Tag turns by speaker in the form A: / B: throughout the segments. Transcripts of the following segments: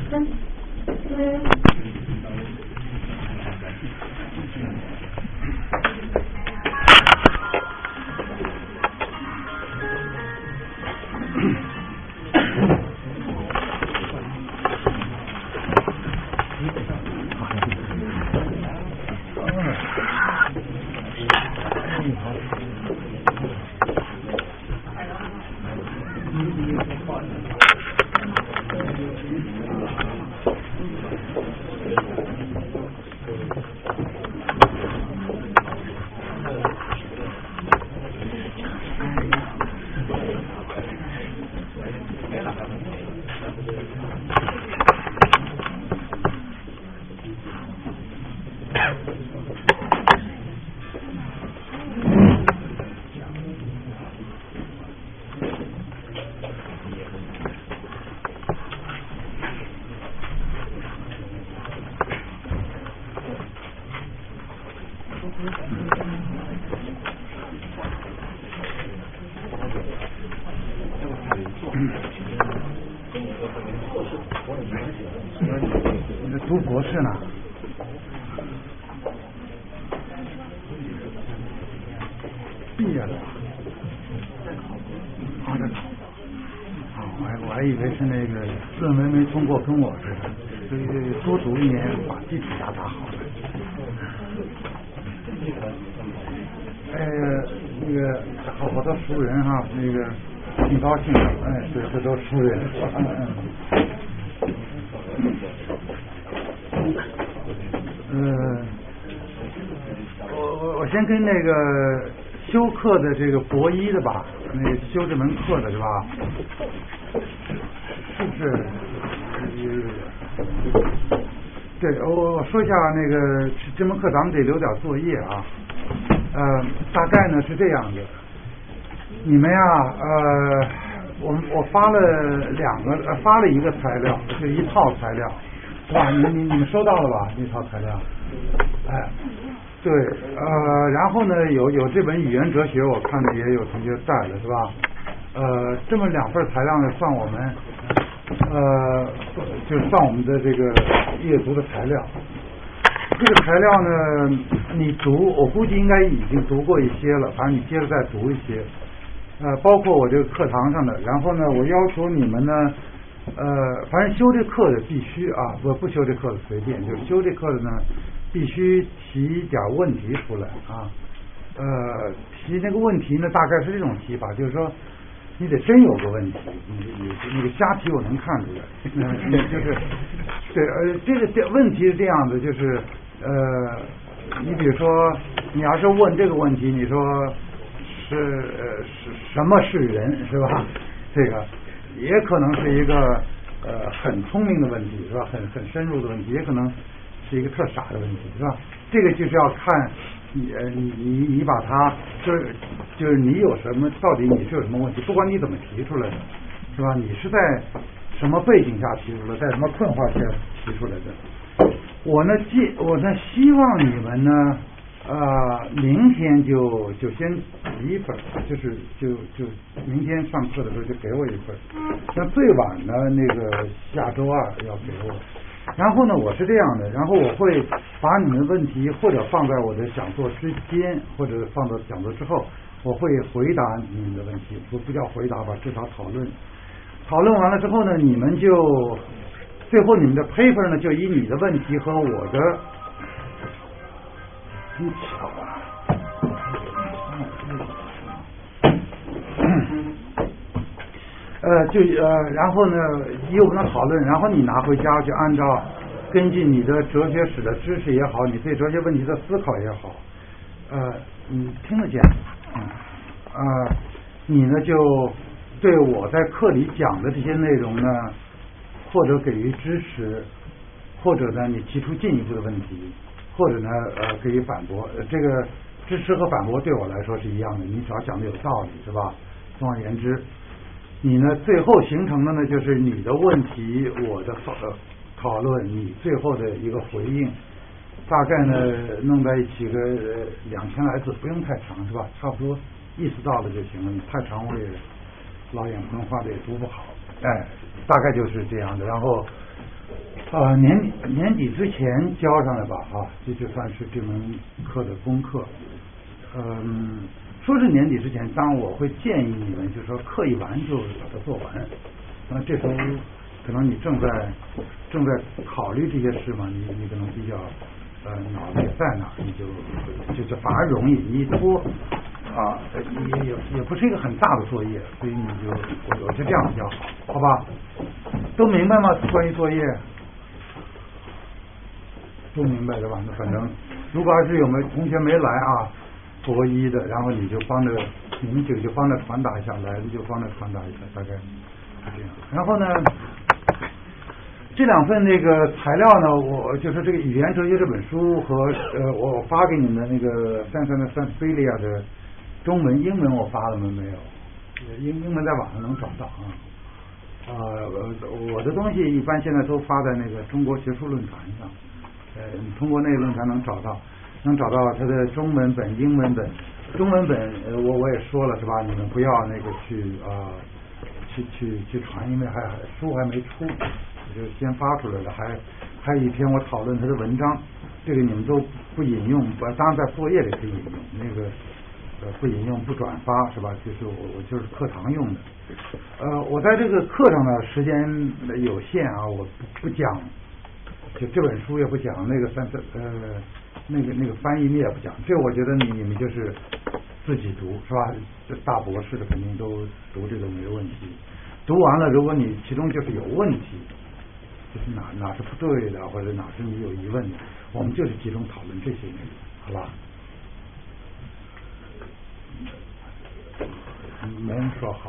A: 读博士呢？毕业了？啊，这我还以为是那个论文没通过，跟我似的，所以多读一年，把基础打好了。那个好多熟人哈，那个挺高兴的，对，这都熟人。我先跟那个修课的这个博一的吧，那个修这门课的是吧？是不是？对，我说一下那个这门课咱们得留点作业啊。大概呢是这样的，你们呀，我发了一个材料，就一套材料，是吧？你们收到了吧？一套材料，对，然后呢，有这本语言哲学，我看着也有同学带了，是吧？这么2份材料呢，算我们，就算我们的这个阅读的材料。这个材料呢，你读，我估计应该已经读过一些了，反正你接着再读一些，包括我这个课堂上的。然后呢，我要求你们呢，反正修这课的必须啊，不修这课的随便，就是修这课的呢，必须提点问题出来啊。提那个问题呢，大概是这种提法，就是说，你得真有个问题，你那个瞎提我能看出来，就是对，这个问题是这样的，就是你比如说，你要是问这个问题，你说是什么是人，是吧？这个也可能是一个很聪明的问题，是吧？很深入的问题，也可能是一个特傻的问题，是吧？这个就是要看你把它就是你有什么，到底你是有什么问题，不管你怎么提出来的，是吧？你是在什么背景下提出来，在什么困惑下提出来的？我呢希望你们呢，明天就先提一份，就明天上课的时候就给我一份，那最晚呢那个下周2要给我。然后呢，我是这样的，然后我会把你们的问题或者放在我的讲座之间，或者放到讲座之后，我会回答你们的问题，不叫回答吧，至少讨论。讨论完了之后呢，你们就最后你们的 paper 呢，就以你的问题和我的，真巧啊！然后呢，以我们的讨论，然后你拿回家就按照根据你的哲学史的知识也好，你对哲学问题的思考也好，你听得见，你呢就对我在课里讲的这些内容呢，或者给予支持，或者呢你提出进一步的问题，或者呢给予反驳，这个支持和反驳对我来说是一样的，你只要讲的有道理，是吧？总而言之，你呢最后形成的呢就是你的问题，我的讨论，你最后的一个回应，大概呢弄在一起个2000来字，不用太长，是吧？差不多意思到了就行了，你太长我也老眼昏花的也读不好，大概就是这样的。然后年底之前交上来吧，这就算是这门课的功课。说是年底之前，当然我会建议你们，就是说课一完就把它做完。那这时候可能你正在考虑这些事嘛，你可能比较脑子也在那，你就反而容易，你一拖也不是一个很大的作业，所以你我就这样比较好，好吧？都明白吗？关于作业都明白的吧？那反正如果要是有同学没来国一的，然后你就帮着你们几个就帮着传达一下，来的就帮着传达一下，大概是这样。然后呢，这两份那个材料呢，我就是这个语言哲学这本书和我发给你们的那个Sansevieria的中文、英文我发了吗？没有，英文在网上能找到我的东西一般现在都发在那个中国学术论坛上，你通过那个论坛能找到它的中文本、英文本。中文本我也说了是吧？你们不要那个去传，因为书还没出，就先发出来了。还有一篇我讨论他的文章，这个你们都不引用，当然在作业里可以引用，那个不引用不转发是吧？就是我就是课堂用的。我在这个课上呢时间有限我不讲，就这本书也不讲，那个那个翻译你也不讲，这我觉得你们就是自己读是吧？这大博士的肯定都读这个没问题。读完了，如果你其中就是有问题，就是哪是不对的，或者哪是你有疑问的，我们就是集中讨论这些内容，好吧？没人说好。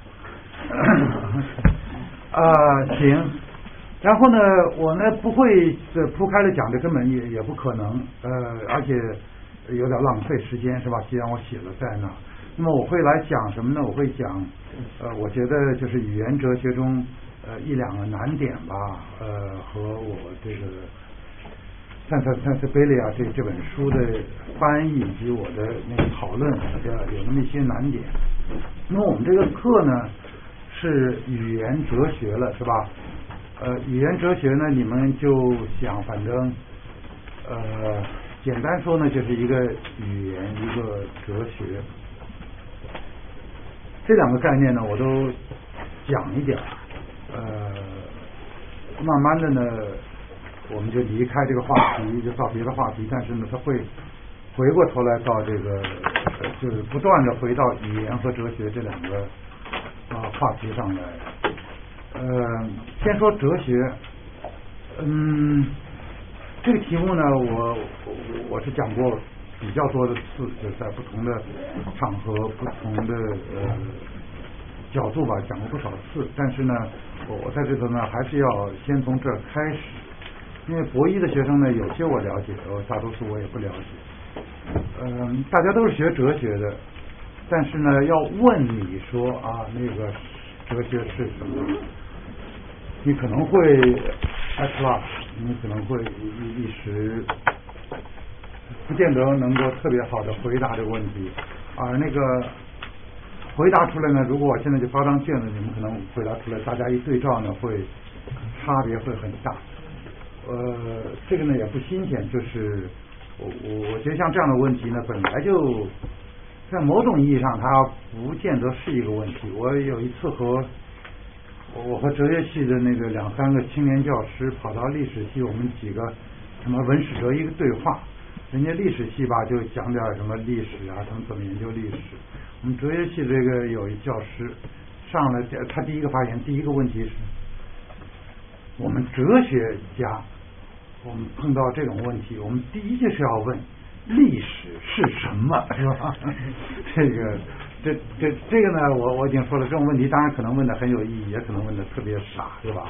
A: 行。然后呢，我呢不会铺开了讲，这根本也不可能，而且有点浪费时间是吧？既然我写了在那，那么我会来讲什么呢？我会讲我觉得就是语言哲学中一两个难点吧，和我这个Sansevieria这本书的翻译以及我的那个讨论有那么一些难点。那么我们这个课呢是语言哲学了是吧？语言哲学呢，你们就想反正简单说呢，就是一个语言一个哲学。这两个概念呢我都讲一点，慢慢的呢我们就离开这个话题，就到别的话题，但是呢它会回过头来到这个就是不断的回到语言和哲学这两个话题上来。先说哲学，这个题目呢，我是讲过比较多的次，就在不同的场合、不同的角度吧，讲过不少次。但是呢，我在这头呢，还是要先从这儿开始，因为博一的学生呢，有些我了解，大多数我也不了解。大家都是学哲学的，但是呢，要问你说那个哲学是什么？你可能会你可能会一时不见得能够特别好的回答这个问题，而那个回答出来呢，如果我现在就发张卷子，你们可能回答出来，大家一对照呢，会差别会很大。这个呢也不新鲜，就是我觉得像这样的问题呢，本来就在某种意义上它不见得是一个问题。我有一次我和哲学系的那个2-3个青年教师跑到历史系，我们几个什么文史哲一个对话，人家历史系吧就讲点什么历史他们怎么研究历史。我们哲学系这个有一教师上来，他第一个发言，第一个问题是，我们哲学家，我们碰到这种问题，我们第一件事要问历史是什么，是吧？这个呢，我已经说了，这种问题当然可能问的很有意义，也可能问的特别傻，是吧？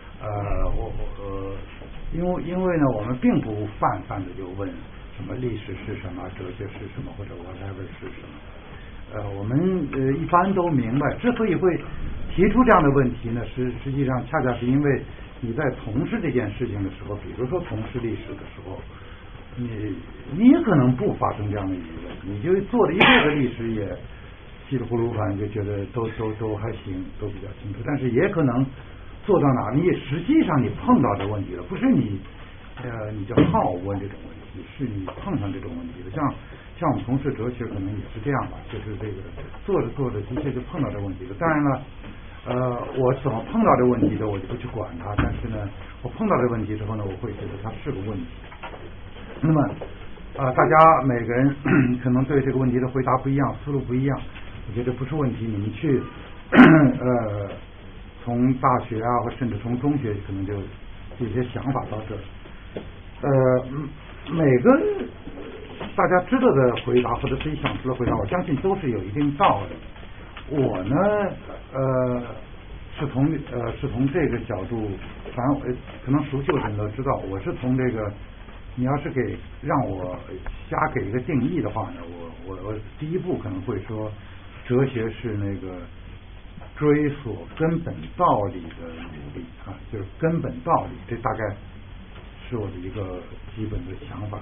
A: 因为呢，我们并不泛的就问什么历史是什么，哲学是什么，或者 whatever 是什么。我们一般都明白，之所以会提出这样的问题呢，实际上恰恰是因为你在从事这件事情的时候，比如说从事历史的时候，你也可能不发生这样的疑问，你就做了一辈子历史也稀里糊涂，反正就觉得都还行，都比较清楚。但是也可能做到哪，你实际上你碰到这问题了，不是你就好问这种问题，是你碰上这种问题了。像我们从事哲学可能也是这样吧，就是这个做着的确就碰到这问题了。当然了，我怎么碰到这问题的，我就不去管它。但是呢，我碰到这问题之后呢，我会觉得它是个问题。那么大家每个人可能对这个问题的回答不一样，思路不一样。我觉得不是问题，你们去从大学啊，或甚至从中学，可能就有些想法到这。每个大家知道的回答或者自己想出的回答，我相信都是有一定道理。我呢，是从这个角度，反正可能熟悉我的人都知道，我是从这个，你要是让我瞎给一个定义的话呢，我第一步可能会说，哲学是那个追索根本道理的努力啊，就是根本道理，这大概是我的一个基本的想法。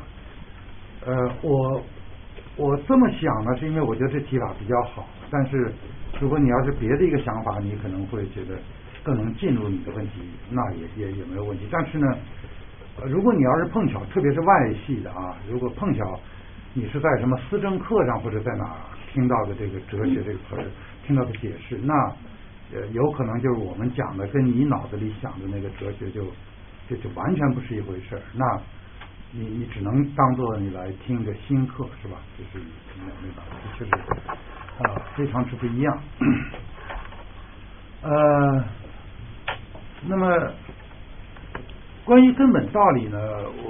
A: 我这么想呢，是因为我觉得这提法比较好。但是如果你要是别的一个想法，你可能会觉得更能进入你的问题，那也没有问题。但是呢，如果你要是碰巧，特别是外系的啊，如果碰巧你是在什么思政课上或者在哪听到的这个哲学这个词儿，听到的解释，那有可能就是我们讲的跟你脑子里想的那个哲学就完全不是一回事儿。那你只能当做你来听个新课，是吧？就是没办法，确实非常之不一样。那么关于根本道理呢，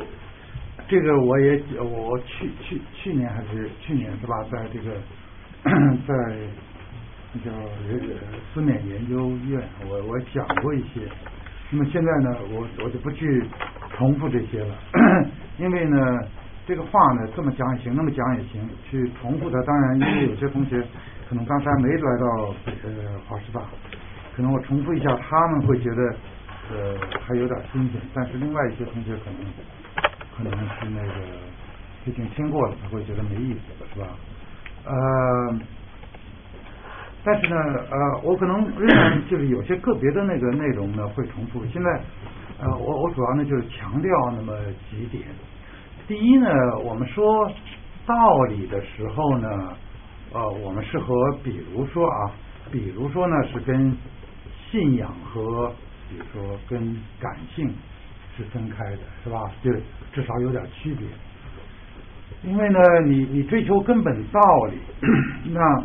A: 我去年还是去年是吧，在这个在那叫思勉研究院，我讲过一些。那么现在呢，我就不去重复这些了，因为呢，这个话呢这么讲也行，那么讲也行，去重复它。当然，因为有些同学可能刚才没来到华师大，可能我重复一下，他们会觉得还有点新鲜，但是另外一些同学可能是那个毕竟听过了，他会觉得没意思了，是吧？但是呢，我可能仍然就是有些个别的那个内容呢会重复。现在，我主要呢就是强调那么几点。第一呢，我们说道理的时候呢，我们是和比如说呢是跟信仰和比如说跟感性是分开的，是吧？就至少有点区别。因为呢，你追求根本道理，那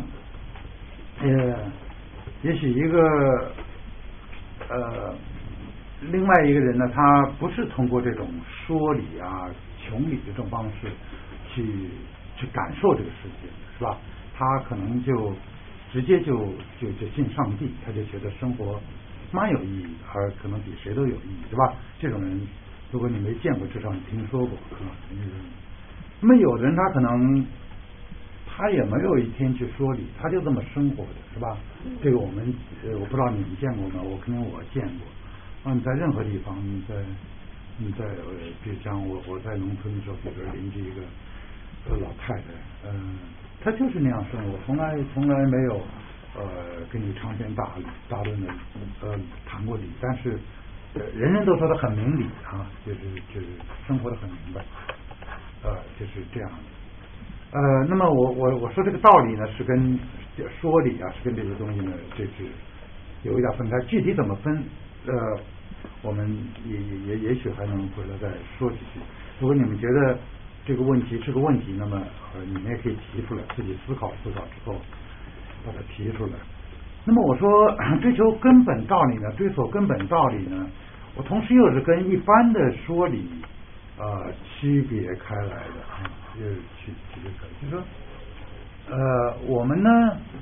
A: 也许一个另外一个人呢，他不是通过这种说理啊、穷理的这种方式去感受这个世界，是吧？他可能就直接就信上帝，他就觉得生活蛮有意义，而可能比谁都有意义，是吧？这种人，如果你没见过，至少你听说过啊。那么有的人他可能他也没有一天去说理，他就这么生活的，是吧？这个我不知道你们见过吗？我肯定我见过。你在任何地方，你在比如像我在农村的时候，比如邻居一个老太太，她就是那样生活，从来没有跟你长篇大论的谈过理，但是人人都说她很明理啊，就是生活的很明白，就是这样的。那么我说这个道理呢，是跟说理啊，是跟这些东西呢，这是有一点分开。具体怎么分，我们也许还能回来再说几句。如果你们觉得这个问题是个问题，那么你们也可以提出来，自己思考之后把它提出来。那么我说追求根本道理呢，追索根本道理呢，我同时又是跟一般的说理区别开来的啊，就是区别开，就是说我们呢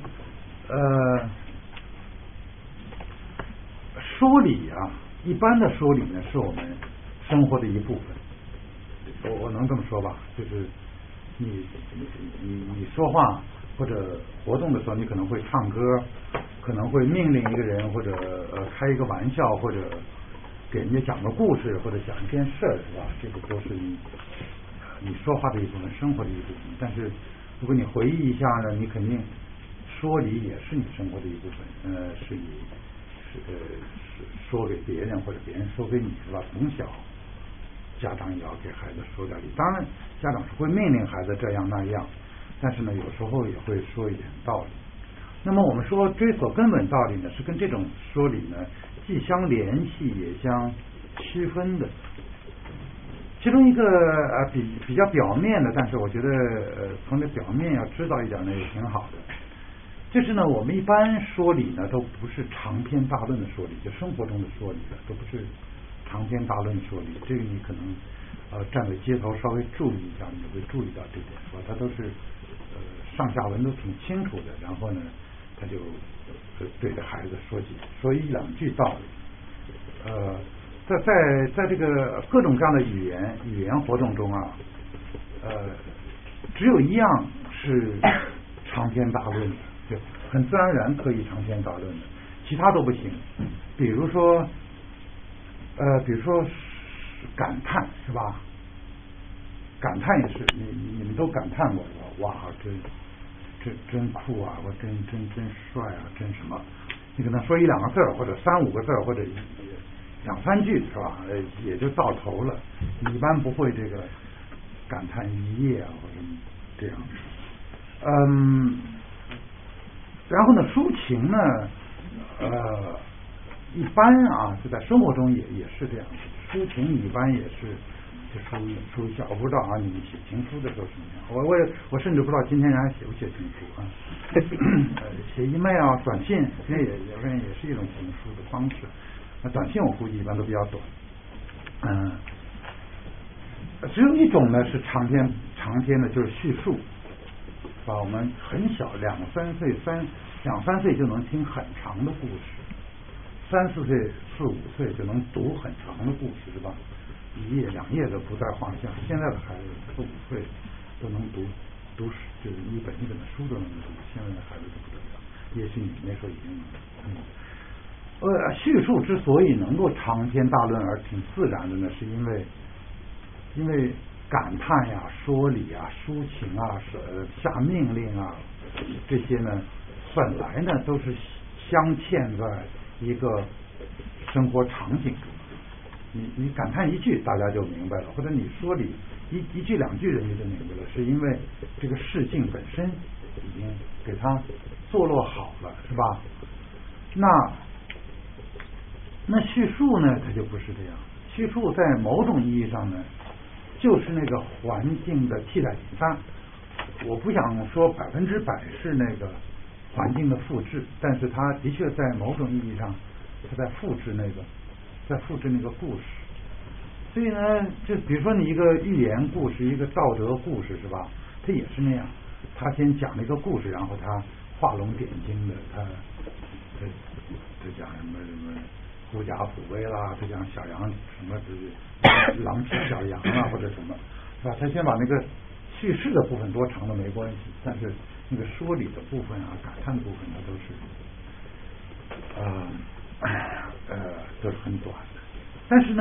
A: 说理啊，一般的说理呢是我们生活的一部分，我能这么说吧，就是你说话或者活动的时候，你可能会唱歌，可能会命令一个人，或者开一个玩笑，或者给人家讲个故事，或者讲一件事儿，是吧？这个都是你说话的一部分，生活的一部分。但是如果你回忆一下呢，你肯定说理也是你生活的一部分，是说给别人或者别人说给你是吧？从小家长也要给孩子说点理，当然家长是会命令孩子这样那样，但是呢有时候也会说一点道理。那么我们说追索根本道理呢，是跟这种说理呢既相联系也相区分的。其中一个比较表面的，但是我觉得从这表面要知道一点呢也挺好的。就是呢，我们一般说理呢都不是长篇大论的说理，就生活中的说理的都不是长篇大论说理。这个你可能站在街头稍微注意一下，你就会注意到这点，是吧？他都是上下文都挺清楚的，然后呢，他就对着孩子说一两句道理。在这个各种各样的语言活动中啊，只有一样是长篇大论的，就很自然而然可以长篇大论的，其他都不行。比如说感叹是吧？感叹也是，你们都感叹过是吧？哇，真酷啊！我真帅啊！真什么？你可能说一两个字或者三五个字或者两三句是吧？也就到头了。你一般不会这个感叹一夜啊或者这样。然后呢，抒情呢，一般啊，就在生活中也是这样。抒情一般也是就抒一下。我不知道啊，你们写情书的时候什么样？我甚至不知道今天人还写不写情书啊？写 email 短信，那也是一种情书的方式。短信我估计一般都比较短。只有一种呢是长篇的，就是叙述。我们很小2、3岁就能听很长的故事，3、4岁、4、5岁就能读很长的故事，是吧？1页、2页都不在话下。现在的孩子4、5岁都能读就是一本的书都能读，现在的孩子都不得了。也许你那时候已经能。叙述之所以能够长篇大论而挺自然的呢，是因为感叹呀、说理啊、抒情啊、下命令啊，这些呢，本来呢都是镶嵌在一个生活场景中。你感叹一句，大家就明白了；或者你说理一句两句，人家就明白了，是因为这个事境本身已经给它坐落好了，是吧？那叙述呢，它就不是这样。叙述在某种意义上呢，就是那个环境的替代品。但我不想说100%是那个环境的复制，但是它的确在某种意义上，它在复制那个故事。所以呢，就比如说你一个寓言故事，一个道德故事，是吧？它也是那样，他先讲了一个故事，然后他画龙点睛的，他讲什么狐假虎威啦，他讲小羊什么狼吃小羊啊，或者什么，是吧？他先把那个叙事的部分多长都没关系，但是那个说理的部分啊、感叹的部分呢，都是很短的。但是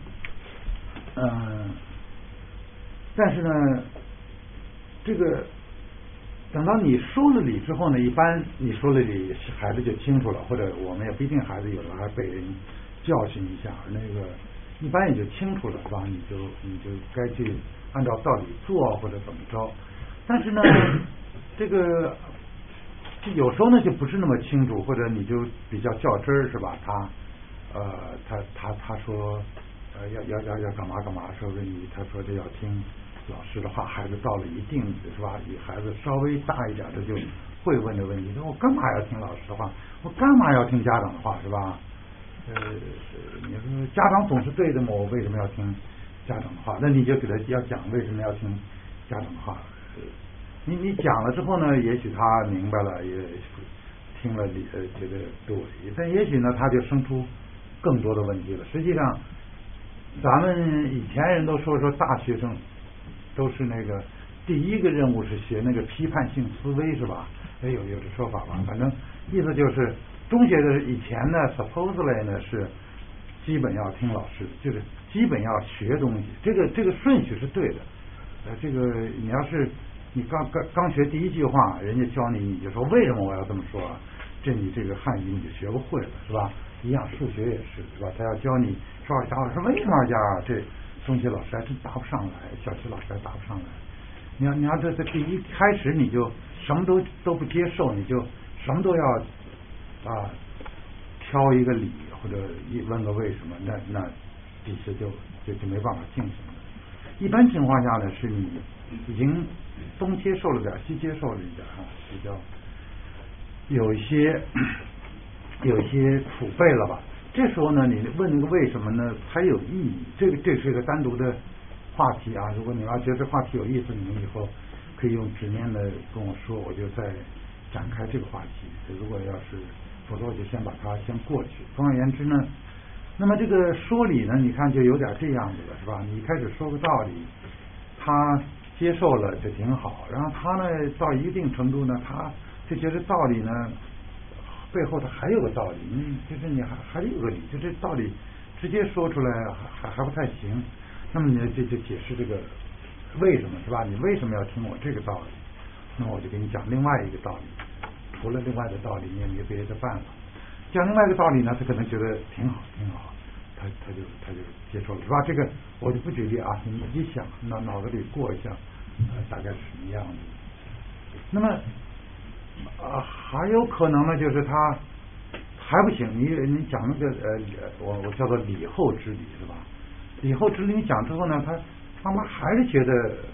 A: 呢，这个等到你说了理之后呢，一般你说了理，孩子就清楚了，或者我们也不一定，孩子有的还被人教训一下，那个一般也就清楚了，是吧？你就该去按照道理做或者怎么着。但是呢，这个有时候呢就不是那么清楚，或者你就比较较真儿，是吧？他说要干嘛干嘛，说给你，他说这要听老师的话，孩子到了一定是吧？孩子稍微大一点的就会问这问题，说我干嘛要听老师的话？我干嘛要听家长的话，是吧？你说家长总是对的嘛，我为什么要听家长的话？那你就给他要讲为什么要听家长的话。你讲了之后呢，也许他明白了，也听了觉得对，但也许呢他就生出更多的问题了。实际上咱们以前人都说大学生都是那个第一个任务是学那个批判性思维，是吧？有这说法吧？反正意思就是中学的以前呢 supposedly 呢是基本要听老师，就是基本要学东西，这个顺序是对的。这个你要是你刚学第一句话，人家教你就说为什么我要这么说啊？你这个汉语你就学不会了，是吧？ 一样，数学也是吧？他要教你说2加2是为什么2加2？这中学老师还真答不上来，小学老师还答不上来。你要这第一开始你就什么都不接受，你就什么都要挑一个理或者问个为什么，那底下就没办法进行了。一般情况下呢，是你已经东接受了点，西接受了一点比较有一些储备了吧。这时候呢，你问那个为什么呢，才有意义。这是一个单独的话题啊。如果你要觉得这话题有意思，你们以后可以用纸面的跟我说，我就再展开这个话题。如果要是否则，我就先把它先过去。总而言之呢，那么这个说理呢，你看就有点这样子了，是吧？你一开始说个道理，他接受了就挺好，然后他呢到一定程度呢，他就觉得道理呢背后它还有个道理，就是你还有个理，就这道理直接说出来还不太行。那么你就解释这个为什么，是吧？你为什么要听我这个道理？那么我就给你讲另外一个道理，除了另外的道理，你也没别的办法。讲另外一个道理呢，他可能觉得挺好，他就接受了，是吧？这个我就不举例啊，你一想，脑子里过一下，大概是什么样子。那么还有可能呢，就是他还不行，你讲那个我叫做理后之理，是吧？理后之理你讲之后呢，他妈还是觉得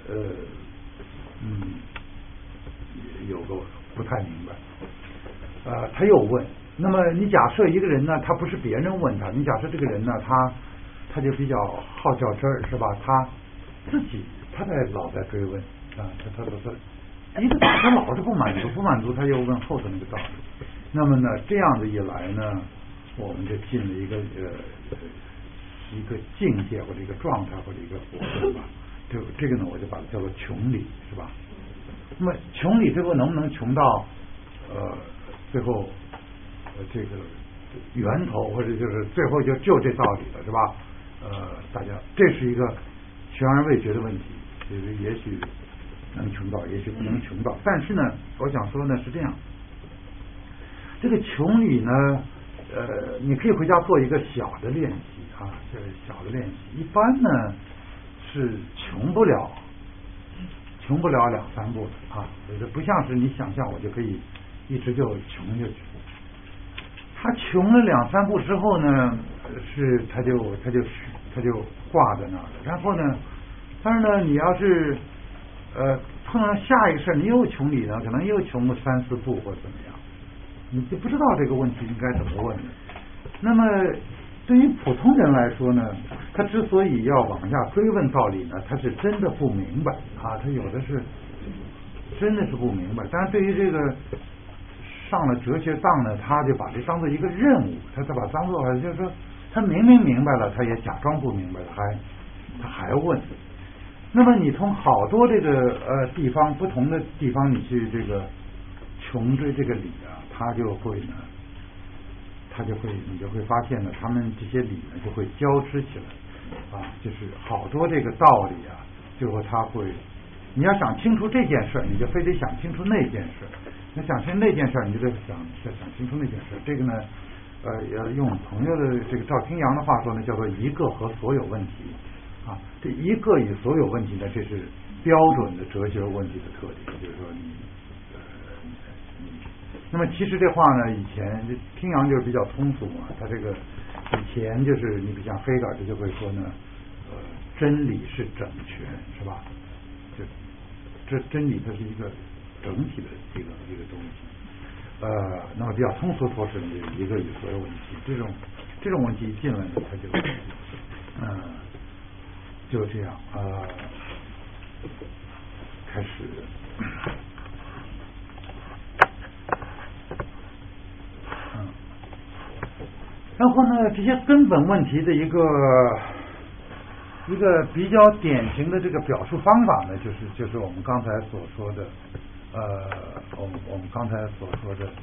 A: 有个不太明白，他又问。那么你假设一个人呢，他不是别人问他，你假设这个人呢，他就比较好较真儿，是吧？他自己他老在追问啊，他一个他老是不满足，他又问后头那个道理。那么呢，这样子一来呢，我们就进了一个境界或者一个状态或者一个活动吧。这个呢，我就把它叫做穷理，是吧？那么穷理最后能不能穷到最后这个源头，或者就是最后就这道理了，是吧？大家这是一个悬而未决的问题，就是也许能穷到，也许不能穷到。但是呢，我想说呢是这样，这个穷理呢，你可以回家做一个小的练习啊，这个小的练习，一般呢是穷不了2-3步的啊，就是不像是你想象我就可以一直就穷下去。他穷了2-3步之后呢，是他就挂在那儿了。然后呢，但是呢，你要是碰上下一个事，你又穷理呢，可能又穷个3-4步或怎么样，你就不知道这个问题应该怎么问了。那么对于普通人来说呢，他之所以要往下追问道理呢，他是真的不明白啊，他有的是真的是不明白。但是对于这个上了哲学当呢，他就把这当做一个任务，他把当做就是说他明明白了，他也假装不明白了，他还问。那么你从好多这个地方不同的地方，你去这个穷追这个理啊，你就会发现呢，他们这些理呢就会交织起来啊，就是好多这个道理啊，最后他会，你要想清楚这件事，你就非得想清楚那件事。那想清那件事，你就得想清楚那件事。这个呢，要用朋友的这个赵青阳的话说呢，叫做一个和所有问题啊。这一个与所有问题呢，这是标准的哲学问题的特点。就是说那么其实这话呢，以前青阳就是比较通俗嘛，他这个以前就是你比像黑格尔就会说呢，真理是整全，是吧？这真理它是一个整体的一个东西，那么比较通俗说是一个与所有问题，这种问题一进来呢，它就这样开始，然后呢，这些根本问题的一个比较典型的这个表述方法呢，就是我们刚才所说的，我们刚才所说的，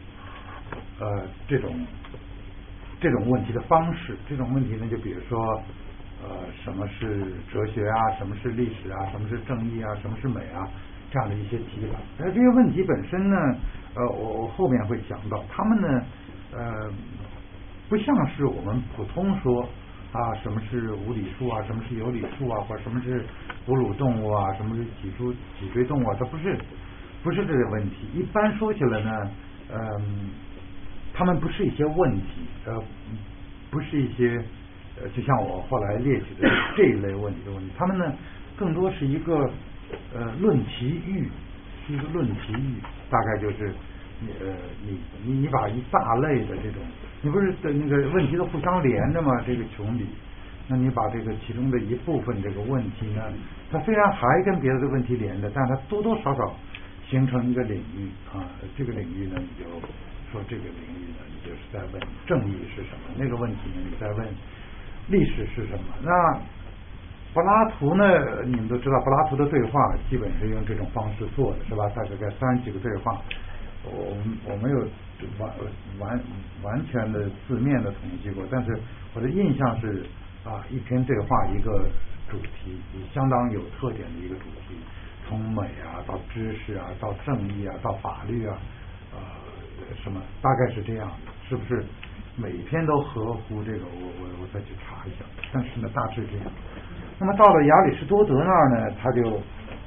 A: 这种问题的方式。这种问题呢，就比如说，什么是哲学啊，什么是历史啊，什么是正义啊，什么是美啊，这样的一些提法。这些问题本身呢，我后面会讲到，他们呢， 不像是我们普通说啊，什么是无理数啊，什么是有理数啊，或者什么是哺乳动物啊，什么是脊椎动物啊，它不是这个问题。一般说起来呢，他们不是一些问题，不是一些就像我后来列举的这一类问题的问题，他们呢更多是一个论题域，是一个论题域，大概就是你把一大类的这种，你不是那个问题都互相连着吗？这个穷理，那你把这个其中的一部分这个问题呢，它虽然还跟别的问题连着，但它多多少少形成一个领域啊，这个领域呢，你就说这个领域呢，你就是在问正义是什么，那个问题呢，你在问历史是什么。那柏拉图呢，你们都知道，柏拉图的对话基本是用这种方式做的，是吧？大概30几个对话，我没有完全的字面的统计过，但是我的印象是啊，一篇对话一个主题，相当有特点的一个主题，从美啊到知识啊到正义啊到法律啊什么，大概是这样的，是不是？每一篇都合乎这个，我再去查一下，但是呢，大致这样。那么到了亚里士多德那儿呢，他就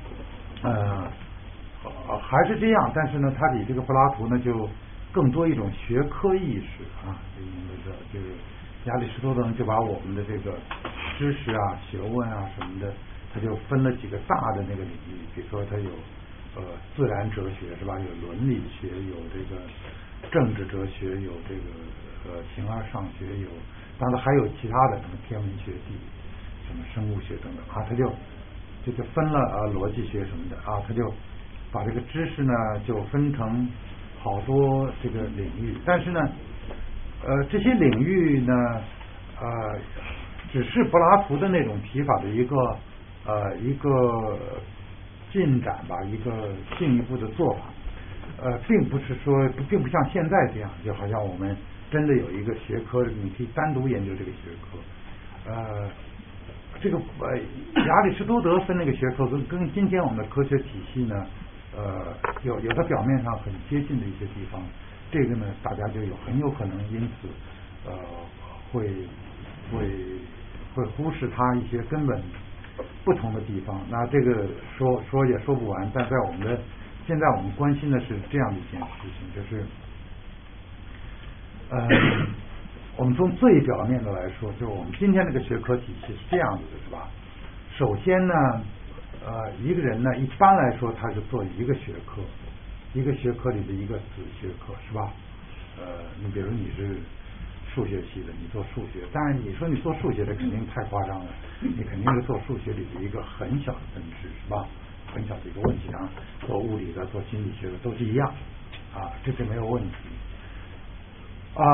A: 还是这样，但是呢，他比这个柏拉图呢就更多一种学科意识啊，就是亚里士多德就把我们的这个知识啊、学问啊什么的，他就分了几个大的那个领域，比如说他有自然哲学是吧？有伦理学，有这个政治哲学，有这个形而上学，有当然还有其他的什么天文学、地理、什么生物学等等啊，他就分了逻辑学什么的啊，他就把这个知识呢就分成好多这个领域，但是呢这些领域呢只是柏拉图的那种提法的一个进展吧，一个进一步的做法，并不是说，并不像现在这样，就好像我们真的有一个学科，你可以单独研究这个学科。这个亚里士多德分那个学科跟今天我们的科学体系呢，有它表面上很接近的一些地方，这个呢，大家就很有可能因此会忽视它一些根本不同的地方。那这个说也说不完，但在现在我们关心的是这样的一件事情，就是我们从最表面的来说，就是我们今天这个学科体系是这样子的，是吧？首先呢，一个人呢，一般来说他是做一个学科，一个学科里的一个子学科，是吧？你比如你是数学系的，你做数学，当然你说你做数学的肯定太夸张了，你肯定是做数学里的一个很小的分支，是吧？很小的一个问题啊，做物理的、做经济学的都是一样啊，这是没有问题啊。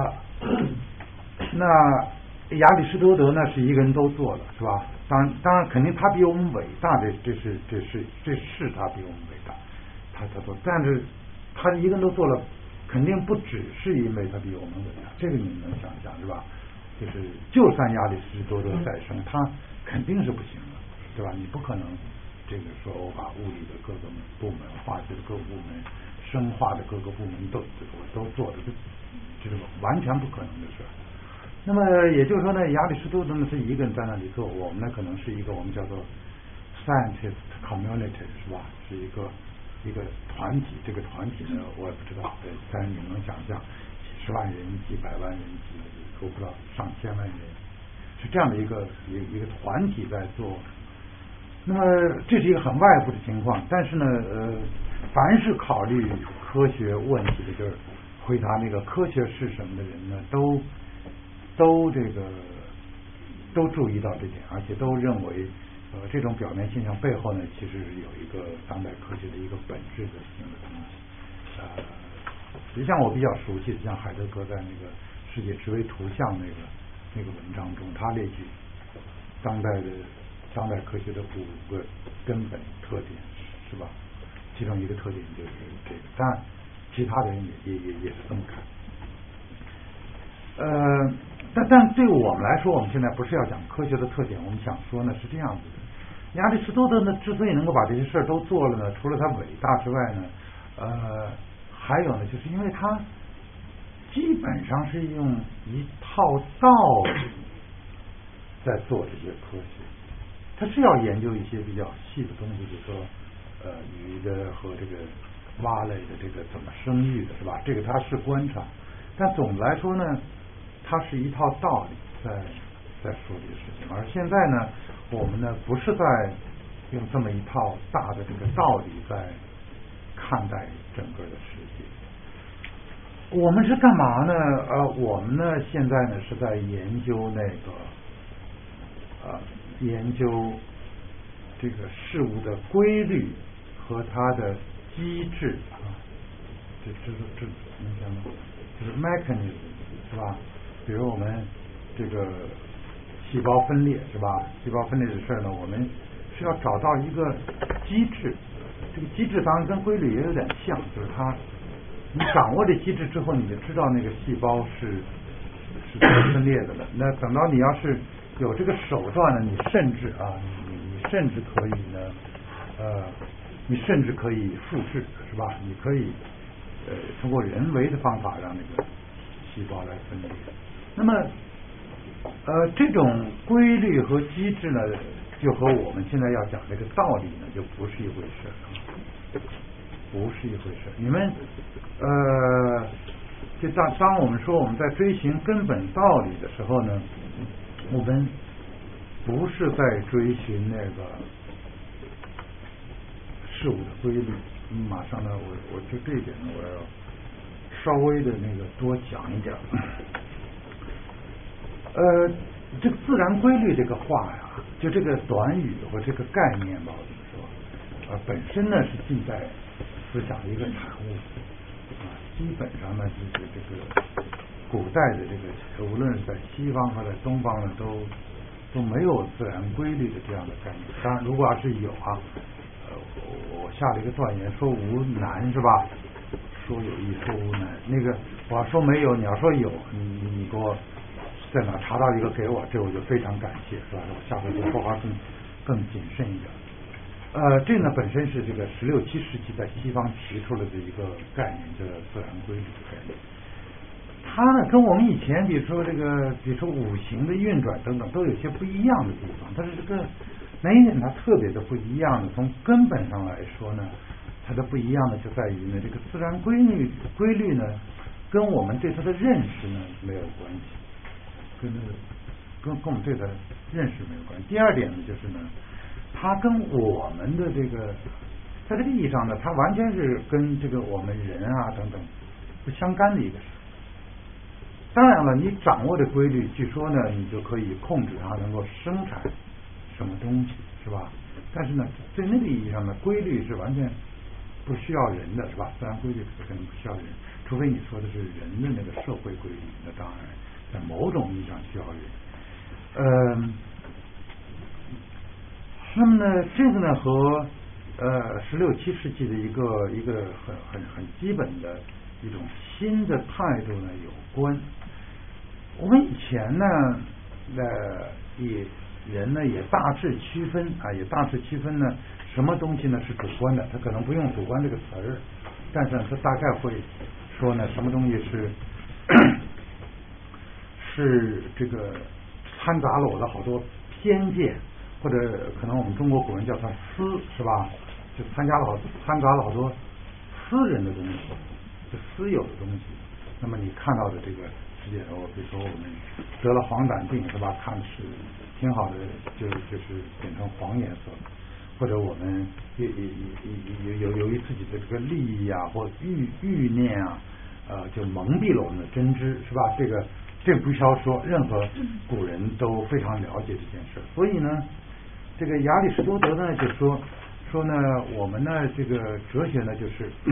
A: 那亚里士多德呢是一个人都做了，是吧？当然肯定他比我们伟大，这是他比我们伟大，他做，但是他一个人都做了，肯定不只是因为他比我们伟大，这个你们能想象是吧？就是就算亚里士多德再生，他肯定是不行的，对吧？你不可能这个说我把物理的各个部门、化学的各个部门、生化的各个部门都做的，这是完全不可能的事。那么也就是说呢，亚里士多德呢是一个人在那里做，我们呢可能是一个我们叫做 scientist community 是吧？是一个团体，这个团体呢我也不知道，但是你能想象几十万人、几百万人、我不知道上千万人，是这样的一个团体在做。那么这是一个很外部的情况，但是呢凡是考虑科学问题的，就是回答那个科学是什么的人呢，都注意到这点，而且都认为这种表面现象背后呢，其实有一个当代科学的一个本质的性的东西。实际上我比较熟悉的，像海德格在那个世界之微图像那个文章中，他列举当代科学的5个根本特点，是吧？其中一个特点就是这个，当然其他的人也是这么看。但对我们来说，我们现在不是要讲科学的特点，我们想说呢是这样子的：亚里士多德呢之所以能够把这些事儿都做了呢，除了他伟大之外呢，还有呢，就是因为他基本上是用一套道理在做这些科学，他是要研究一些比较细的东西，比如说鱼的和这个蛙类的这个怎么生育的，是吧？这个它是观察，但总的来说呢，它是一套道理在说这个事情。而现在呢，我们呢不是在用这么一套大的这个道理在看待整个的世界。我们是干嘛呢？我们呢现在呢是在研究那个研究这个事物的规律和它的机制啊，这能讲吗？就是 mechanism 是吧？比如我们这个细胞分裂是吧？细胞分裂的事呢，我们是要找到一个机制。这个机制当然跟规律也有点像，就是它，你掌握这机制之后，你就知道那个细胞是分裂的了。那等到你要是有这个手段呢，你甚至可以呢，你甚至可以复制，是吧？你可以通过人为的方法让那个细胞来分裂。那么这种规律和机制呢，就和我们现在要讲这个道理呢，就不是一回事，不是一回事。你们就当我们说我们在追寻根本道理的时候呢，我们不是在追寻那个事物的规律。马上呢，我就这一点呢，我要稍微的那个多讲一点。这个自然规律这个话呀，就这个短语和这个概念吧，我怎么说？本身呢是近代思想的一个产物啊，基本上呢就是这个古代的这个，无论是在西方和在东方呢，都没有自然规律的这样的概念。当然，如果要是有啊，我下了一个断言，说无难是吧？说有易，说无难。那个我要说没有，你要说有，你给我在哪查到一个给我，这我就非常感谢，是吧？我下回就说话更谨慎一点。这呢本身是这个16、17世纪在西方提出来的一个概念，叫自然规律的概念。它呢跟我们以前比如说五行的运转等等都有些不一样的地方，但是这个哪一点它特别的不一样呢？从根本上来说呢，它的不一样呢就在于呢，这个自然规律呢跟我们对它的认识呢没有关系，跟我们对它的认识没有关系。第二点呢就是呢，它跟我们的这个在这个意义上呢，它完全是跟这个我们人啊等等不相干的一个事。当然了，你掌握的规律，据说呢，你就可以控制它能够生产什么东西，是吧？但是呢，在那个意义上呢，规律是完全不需要人的，是吧？自然规律是肯定不需要人，除非你说的是人的那个社会规律，那当然在某种意义上需要人。那么呢，这个呢和16、17世纪的一个很基本的一种新的态度呢有关。我们以前呢，人呢也大致区分呢，什么东西呢是主观的，他可能不用主观这个词儿，但是他大概会说呢，什么东西是这个掺杂了我的好多偏见，或者可能我们中国古人叫它私，是吧？就掺杂了好多私人的东西，就私有的东西。那么你看到的这个世界上，比如说我们得了黄疸病，是吧？看的是挺好的，就是变成黄颜色，或者我们由于自己的这个利益啊或欲念啊，就蒙蔽了我们的真知，是吧？这不需要说，任何古人都非常了解这件事。所以呢，这个亚里士多德呢就说呢，我们呢这个哲学呢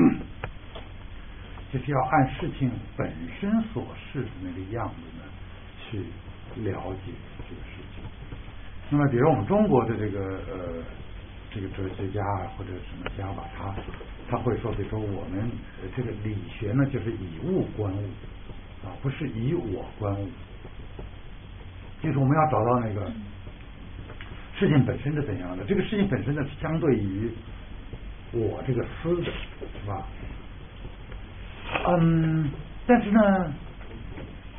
A: 就是要按事情本身所示的那个样子呢去了解这个事情。那么比如我们中国的这个哲学家或者什么家吧，他会说，比如说我们这个理学呢就是以物观物啊，不是以我观物，就是我们要找到那个事情本身是怎样的，这个事情本身呢是相对于我这个思的，是吧？但是呢，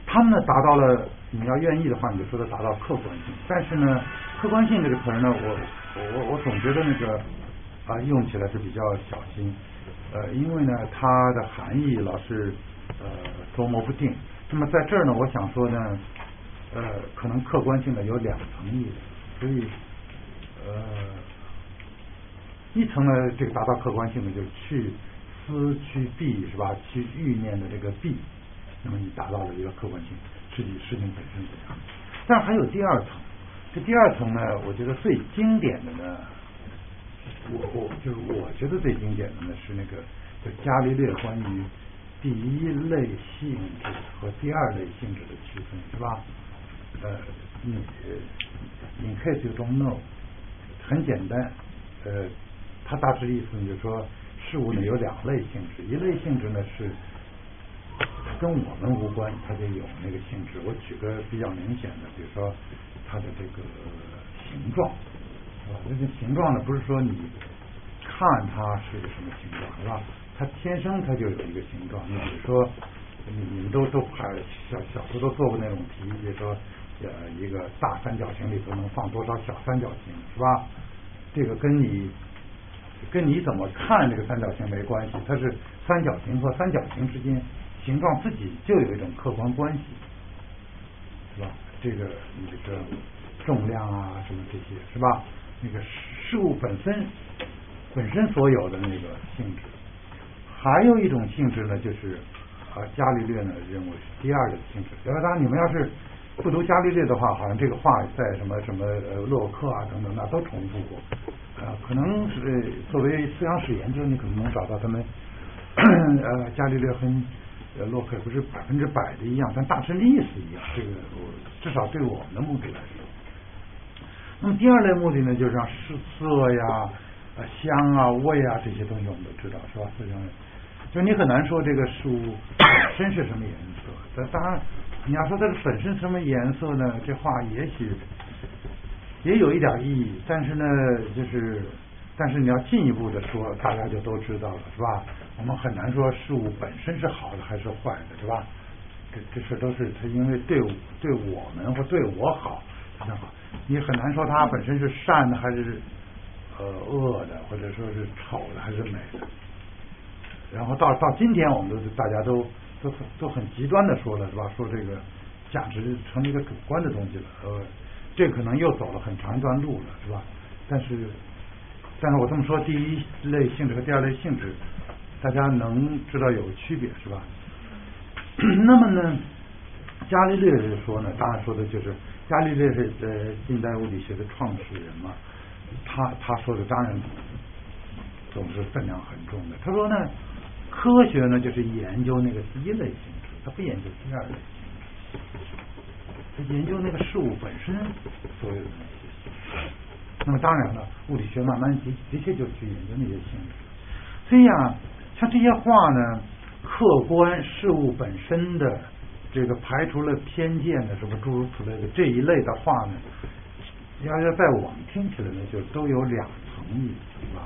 A: 他们呢达到了，你要愿意的话，你就说它达到客观性。但是呢，客观性这个词儿呢，我总觉得那个用起来是比较小心，因为呢它的含义老是琢磨不定。那么在这儿呢，我想说呢，可能客观性呢有两层意思，所以一层呢，这个达到客观性呢，就是去思去避是吧？去欲念的这个避，那么你达到了一个客观性，事情本身怎样？但是还有第二层，这第二层呢，我觉得最经典的呢，我觉得最经典的呢是那个就伽利略关于第一类性质和第二类性质的区分，是吧？in case you don't know， 很简单，它大致意思呢就是说，事物呢有两类性质，一类性质呢是跟我们无关，它就有那个性质。我举个比较明显的，比如说它的这个形状，是吧？这个形状呢，不是说你看它是个什么形状，是吧？它天生它就有一个形状。你比如说，你们都小时候都做过那种题，比如说一个大三角形里头能放多少小三角形，是吧？这个跟你怎么看这个三角形没关系，它是三角形和三角形之间形状自己就有一种客观关系，是吧？这个你这个重量啊什么这些，是吧？那个事物本身所有的那个性质。还有一种性质呢，就是伽利略呢认为是第二类性质。当然你们要是不读伽利略的话，好像这个话在什么洛克啊等等那都重复过，可能是作为思想史研究，你可能能找到他们伽利略和洛克不是100%的一样，但大致意思一样。这个至少对我们的目的来说。那么第二类目的呢，就是让色呀、香啊、味啊这些东西我们都知道，是吧？色香味，就你很难说这个事物本身是什么颜色。当然，你要说它本身什么颜色呢？这话也许也有一点意义，但是呢，但是你要进一步的说，大家就都知道了，是吧？我们很难说事物本身是好的还是坏的，是吧？这事都是它因为对我们或对我好才好，你很难说它本身是善的还是恶的，或者说是丑的还是美的。然后到今天，我们大家都很极端的说了，是吧？说这个价值成了一个主观的东西了，这可能又走了很长一段路了，是吧？但是我这么说，第一类性质和第二类性质，大家能知道有区别，是吧？那么呢，伽利略是说呢，当然说的就是伽利略是近代物理学的创始人嘛，他说的当然总是分量很重的。他说呢，科学呢就是研究那个第一类性质，他不研究第二类性质，他研究那个事物本身所有的那些性质。那么当然了，物理学慢慢的确就去研究那些性质。所以啊，像这些话呢，客观事物本身的这个排除了偏见的什么诸如此类的这一类的话呢，要在我们听起来呢，就都有两层意思，是吧？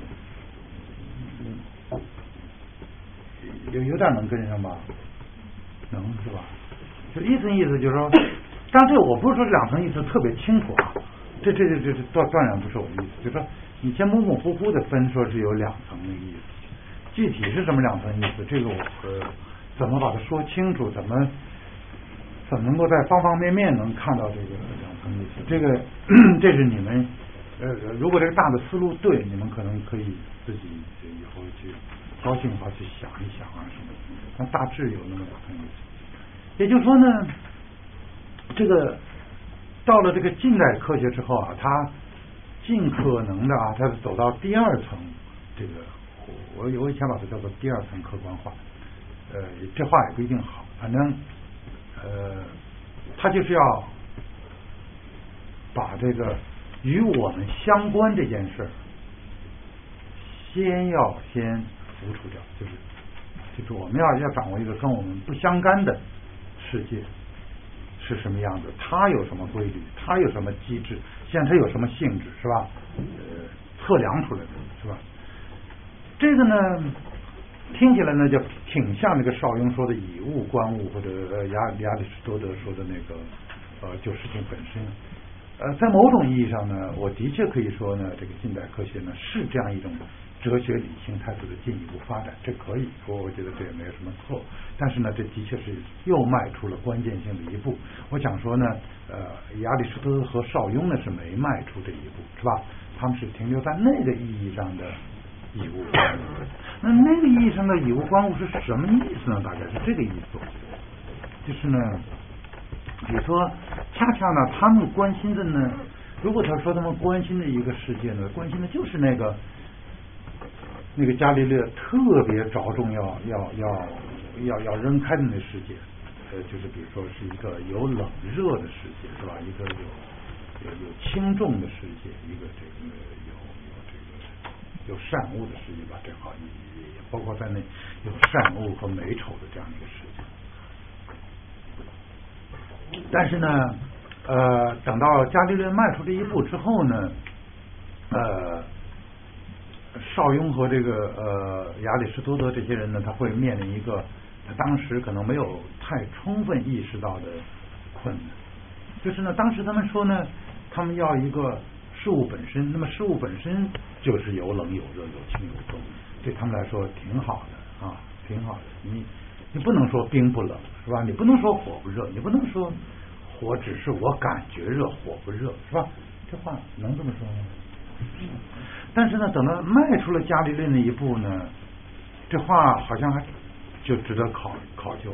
A: 有点能跟上吧？能是吧？就一层意思就是说，当然这我不是说这两层意思特别清楚啊，这断然不是我的意思，就是说你先模模糊糊的分说是有两层的意思，具体是什么两层意思，这个我怎么把它说清楚，怎么能够在方方面面能看到这个两层意思，这是你们如果这个大的思路对，你们可能可以自己以后去高兴的话去想一想啊什么的，但大致有那么两层意思。也就是说呢，这个到了这个近代科学之后啊，它尽可能的啊，它走到第二层，这个我以前把它叫做第二层客观化，这话也不一定好，反正它就是要把这个与我们相关这件事先浮除掉，就是我们要掌握一个跟我们不相干的世界是什么样子，它有什么规律，它有什么机制，现在它有什么性质，是吧？测量出来的，是吧？这个呢， 听起来呢就挺像那个邵雍说的以物观物，或者亚里士多德说的那个就事情本身。在某种意义上呢，我的确可以说呢，这个近代科学呢是这样一种哲学理性态度的进一步发展，这可以说，我觉得这也没有什么错。但是呢，这的确是又迈出了关键性的一步。我想说呢，亚里士多德和邵雍呢是没迈出这一步，是吧？他们是停留在那个意义上的以物观物。那个意义上的以物观物是什么意思呢？大概是这个意思，就是呢，比如说，恰恰呢，他们关心的呢，如果他说他们关心的一个世界呢，关心的就是那个伽利略特别着重要扔开的那世界，就是比如说是一个有冷热的世界，是吧？一个有轻重的世界，一个这个有善恶的世界吧，这好也包括在内有善恶和美丑的这样一个世界。但是呢，等到伽利略迈出这一步之后呢，邵雍和这个亚里士多德这些人呢，他会面临一个他当时可能没有太充分意识到的困难，就是呢，当时他们说呢，他们要一个事物本身，那么事物本身就是有冷有热有轻有重，对他们来说挺好的啊，挺好的。你不能说冰不冷，是吧？你不能说火不热，你不能说火只是我感觉热，火不热，是吧？这话能这么说吗？但是呢，等到迈出了伽利略那一步呢，这话好像还就值得考究了。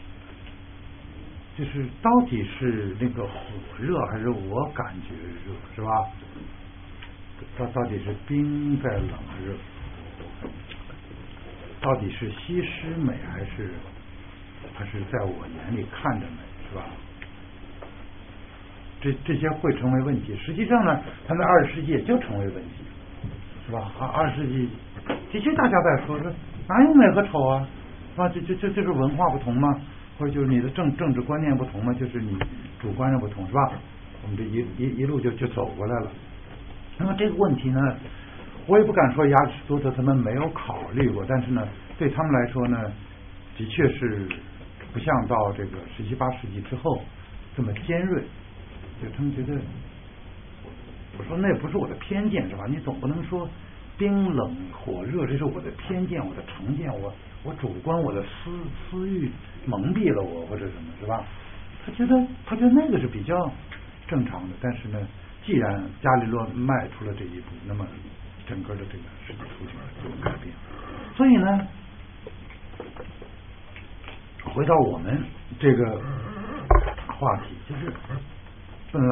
A: 就是到底是那个火热还是我感觉热，是吧？到底是冰在冷热，到底是西施美还是在我眼里看着美，是吧？这些会成为问题。实际上呢，他在20世纪也就成为问题，是吧？20世纪的确大家在说哪有美和丑啊？是吧？这就是文化不同嘛，或者就是你的政治观念不同嘛，就是你主观上不同，是吧？我们这一路就走过来了。那么这个问题呢，我也不敢说亚里士多德他们没有考虑过，但是呢，对他们来说呢，的确是不像到这个17、18世纪之后这么尖锐。就他们觉得，我说那不是我的偏见，是吧？你总不能说冰冷火热，这是我的偏见，我的成见，我主观，我的私欲蒙蔽了我，或者什么，是吧？他觉得那个是比较正常的。但是呢，既然伽利略迈出了这一步，那么整个的这个世界图景就改变。所以呢，回到我们这个话题，就是本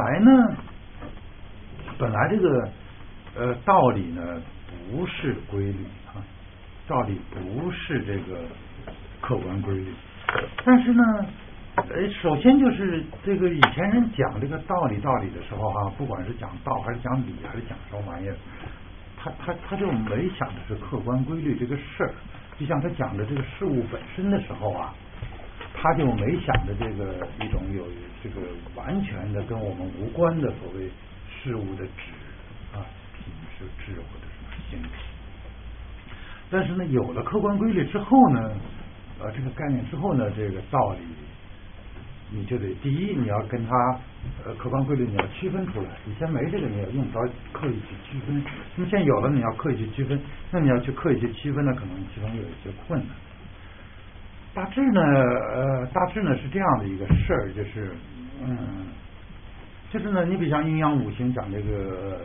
A: 来这个道理呢不是规律啊，道理不是这个客观规律，但是呢，首先就是这个以前人讲这个道理的时候啊，不管是讲道还是讲理还是讲什么玩意儿，他就没想的是客观规律这个事儿，就像他讲的这个事物本身的时候啊，他就没想着这个一种有这个完全的跟我们无关的所谓事物的质啊，品是质或者什么形体。但是呢，有了客观规律之后呢，这个概念之后呢，这个道理你就得第一你要跟它客观规律你要区分出来，以前没这个你要用不着刻意去区分，那么现在有了你要刻意去区分，那你要去刻意去区分呢，可能其中有一些困难。大致呢是这样的一个事儿，就是呢，你比如像阴阳五行讲这个，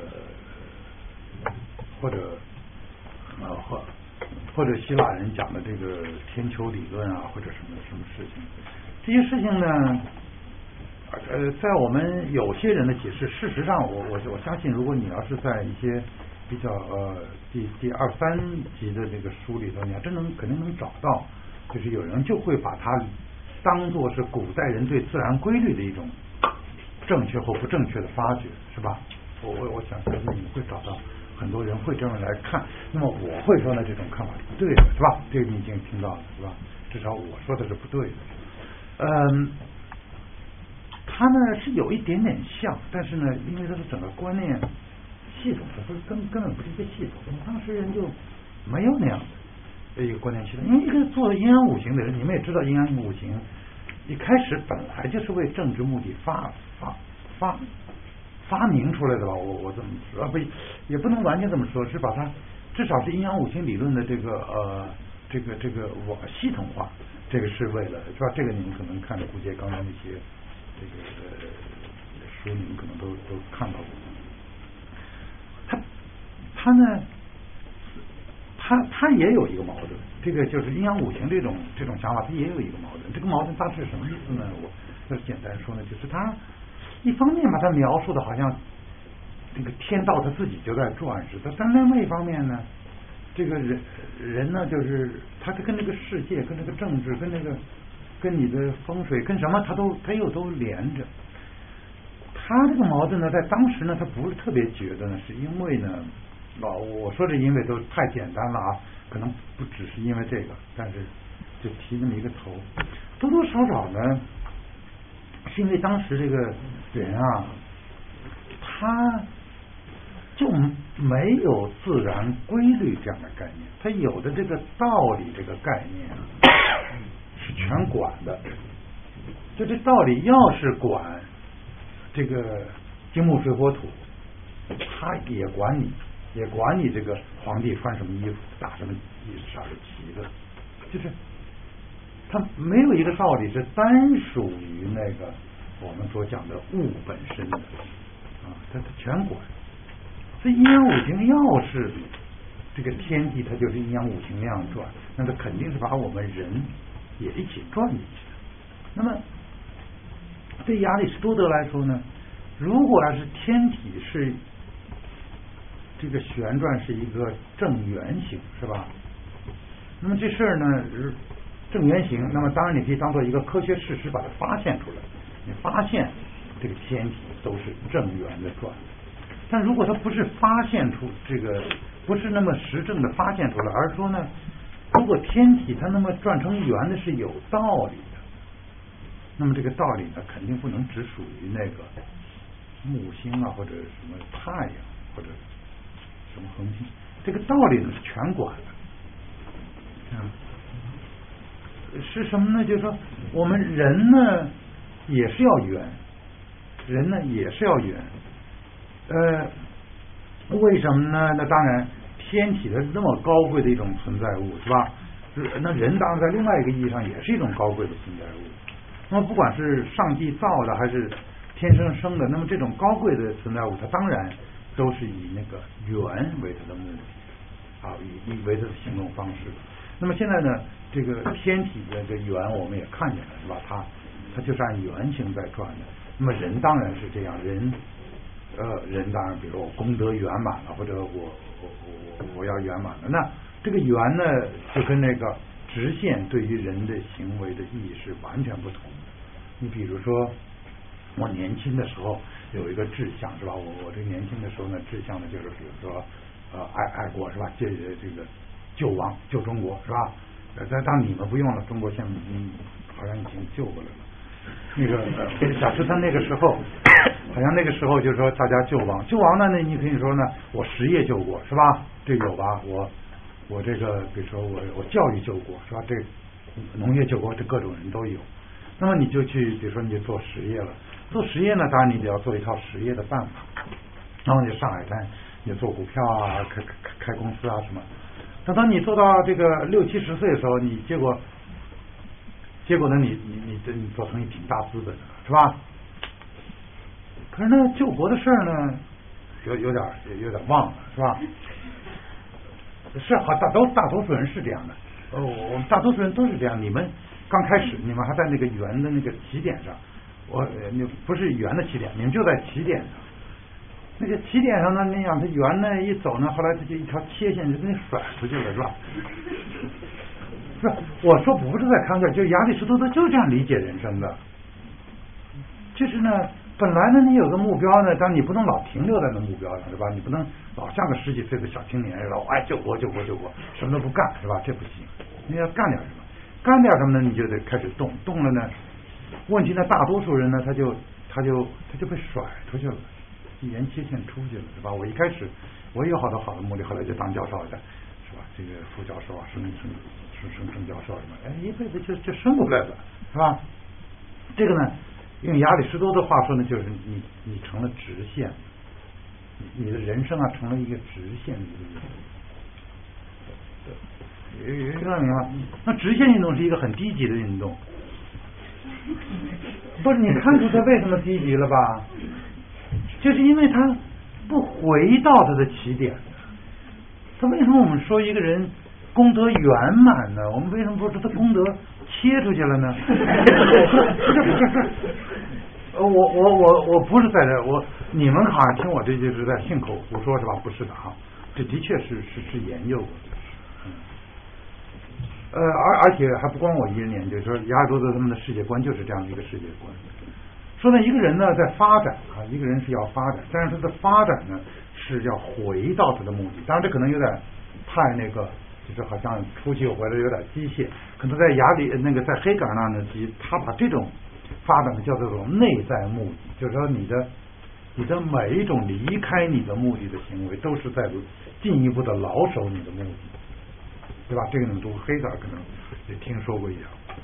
A: 或者希腊人讲的这个天球理论啊，或者什么事情，这些事情呢，在我们有些人的解释，事实上我相信，如果你要是在一些比较第2、3集的这个书里头，你要肯定能找到。就是有人就会把它当作是古代人对自然规律的一种正确或不正确的发掘，是吧？我相信你会找到很多人会这样来看。那么我会说呢，这种看法是不对的，是吧？这个你已经听到了，是吧？至少我说的是不对的。它呢是有一点点像，但是呢，因为它的整个观念系统，它根本不是一个系统，当时人就没有那样的。 一个观念系统。因为一个做阴阳五行的人，你们也知道，阴阳五行一开始本来就是为政治目的发明出来的吧？我这么说不也不能完全这么说，是把它至少是阴阳五行理论的这个我系统化，这个是为了是吧？这个你们可能看了顾颉刚才那些这个书，你们可能都看到过。他呢，他也有一个矛盾，这个就是阴阳五行这种想法，它也有一个矛盾。这个矛盾大致是什么意思呢？我要简单说呢，就是他一方面把它描述的好像这个天道他自己就在转似的，但另外一方面呢，这个人呢，就是他跟这个世界、跟这个政治、跟你的风水、跟什么，他又都连着。他这个矛盾呢，在当时呢，他不是特别觉得呢，是因为呢，我说这因为都太简单了啊，可能不只是因为这个，但是就提这么一个头，多多少少呢，是因为当时这个人啊，他就没有自然规律这样的概念，他有的这个道理这个概念是全管的，就这道理要是管这个金木水火土，他也管你这个皇帝穿什么衣服，打什么色的旗子，就是他没有一个道理是单属于那个我们所讲的物本身的啊，他全管。这阴阳五行要是这个天地，它就是阴阳五行那样转，那它肯定是把我们人也一起转进去的。那么对亚里士多德来说呢，如果要是天体是这个旋转是一个正圆形，是吧？那么这事儿呢，正圆形，那么当然你可以当做一个科学事实把它发现出来，你发现这个天体都是正圆的转。但如果它不是发现出这个，不是那么实证的发现出来，而说呢，如果天体它那么转成圆的是有道理的，那么这个道理呢，肯定不能只属于那个木星啊，或者什么太阳，或者什么恒星，这个道理呢是全管的。是什么呢？就是说，我们人呢也是要圆，人呢也是要圆。为什么呢？那当然，天体的那么高贵的一种存在物，是吧？那人当然在另外一个意义上也是一种高贵的存在物。那么不管是上帝造的还是天生生的，那么这种高贵的存在物，它当然都是以那个圆为它的目的啊，以为它的行动方式。那么现在呢，这个天体的这个圆我们也看见了，是吧？它就是按圆形在转的。那么人当然是这样，人当然，比如我功德圆满了，或者我要圆满了，那这个圆呢，就跟那个直线对于人的行为的意义是完全不同的。你比如说，我年轻的时候有一个志向，是吧？我这年轻的时候呢，志向呢就是比如说爱国，是吧？这个救亡救中国，是吧？当你们不用了，中国现在好像已经救过来了。那个假设他那个时候，好像那个时候就是说大家救亡呢，那你可以说呢，我实业救国，是吧？这有吧？我这个比如说我教育救国，是吧？这农业救国，这各种人都有。那么你就去，比如说你就做实业了，做实业呢，当然你得要做一套实业的办法。然后你上海滩，你做股票啊，开公司啊什么。等到你做到这个60、70岁的时候，你结果呢，你做成一挺大资本的，是吧？可是呢，救国的事儿呢，有点忘了，是吧？是好，大多数人是这样的。我们大多数人都是这样。你们刚开始，你们还在那个圆的那个起点上，你不是圆的起点，你们就在起点上。那个起点上呢，那样它圆呢一走呢，后来它就一条切线就给你甩出去了，是吧？是吧？我说不是在开玩笑，就亚里士多德就这样理解人生的。就是呢，本来呢你有个目标呢，但你不能老停留在那目标上，是吧？你不能老像个10几岁的小青年，是吧？救国，什么都不干，是吧？这不行，你要干点什么？干点什么呢？你就得开始动了呢。问题呢，大多数人呢，他就被甩出去了。一沿切线出去了，是吧？我一开始我有好多好的目的，后来就当教授的，什是吧？这个副教授啊，升教授什么，哎，一辈子就升过来了，是吧？这个呢，用亚里士多的话说呢，就是你成了直线，你的人生啊成了一个直线的一个运动。有看明白？那直线运动是一个很低级的运动，不是？你看出它为什么低级了吧？就是因为它不回到它的起点。他为什么我们说一个人功德圆满呢？我们为什么不说他功德切出去了呢？我不是在这，你们好像听我这就是在信口胡说是吧？不是的啊，这的确是研究过的。而且还不光我一人研究，说亚里士多德他们的世界观就是这样的一个世界观。说呢，一个人呢在发展啊，一个人是要发展，但是他的发展呢是要回到他的目的。当然，这可能有点太那个，就是好像出去又回来有点机械。可能在在黑格尔那呢，他把这种发展的叫做内在目的，就是说你的每一种离开你的目的的行为，都是在进一步的牢守你的目的，对吧？这个你们读黑格尔可能也听说过一样。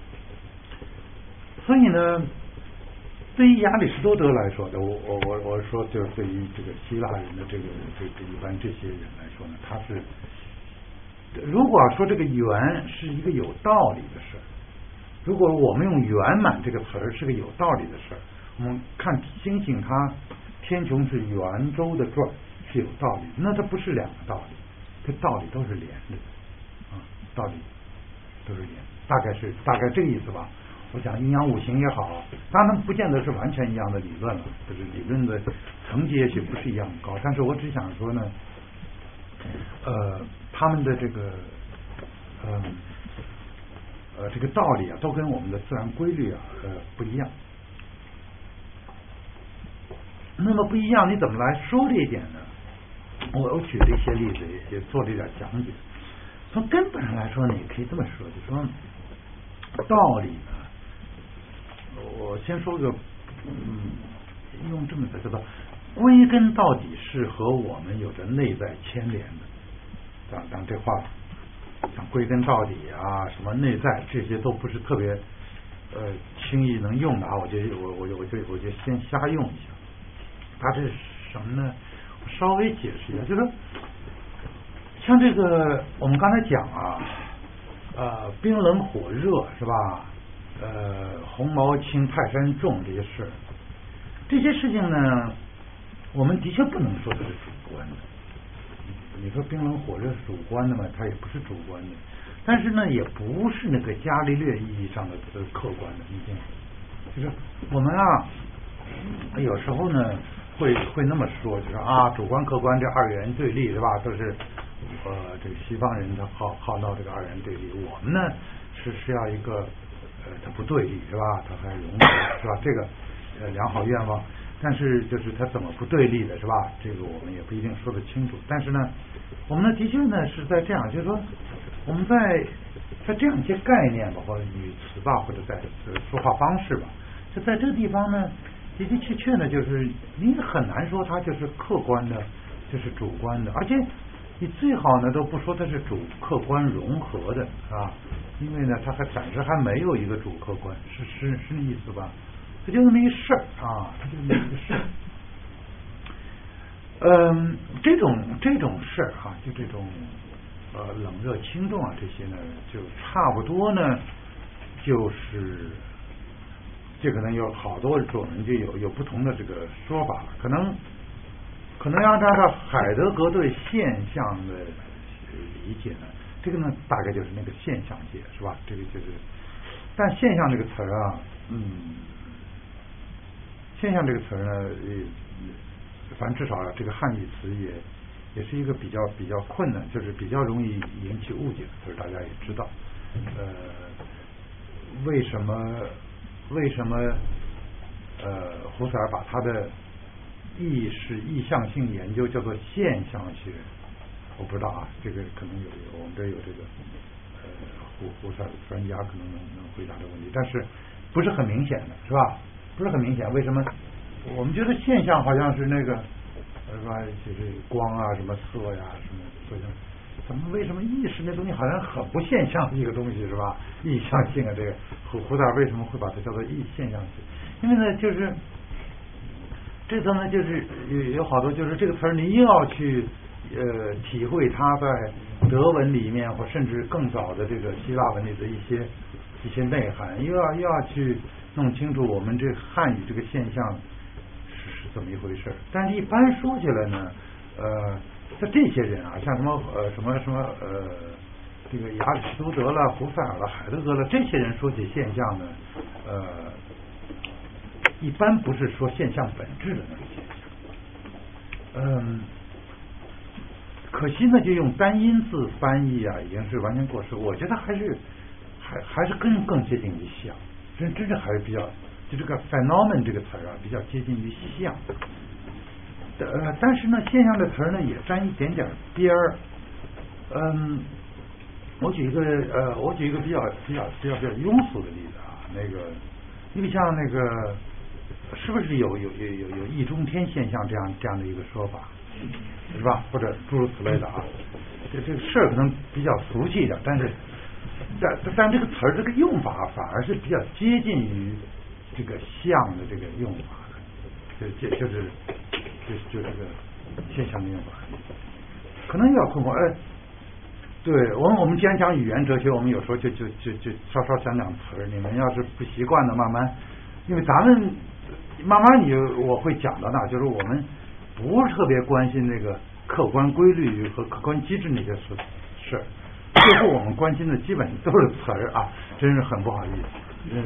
A: 所以呢，对于亚里士多德来说的，我说，就是对于这个希腊人的这一般这些人来说呢，他是如果说这个圆是一个有道理的事，如果我们用圆满这个词儿是个有道理的事，我们看星星它天穹是圆周的转是有道理，那它不是两个道理，这道理都是连着的啊，道理都是连，大概这个意思吧。我讲阴阳五行也好，当然不见得是完全一样的理论了，就是理论的层级也许不是一样高，但是我只想说呢，他们的这个这个道理啊，都跟我们的自然规律啊不一样。那么不一样，你怎么来说这一点呢？我举了一些例子，也做了一点讲解。从根本上来说呢，也可以这么说，就说道理呢。我先说个，用这么个叫做归根到底是和我们有着内在牵连的。当这话像归根到底啊，什么内在这些都不是特别轻易能用的啊。我就先瞎用一下。它这是什么呢？我稍微解释一下，就是说像这个我们刚才讲啊，冰冷火热是吧？红毛轻泰山重这些事，这些事情呢，我们的确不能说它是主观的。你说冰冷火热是主观的嘛？它也不是主观的，但是呢，也不是那个伽利略意义上的客观的。你听，就是我们啊，有时候呢会那么说，就是主观客观这二元对立是吧？都是这个西方人他好闹这个二元对立，我们呢是要一个。它不对立是吧？它还融合是吧？这个良好愿望，但是就是它怎么不对立的是吧？这个我们也不一定说得清楚。但是呢，我们呢的确呢是在这样，就是说我们在这样一些概念吧，或者语词吧，或者在说话方式吧，就在这个地方呢，的确呢，就是你很难说它就是客观的，就是主观的，而且你最好呢都不说它是主客观融合的啊。因为呢，它暂时还没有一个主客观，是那意思吧？它就那么一事儿啊，它就那么一个事儿。这种事儿哈，就这种冷热轻重啊，这些呢，就差不多呢，就是这可能有好多种人就有不同的这个说法，可能要按照海德格对现象的理解呢。这个呢，大概就是那个现象界，是吧？这个就是，但现象这个词儿啊，现象这个词儿呢，反正至少这个汉语词也是一个比较困难，就是比较容易引起误解的词儿，大家也知道。为什么胡塞尔把他的意向性研究叫做现象学？我不知道啊，这个可能我们这有这个胡塞尔专家可能能回答这个问题，但是不是很明显的，是吧？不是很明显。为什么？我们觉得现象好像是那个是吧？就是光啊，什么色呀，什么色相， 为什么意识那东西好像很不现象的一个东西是吧？意象性啊，这个胡大为什么会把它叫做现象性？因为呢，就是这次呢，就是有好多就是这个词儿，你又要去体会它在德文里面或甚至更早的这个希腊文里的一些内涵，又要去弄清楚我们这汉语这个现象是怎么一回事。但是一般说起来呢，像这些人啊，像什么这个亚里士多德了、胡塞尔了、海德格了，这些人说起现象呢，一般不是说现象本质的那个现象。可惜呢，就用单音字翻译啊，已经是完全过时。我觉得还是更接近于象，真正还是比较，就这个 phenomenon 这个词啊，比较接近于象。但是呢，现象的词呢也沾一点点边儿。我举一个比较庸俗的例子啊，那个你比像那个是不是有易中天现象这样的一个说法，是吧？或者诸如此类的啊。这个事儿可能比较俗气一点，但这个词儿这个用法反而是比较接近于这个象的这个用法的，就是这个现象的用法，可能要困惑。对我们既然讲语言哲学，我们有时候就稍稍讲词儿。你们要是不习惯的，慢慢，因为咱们慢慢我会讲到那，就是我们不是特别关心那个客观规律和客观机制那些事儿，最后我们关心的基本都是词儿啊，真是很不好意思。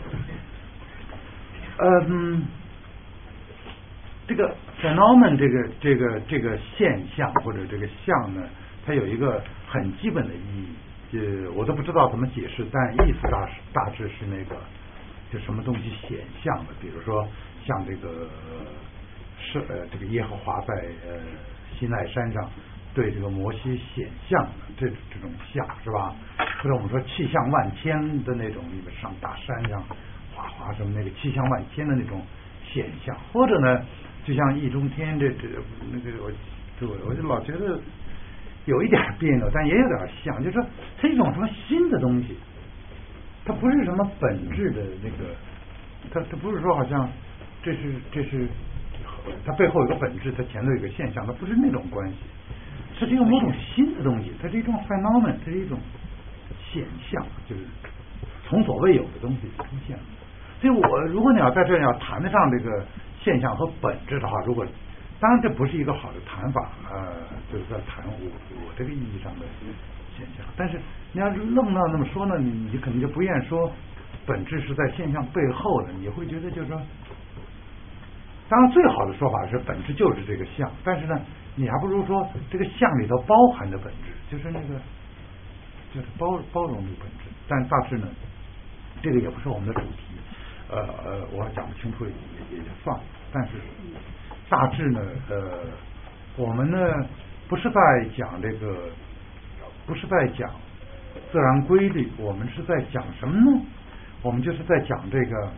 A: 这个 phenomenon 这个现象或者这个象呢，它有一个很基本的意义，我都不知道怎么解释，但意思大致是那个就什么东西显象的，比如说像这个这个耶和华在西奈山上对这个摩西显象的这种像是吧？或者我们说气象万千的那种，你们上大山上哗什么那个气象万千的那种现象，或者呢，就像易中天那个我就老觉得有一点别扭，但也有点像，就是说它一种什么新的东西，它不是什么本质的那个，它不是说好像这是它背后有个本质，它前头有个现象，它不是那种关系，它是一种某种新的东西，它是一种 phenomenon， 它是一种现象，就是从所未有的东西出现。所以如果你要在这要谈得上这个现象和本质的话，当然这不是一个好的谈法，就是在谈我这个意义上的现象。但是你要是愣到那么说呢，你可能就不愿说本质是在现象背后的，你会觉得就是说，当然最好的说法是本质就是这个象，但是呢，你还不如说这个象里头包含的本质就是那个就是包容的本质。但大致呢，这个也不是我们的主题，我讲不清楚也算了。但是大致呢，我们呢不是在讲这个，不是在讲自然规律，我们是在讲什么呢？我们就是在讲这个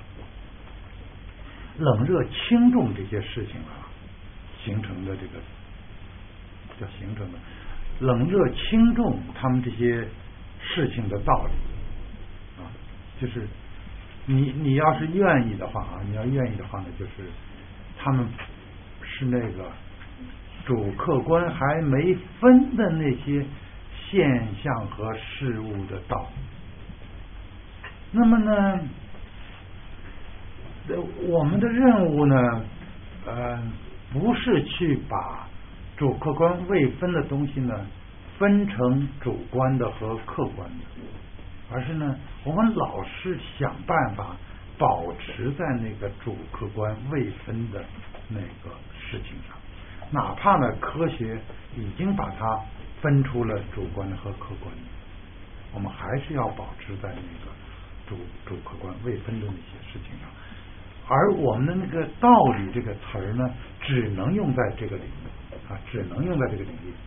A: 冷热轻重这些事情啊，形成的这个叫形成的冷热轻重，他们这些事情的道理啊，就是你要是愿意的话啊，你要愿意的话呢，就是他们是那个主客观还没分的那些现象和事物的道理。那么呢，我们的任务呢，不是去把主客观未分的东西呢分成主观的和客观的，而是呢，我们老是想办法保持在那个主客观未分的那个事情上，哪怕呢科学已经把它分出了主观和客观，我们还是要保持在那个主客观未分的那些事情上。而我们的那个道理这个词儿呢，只能用在这个领域啊，只能用在这个领域。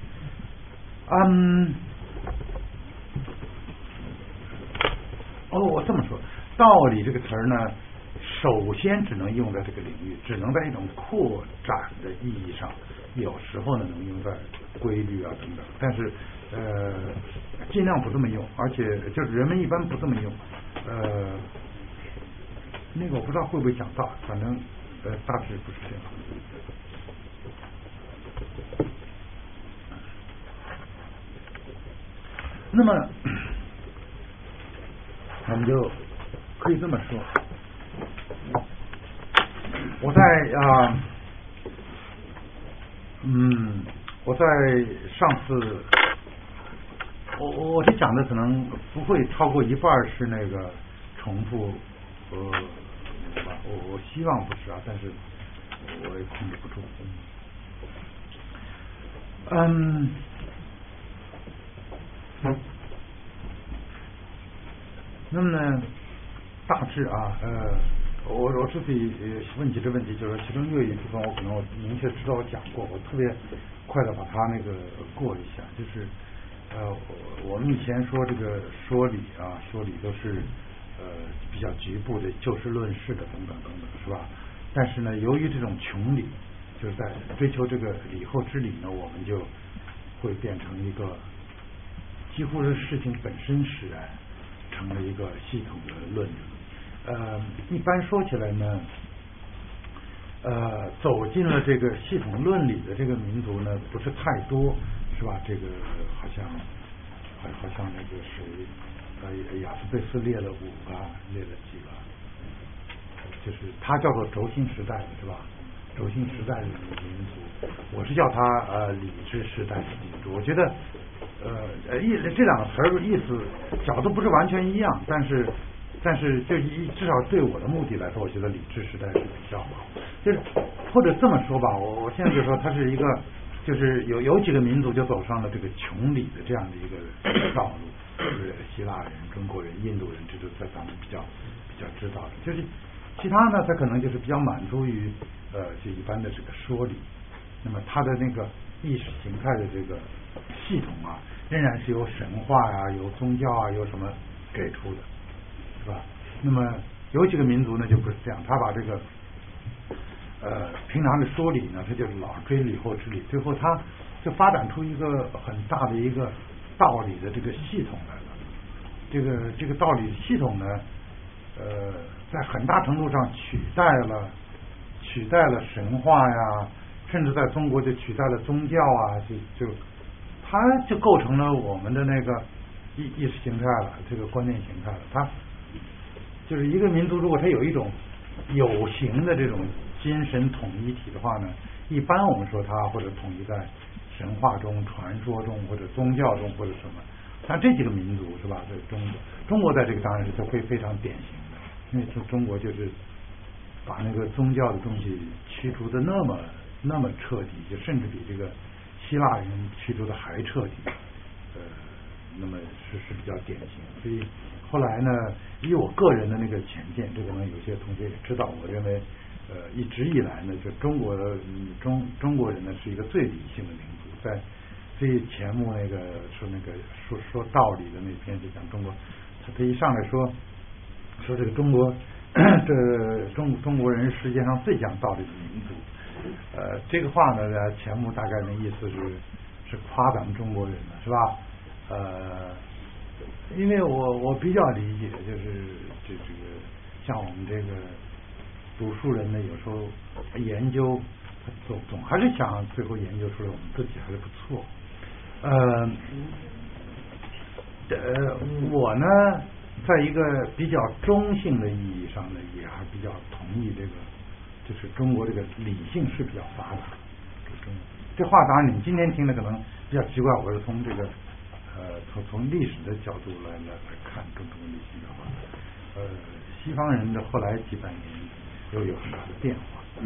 A: 我这么说，道理这个词儿呢，首先只能用在这个领域，只能在一种扩展的意义上有时候呢能用在规律啊等等，但是尽量不这么用，而且就是人们一般不这么用。那个我不知道会不会讲到，反正大致不是这样。那么我们就可以这么说，我在我在上次我这讲的可能不会超过一半是那个重复，我希望不是啊，但是我也控制不住。那么呢，大致啊，我之所以问起这问题，就是其中又一部分我可能我明确知道我讲过，我特别快的把它那个过一下，就是我们以前说这个说理都是比较局部的就事论事的等等等等，是吧？但是呢，由于这种穷理，就是在追求这个理后之理呢，我们就会变成一个几乎是事情本身使然，成了一个系统的论证。一般说起来呢，走进了这个系统论理的这个民族呢，不是太多，是吧？这个好像那个谁，雅斯贝斯列了5个，列了几个，就是他叫做轴心时代的，是吧？轴心时代的民族，我是叫他理智时代的民族。我觉得这两个词儿意思角度不是完全一样，但是就至少对我的目的来说，我觉得理智时代是比较好。就是或者这么说吧，我现在就说它是一个，就是有几个民族就走上了这个穷理的这样的一个道路，就是希腊人、中国人、印度人，这都在咱们比较知道的。就是其他呢，它可能就是比较满足于就一般的这个说理。那么它的那个意识形态的这个系统啊，仍然是由神话啊、由宗教啊、由什么给出的，是吧？那么有几个民族呢就不是这样，他把这个平常的说理呢，他就是老追理后之理，最后他就发展出一个很大的一个道理的这个系统来了。这个道理系统呢，在很大程度上取代了神话呀，甚至在中国就取代了宗教啊，它就构成了我们的那个意识形态了，这个观念形态了。它就是一个民族，如果它有一种有形的这种精神统一体的话呢，一般我们说它或者统一在神话中、传说中或者宗教中或者什么。像这几个民族是吧？在中国在这个当然是非常典型的，因为中国就是把那个宗教的东西驱除的那么彻底，就甚至比这个希腊人驱除的还彻底，那么是比较典型。所以后来呢，以我个人的那个浅见，这个呢有些同学也知道，我认为一直以来呢，就中国人呢是一个最理性的民族。在最前目那个说道理的那篇就讲中国，他一上来说这个中国中国人世界上最讲道理的民族。这个话呢，前目大概的意思是夸咱们中国人的，是吧？因为我比较理解，就是这个像我们这个读书人呢，有时候研究总还是想最后研究出来我们自己还是不错。我呢，在一个比较中性的意义上呢，也还比较同意这个，就是中国这个理性是比较发达。这话当然你们今天听的可能比较奇怪，我是从这个从历史的角度来看中国理性的话，西方人的后来几百年又有很大的变化。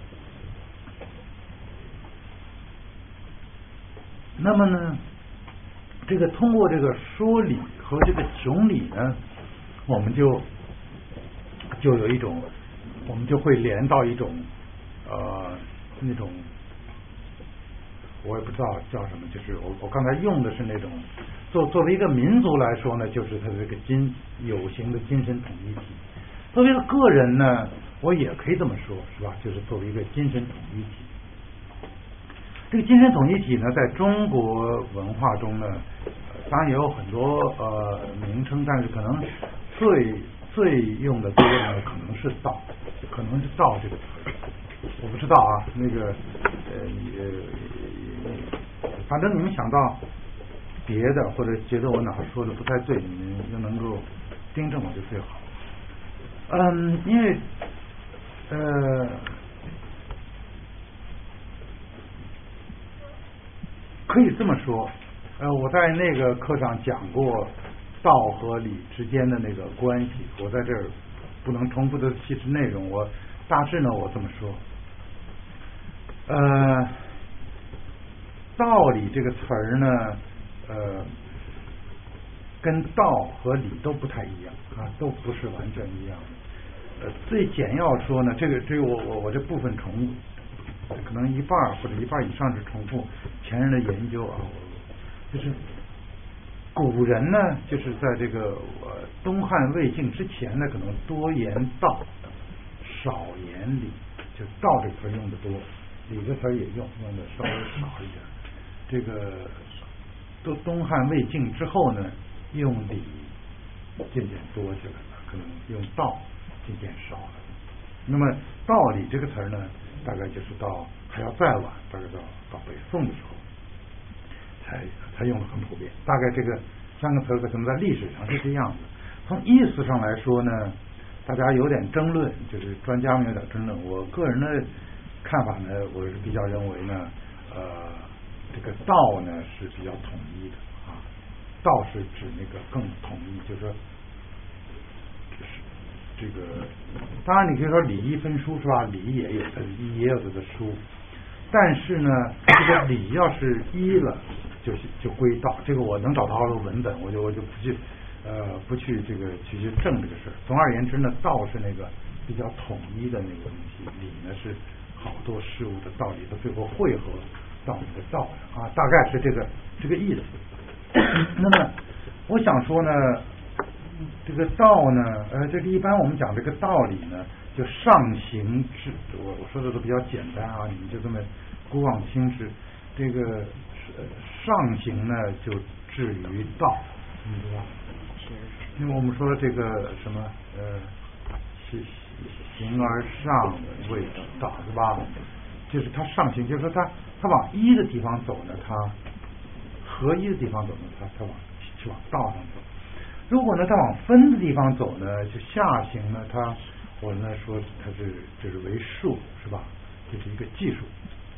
A: 那么呢，这个通过这个说理和这个穷理呢，我们就有一种，我们就会连到一种那种我也不知道叫什么，就是我刚才用的是那种作为一个民族来说呢，就是它这个有形的精神统一体。作为一个个人呢，我也可以这么说，是吧？就是作为一个精神统一体。 这个精神统一体呢，在中国文化中呢，当然也有很多名称，但是可能最用的多呢，可能是道，这个词，我不知道啊，那个反正你们想到别的或者觉得我哪说的不太对，你们就能够订正我就最好。因为可以这么说，我在那个课上讲过道和理之间的那个关系，我在这儿不能重复的细致内容，我大致呢我这么说，道理这个词儿呢，跟道和理都不太一样啊，都不是完全一样的。最简要说呢，这个我这部分重复，可能一半或者一半以上是重复前人的研究啊，就是古人呢，就是在这个东汉魏晋之前呢，可能多言道，少言理，就道这词用的多，理这词也用的稍微少一点。这个东汉魏晋之后呢，用理渐渐多起来了，可能用道渐渐少了。那么道理这个词呢，大概就是到还要再晚，大概到北宋的时候才用的很普遍。大概这个三个词可能在历史上是这样子。从意思上来说呢，大家有点争论，就是专家们有点争论。我个人的看法呢，我是比较认为呢，这个道呢是比较统一的啊，道是指那个更统一，就是说，这个当然你可以说礼义分书是吧？礼也有它的义，也有它的书，但是呢，这个礼要是一了，就归道。这个我能找到的文本，我就不去这个去证这个事儿。总而言之呢，道是那个比较统一的那个东西，理呢是好多事物的道理的最后汇合到那个道啊，大概是这个意思。那么我想说呢，这个道呢，这个一般我们讲这个道理呢，就上行至，我说的都比较简单啊，你们就这么姑妄听之。这个上行呢，就至于道，你知道吧？因为我们说这个什么形而上谓之道，是吧？就是它上行，就是说它往一的地方走呢，它合一的地方走呢，它往道上走。如果呢，它往分的地方走呢，就下行呢，我们来说它就是为术，是吧？这是一个技术。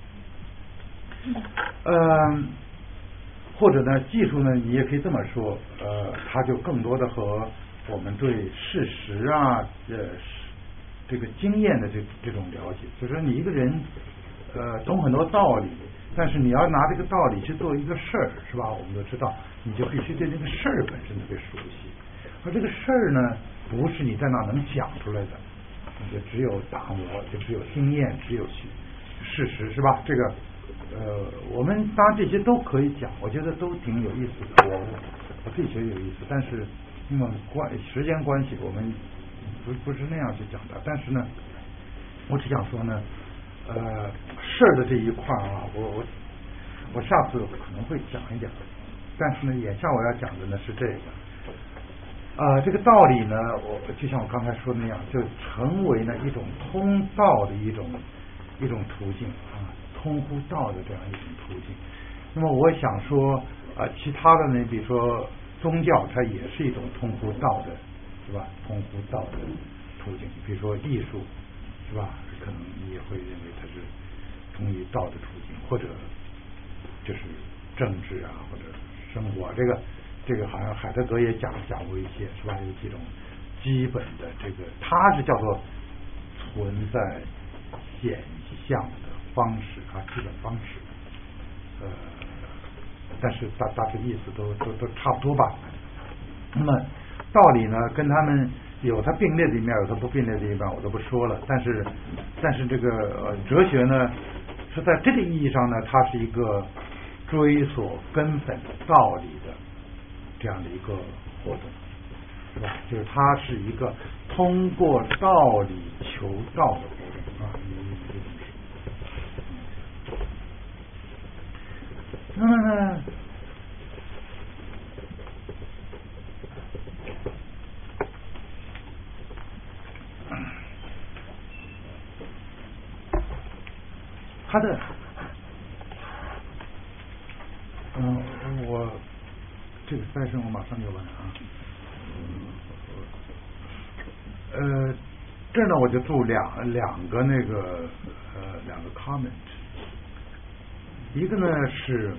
A: 或者呢，技术呢，你也可以这么说，它就更多的和我们对事实啊，这个经验的这种了解，就是说你一个人懂很多道理，但是你要拿这个道理去做一个事儿，是吧？我们都知道，你就必须对这个事儿本身特别熟悉，而这个事儿呢，不是你在那能讲出来的，你就只有打磨，就只有经验，只有事实，是吧？这个我们当然这些都可以讲，我觉得都挺有意思的，我自己觉得有意思，但是因为时间关系，我们不是那样去讲的。但是呢，我只想说呢，事儿的这一块啊，我下次可能会讲一点，但是呢，眼下我要讲的呢是这个，这个道理呢，就像我刚才说的那样，就成为呢一种通道的一种途径啊。通乎道的这样一种途径。那么我想说其他的呢，比如说宗教，它也是一种通乎道的，是吧？通乎道的途径。比如说艺术，是吧？可能你也会认为它是通于道的途径，或者就是政治啊，或者生活。这个好像海德格也讲过一些，是吧？有几种基本的这个，它是叫做存在现象的方式啊，基本方式，但是大致意思都差不多吧。那么道理呢，跟他们有它并列的一面，有它不并列的一面，我都不说了。但是这个哲学呢，是在这个意义上呢，它是一个追索根本道理的这样的一个活动，是吧？就是它是一个通过道理求道的活动啊。 呢，他的，我这个再生我马上就问啊。这儿呢我就注两个那个两个 comment， 一个呢是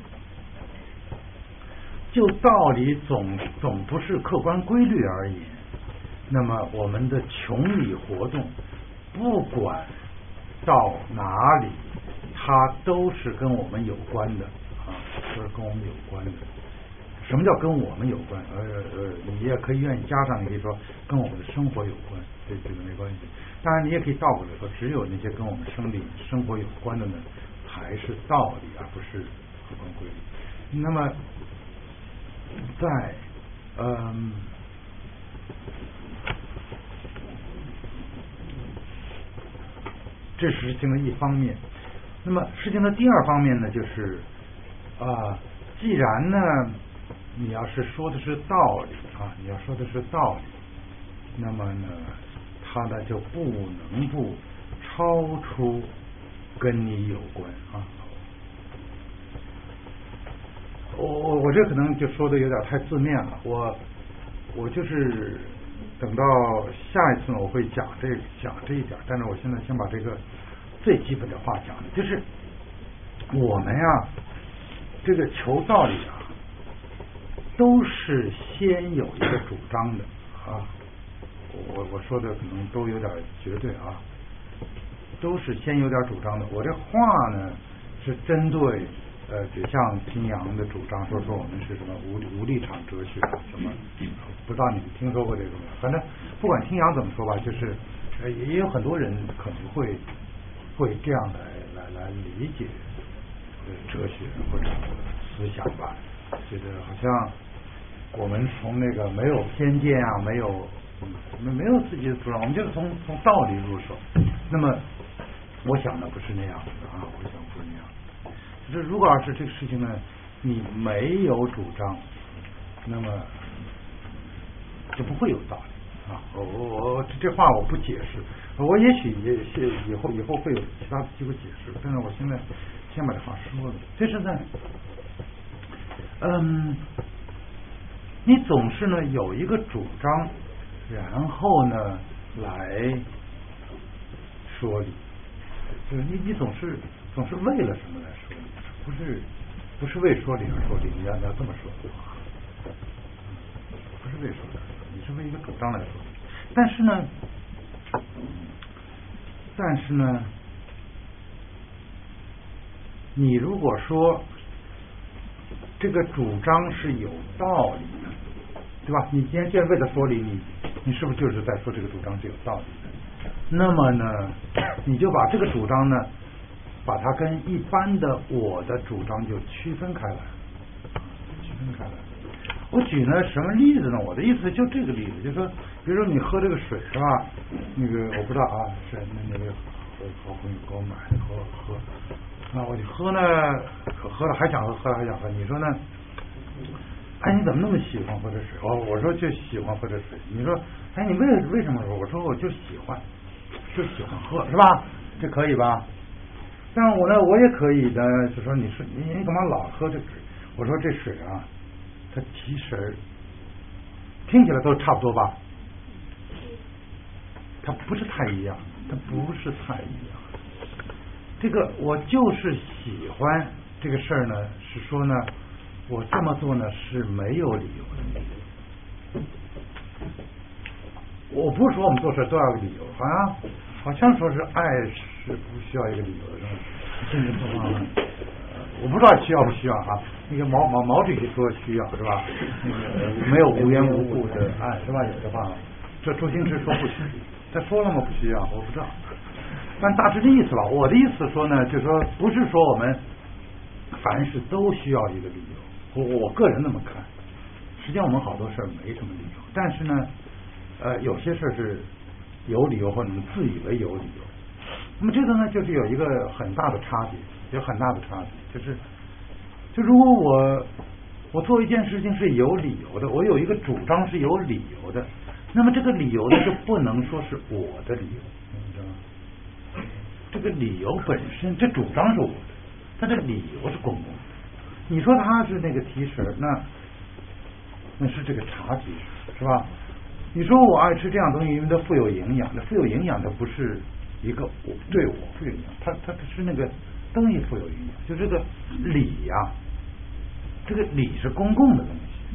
A: 就道理总不是客观规律而言，那么我们的穷理活动不管到哪里，它都是跟我们有关的啊，都是跟我们有关的。什么叫跟我们有关？你也可以愿意加上，你可以说跟我们的生活有关，这个没关系。当然，你也可以倒过来说，只有那些跟我们生活有关的呢，才是道理，而不是客观规律。那么，在这是事情的一方面。那么事情的第二方面呢，就是既然呢，你要是说的是道理啊，你要说的是道理，那么呢，它呢就不能不超出跟你有关啊。我这可能就说的有点太字面了，我就是等到下一次呢，我会讲这一点，但是我现在先把这个最基本的话讲，就是我们呀，这个求道理啊，都是先有一个主张的啊，我说的可能都有点绝对啊，都是先有点主张的。我这话呢是针对就像平阳的主张，说我们是什么无立场哲学什么，不知道你们听说过这个没有？反正不管平阳怎么说吧，就是也有很多人可能会这样来理解哲学或者思想吧，觉得好像我们从那个没有偏见啊，没有自己的主张，我们就是从道理入手。那么我想呢不是那样的啊，我想不是那样的。就是如果要是这个事情呢，你没有主张，那么就不会有道理啊。我这话我不解释，我也许以后会有其他的机会解释，但是我现在先把这话说了。就是呢，你总是呢有一个主张，然后呢来说理，就是你总是为了什么来说理，不是为说理而说理，你要这么说，不是为说理而说理，你是为一个主张来说理。但是呢，你如果说这个主张是有道理的，对吧？你既然为了说理，你是不是就是在说这个主张是有道理的？那么呢，你就把这个主张呢，把它跟一般的我的主张就区分开来。我举呢什么例子呢？我的意思就这个例子，就是说，比如说你喝这个水是吧？那个我不知道啊，是那个好朋友给我买的，喝。那我就喝呢，可喝了还想喝，你说呢？哎，你怎么那么喜欢喝这水？我说就喜欢喝这水。你说，哎，你为什么说？我说我就喜欢喝，是吧？这可以吧？但是我也可以的，就说你干嘛老喝这水？我说这水啊，它其实听起来都差不多吧，它不是太一样。这个我就是喜欢这个事儿呢，是说呢，我这么做呢是没有理由的。我不是说我们做事都要有个理由，好像说是爱是不需要一个理由的，甚至说我不知道需要不需要啊。那个毛主席说需要是吧？那个没有无缘无故的爱是吧？有的话，这周星驰说不需要，他说了吗？不需要，我不知道。但大致的意思吧，我的意思说呢，就是说不是说我们凡事都需要一个理由，我个人那么看。实际上我们好多事儿没什么理由，但是呢，有些事儿是有理由或者你自以为有理由。那么这个呢，就是有一个很大的差别，就是就如果我做一件事情是有理由的，我有一个主张是有理由的，那么这个理由呢就不能说是我的理由，你知道吗？这个理由本身，这主张是我的，但这个理由是公共的。你说他是那个提食，那是这个茶提食，是吧？你说我爱吃这样东西，因为它富有营养，那富有营养它不是一个对我富有营养，它是那个东西富有营养，就这个理呀，这个理是公共的东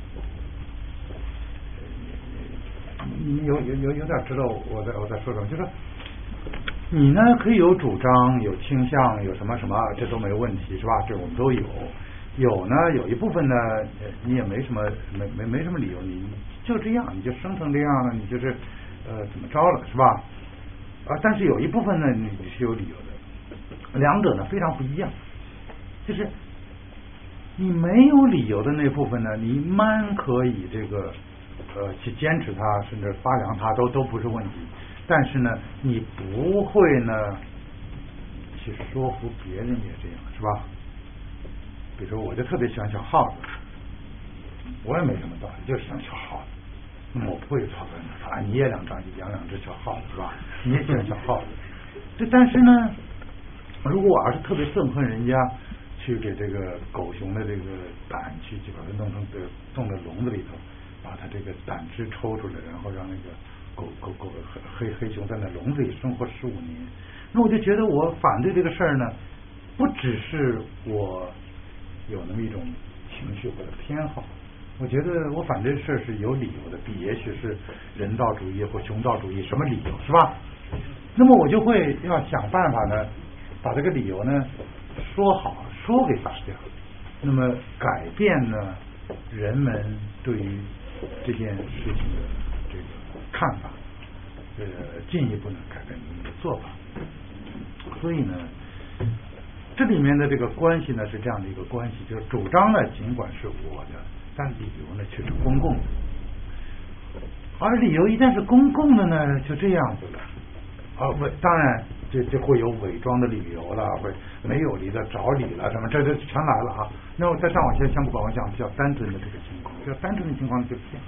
A: 西。你有点知道我在说什么？就是说你呢可以有主张、有倾向、有什么什么，这都没问题，是吧？这我们都有。有呢，有一部分呢，你也没什么没什么理由，你就这样，你就生成这样了，你就是怎么着了，是吧？但是有一部分呢，你是有理由的，两者呢非常不一样，就是你没有理由的那部分呢，你蛮可以这个去坚持它，甚至发扬它，都不是问题。但是呢，你不会呢去说服别人也这样，是吧？比如说，我就特别喜欢小耗子，我也没什么道理，就喜欢小耗子。那么我不会吵他，你也养两只小耗子，是吧？你也喜欢小耗子。但是呢，如果我要是特别憎恨人家去给这个狗熊的这个胆去把它弄成冻在笼子里头，把它这个胆汁抽出来，然后让那个狗黑熊在那笼子里生活15年，那我就觉得我反对这个事儿呢，不只是我有那么一种情绪或者偏好，我觉得我反对这事儿是有理由的，比也许是人道主义或熊道主义什么理由，是吧？那么我就会要想办法呢，把这个理由呢说好，说给大家，那么改变呢人们对于这件事情的这个看法，进一步呢改变人们的做法。所以呢，这里面的这个关系呢是这样的一个关系，就是主张呢尽管是我的，但理由呢却是公共的，而理由一旦是公共的呢，就这样子了。当然这会有伪装的理由了，会没有理的找理了，什么这全来了啊。那我再上往先不管，我讲比较单纯的这个情况，比较单纯的情况就是这样。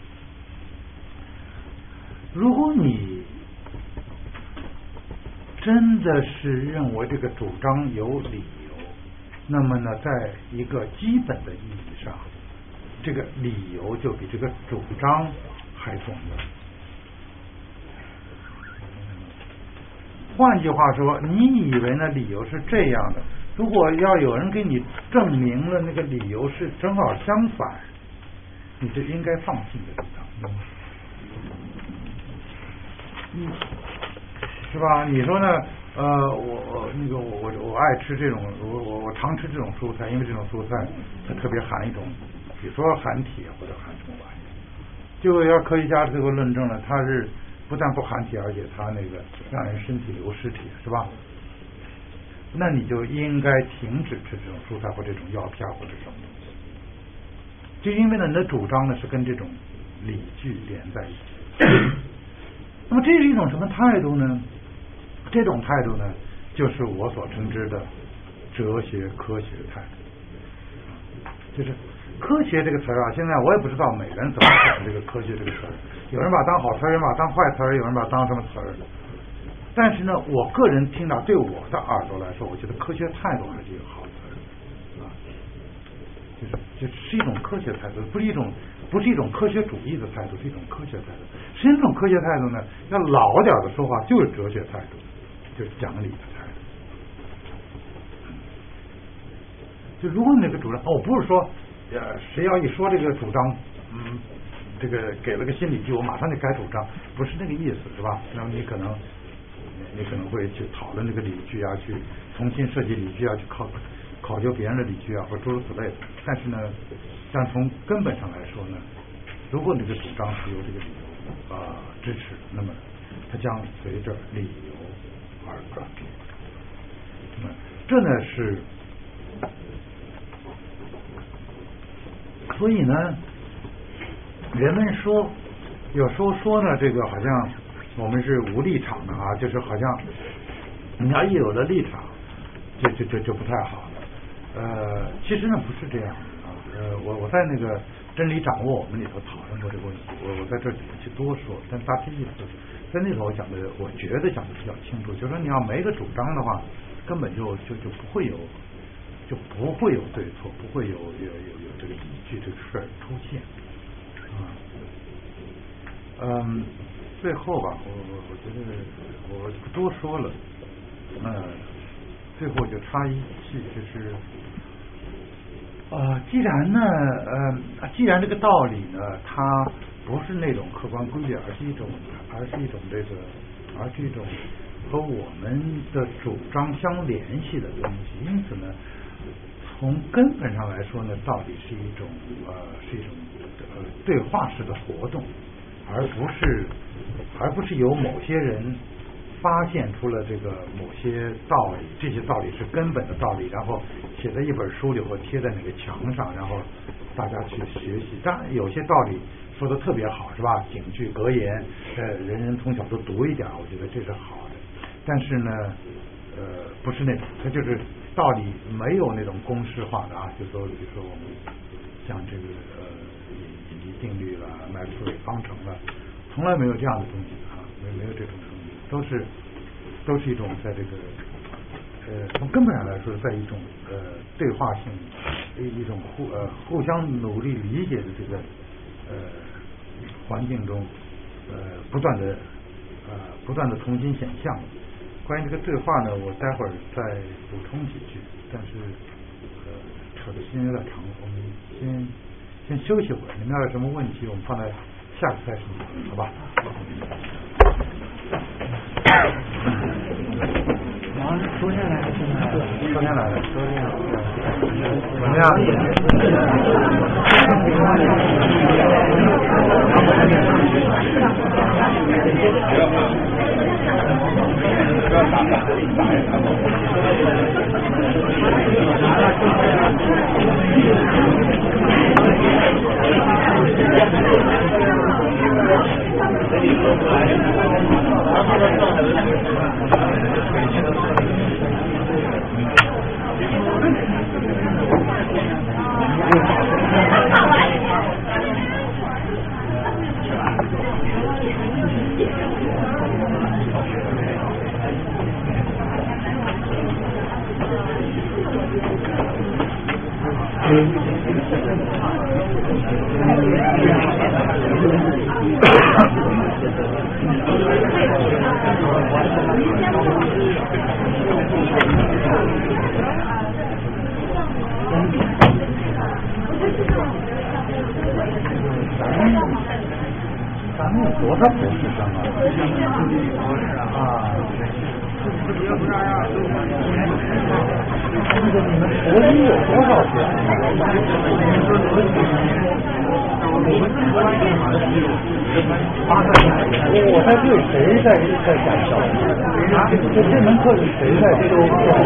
A: 如果你真的是认为这个主张有理由，那么呢，在一个基本的意义上，这个理由就比这个主张还重要。换句话说，你以为呢理由是这样的，如果要有人给你证明了那个理由是正好相反，你就应该放弃你的主张，是吧？你说呢？我爱吃这种，我常吃这种蔬菜，因为这种蔬菜它特别含一种，比如说含铁或者含什么玩意，就要科学家最后论证了，它是不但不含铁，而且它那个让人身体流失铁，是吧？那你就应该停止吃这种蔬菜或这种药片或者什么东西，就因为呢，你的主张呢是跟这种理据连在一起。那么这是一种什么态度呢？这种态度呢，就是我所称之的哲学科学态度。就是科学这个词啊，现在我也不知道每个人怎么讲这个科学这个词儿，有人把它当好词儿，有人把它当坏词儿，有人把它当什么词儿。但是呢，我个人听到，对我的耳朵来说，我觉得科学态度还是一个好词儿啊，就是一种科学态度，不是一种科学主义的态度，是一种科学态度。实际上，这种科学态度呢，要老点的说话，就是哲学态度，就是讲理的态度。就如果你那个主张，不是说谁要一说这个主张，这个给了个新理据，我马上就改主张，不是那个意思，是吧？那么你可能会去讨论这个理据啊，去重新设计理据啊，去考究别人的理据啊，或诸如此类的。但是呢，像从根本上来说呢，如果你的主张是由这个理由支持，那么它将随着理由而转变。那么这呢是，所以呢，人们说有时候说呢，这个好像我们是无立场的就是好像你要一有了立场，就不太好了。 其实呢不是这样啊。我在那个真理掌握我们里头讨论过这个问题，我在这里不去多说，但大体意思在那头讲的，我觉得讲的比较清楚，就是说你要没个主张的话，根本就不会有对错，不会有这个依据这个事儿出现啊。最后吧，我觉得我不多说了，最后就插一句，就是既然这个道理呢，它不是那种客观规律，而是一种和我们的主张相联系的东西，因此呢，从根本上来说呢，道理是一种对话式的活动，而不是由某些人发现出了这个某些道理，这些道理是根本的道理，然后写在一本书里或贴在那个墙上，然后大家去学习。当然有些道理说的特别好，是吧？警句格言，人人从小都读一点，我觉得这是好的。但是呢，不是那种，它就是道理没有那种公式化的啊，比如说我们像这个引力定律了、麦克斯韦方程了，从来没有这样的东西啊，没有这种东西，都是一种在这个从根本上来说，在一种对话性、一种互相努力理解的这个环境中，不断的重新显象。关于这个对话呢，我待会儿再补充几句，但是扯的时间有点长，我们先休息会儿。你们要有什么问题，我们放在下次再说，好吧？昨天来的，怎么样？咱们有多少博士生啊？你们国一有多少学我在对谁在讲笑？这门课是谁在说？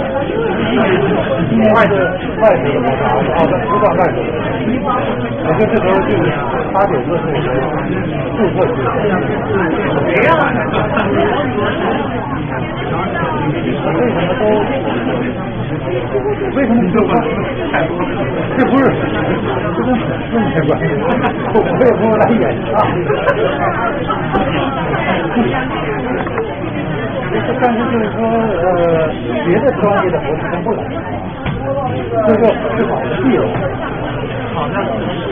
A: 外国的博士在不管外国的。我说这时候就是8、9个是注册学生。谁呀？为什么你就说？这不是这跟粉丝没关系，我也不是来演唱。但是就是说别的专业的博士生不来，这就是好的地了。好的。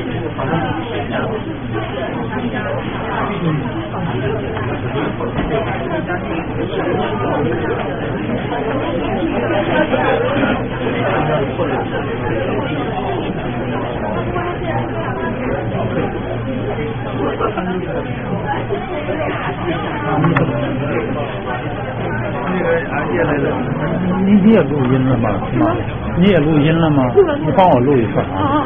A: 你也录音了吗？是吗？你也录音了吗？你帮我录一份啊。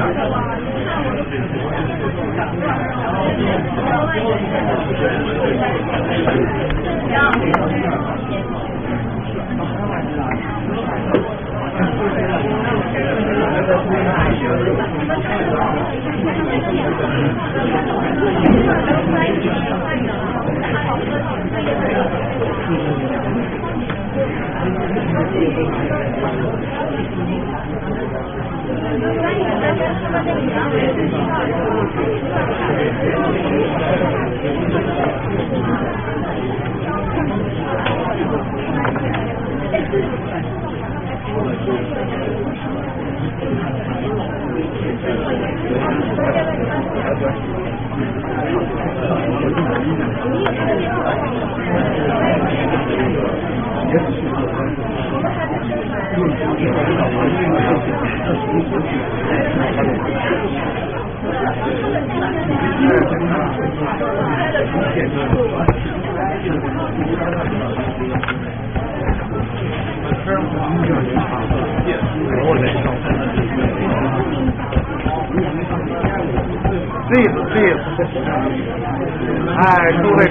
A: 哎，诸位，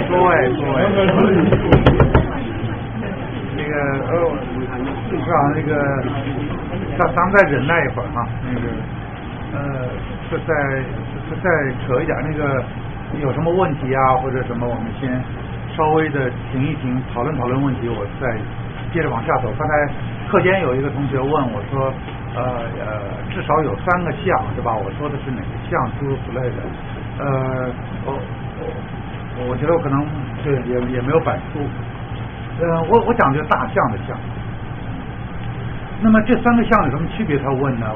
A: 这个是啊，那个咱们再忍耐一会儿哈，那个再扯一点，那个有什么问题啊或者什么，我们先稍微的停一停，讨论问题，我再接着往下走。刚才课间有一个同学问我说，至少有3个项是吧？我说的是哪个项，诸如此类的。我觉得我可能对也没有摆出。我讲的是大象的象。那么这3个象有什么区别？他问呢？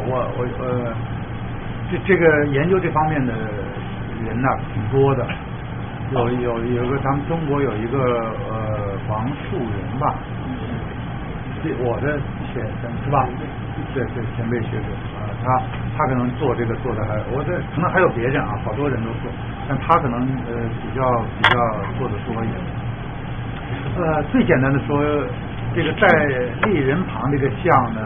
A: 这个研究这方面的人呢挺多的。有个咱们中国有一个王树人吧，我的前生是吧？对前辈学者他可能做这个做的可能还有别人啊，好多人都做，但他可能比较做的多一点。最简单的说，这个在立人旁这个象呢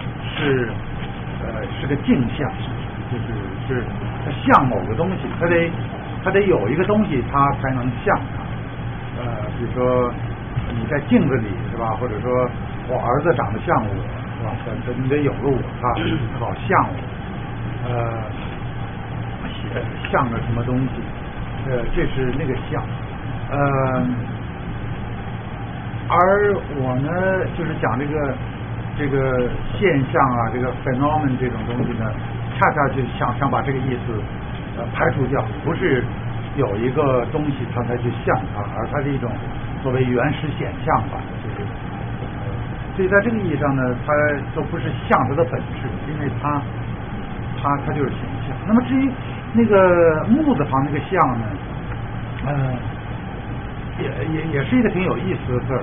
A: 是个镜像，就是它像某个东西，它得有一个东西它才能像它。比如说你在镜子里是吧？或者说我儿子长得像我是吧？你得有个我，他好像我，像个什么东西？这是那个像。而我呢，就是讲这个现象啊，这个 phenomenon 这种东西呢，恰恰就想把这个意思排除掉，不是有一个东西它才去像它，而它是一种作为原始显象吧，所以在这个意义上呢，它都不是像它的本质，因为它就是形象。那么至于那个木字旁那个像呢，也是一个挺有意思的字儿，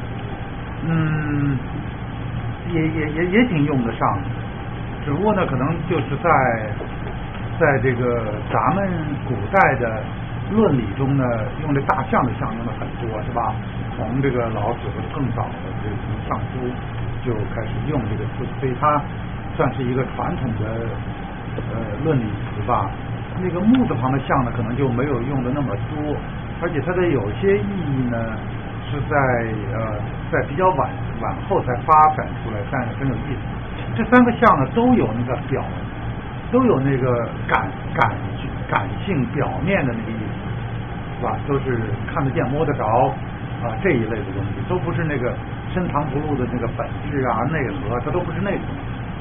A: 也挺用得上的，只不过呢，可能就是在这个咱们古代的论理中呢，用这大象的象用的很多，是吧？从这个老子更早的这个从尚书就开始用这个词，所以它算是一个传统的论理词吧。那个木字旁的象呢，可能就没有用的那么多，而且它的有些意义呢是在比较晚后才发展出来，但是很有意思。这3个象呢都有那个都有那个感性表面的那个意思，是吧？都是看得见摸得着啊这一类的东西，都不是那个深藏不露的那个本质啊内核，它都不是那种。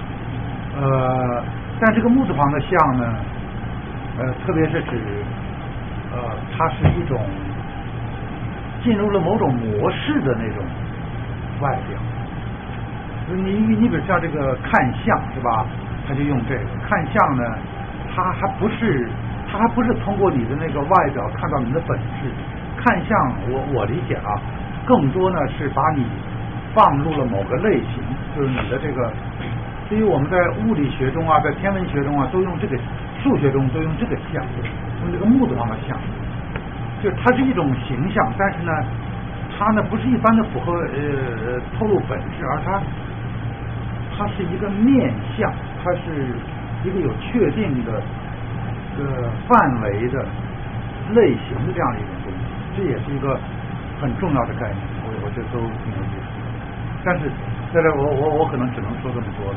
A: 但这个木字旁的象呢，特别是指它是一种进入了某种模式的那种外表。你比如像这个看相是吧？他就用这个看相呢，它还不是通过你的那个外表看到你的本质。看相我理解啊，更多呢是把你放入了某个类型，就是你的这个。所以我们在物理学中啊，在天文学中啊，都用这个，数学中都用这个象，用这个木字旁的象，就是它是一种形象，但是呢，它呢不是一般的符合透露本质，而它是一个面相，它是一个有确定的范围的类型的这样的一种东西，这也是一个很重要的概念，我觉得都挺有意思。但是在这我可能只能说这么多了。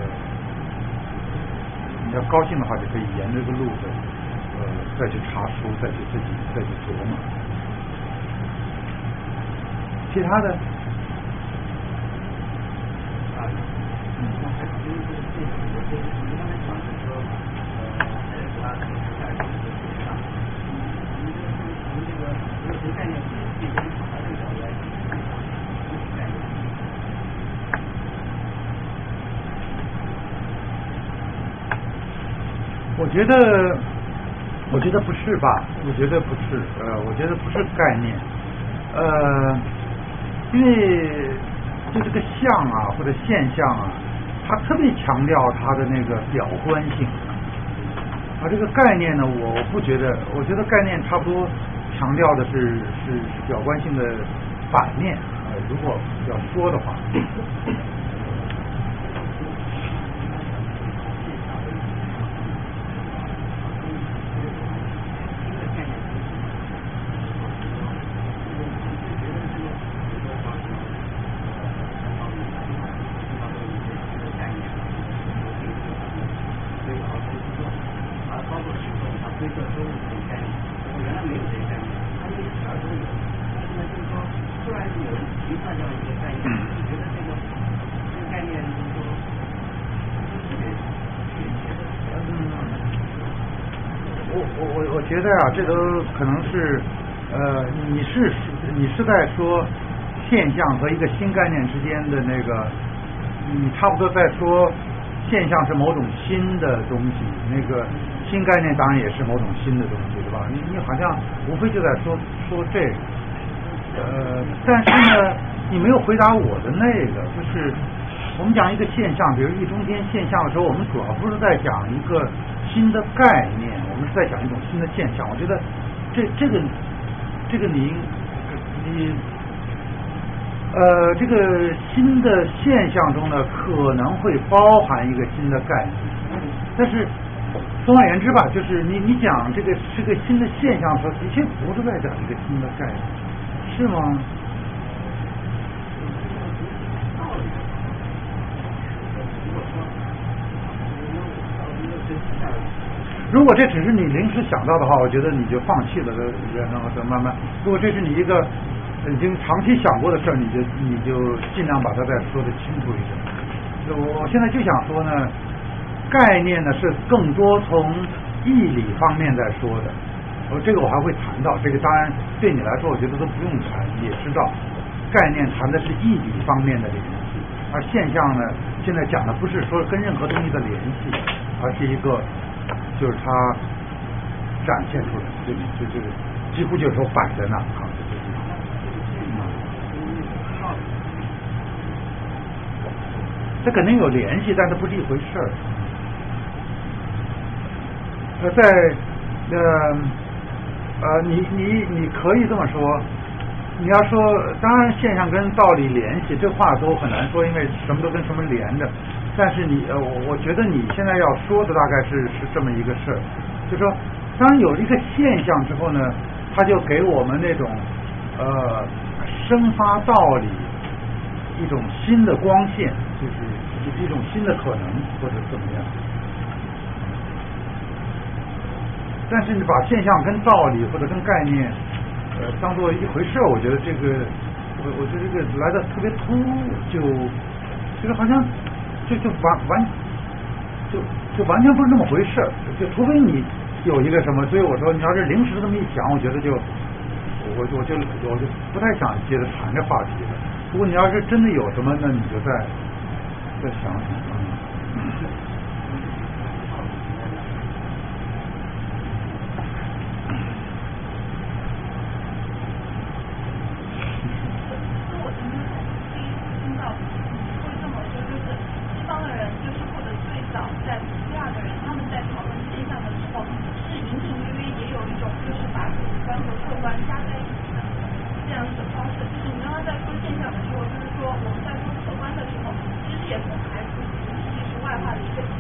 A: 你要高兴的话，就可以沿着这个路子，再去查书，再去琢磨。其他的。我觉得不是吧？我觉得不是，我觉得不是概念，因为就这个象啊或者现象啊，它特别强调它的那个表观性，而这个概念呢，我不觉得，我觉得概念差不多强调的是表观性的反面，如果要说的话。我觉得啊，这都可能是你是在说现象和一个新概念之间的那个，你差不多在说现象是某种新的东西，那个新概念当然也是某种新的东西，对吧？你好像无非就在说这个，但是呢，你没有回答我的那个，就是我们讲一个现象，比如一中天现象的时候，我们主要不是在讲一个新的概念，我们是在讲一种新的现象。我觉得这个你这个新的现象中呢，可能会包含一个新的概念，但是总而言之吧，就是你讲这个新的现象的时候，的确不是在讲一个新的概念，是吗？如果这只是你临时想到的话，我觉得你就放弃了，然后再慢慢。如果这是你一个已经长期想过的事儿，你就尽量把它再说得清楚一点。我现在就想说呢，概念呢是更多从义理方面在说的。这个我还会谈到，这个当然对你来说，我觉得都不用谈，也知道概念谈的是义理方面的联系，而现象呢，现在讲的不是说跟任何东西的联系，而是一个。就是它展现出来，就是几乎就是说摆在那啊，这肯定有联系，但是不是一回事儿。你可以这么说，你要说，当然现象跟道理联系，这话都很难说，因为什么都跟什么连着。但是我觉得你现在要说的大概是这么一个事儿，就是说，当然有一个现象之后呢，它就给我们那种生发道理一种新的光线，就是一种新的可能或者怎么样。但是你把现象跟道理或者跟概念当做一回事，我觉得这个我觉得这个来的特别突兀，就是好像。就完全不是那么回事，就除非你有一个什么，所以我说你要是临时这么一想，我觉得我就不太想接着谈这话题了。如果你要是真的有什么，那你就再想想。
B: 也不排除其实是外化的一个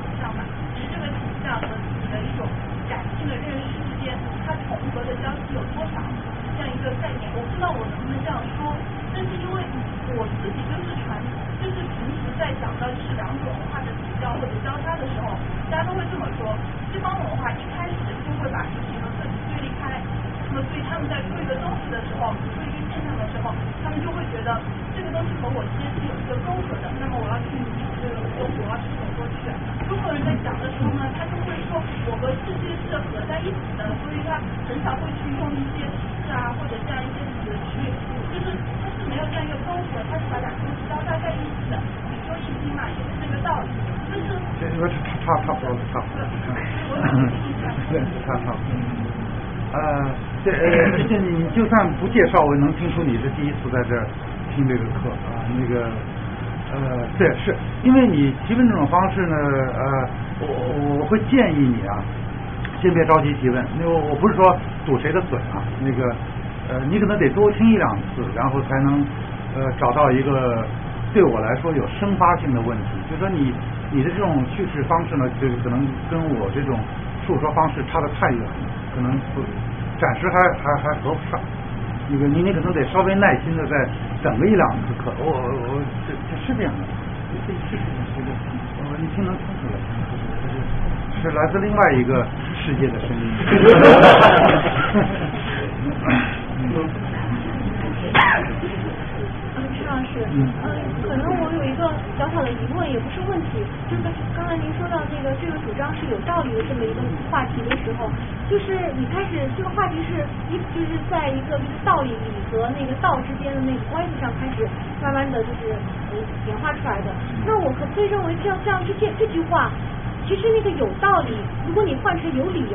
B: 们在说一个东西的时候，说一个现象的时候，他们就会觉得这个东西和我之间是有一个沟合的，那么我要去理这个我要去走过去。中国人在讲的时候呢，他就会说我和世界是合在一起的，所以他很少会去用一些词啊或者这样一些词去，就是他是没有这样一个沟合，他是把两个东西交叉在一起的。你说易经嘛，也是这个道理。
A: 这个差不多。这你就算不介绍，我能听出你是第一次在这儿听这个课啊。对，是因为你提问这种方式呢，我会建议你啊，先别着急提问。我不是说堵谁的嘴啊，你可能得多听一两次，然后才能找到一个对我来说有生发性的问题。就说你的这种叙事方式呢，就可能跟我这种述说方式差得太远了，可能暂时还合不上。你可能得稍微耐心的再等个一两次课。这是这样的，你听能听出来，是来自另外一个世界的声音。
C: 陈老师，可能我有一个小小的疑问，也不是问题，就是刚才您说到这个主张是有道理的这么一个话题的时候，就是你开始这个话题就是在一个道理和那个道之间的那个关系上开始慢慢的就是演化出来的。那我可不可以认为这样这句话，其实那个有道理，如果你换成有理由，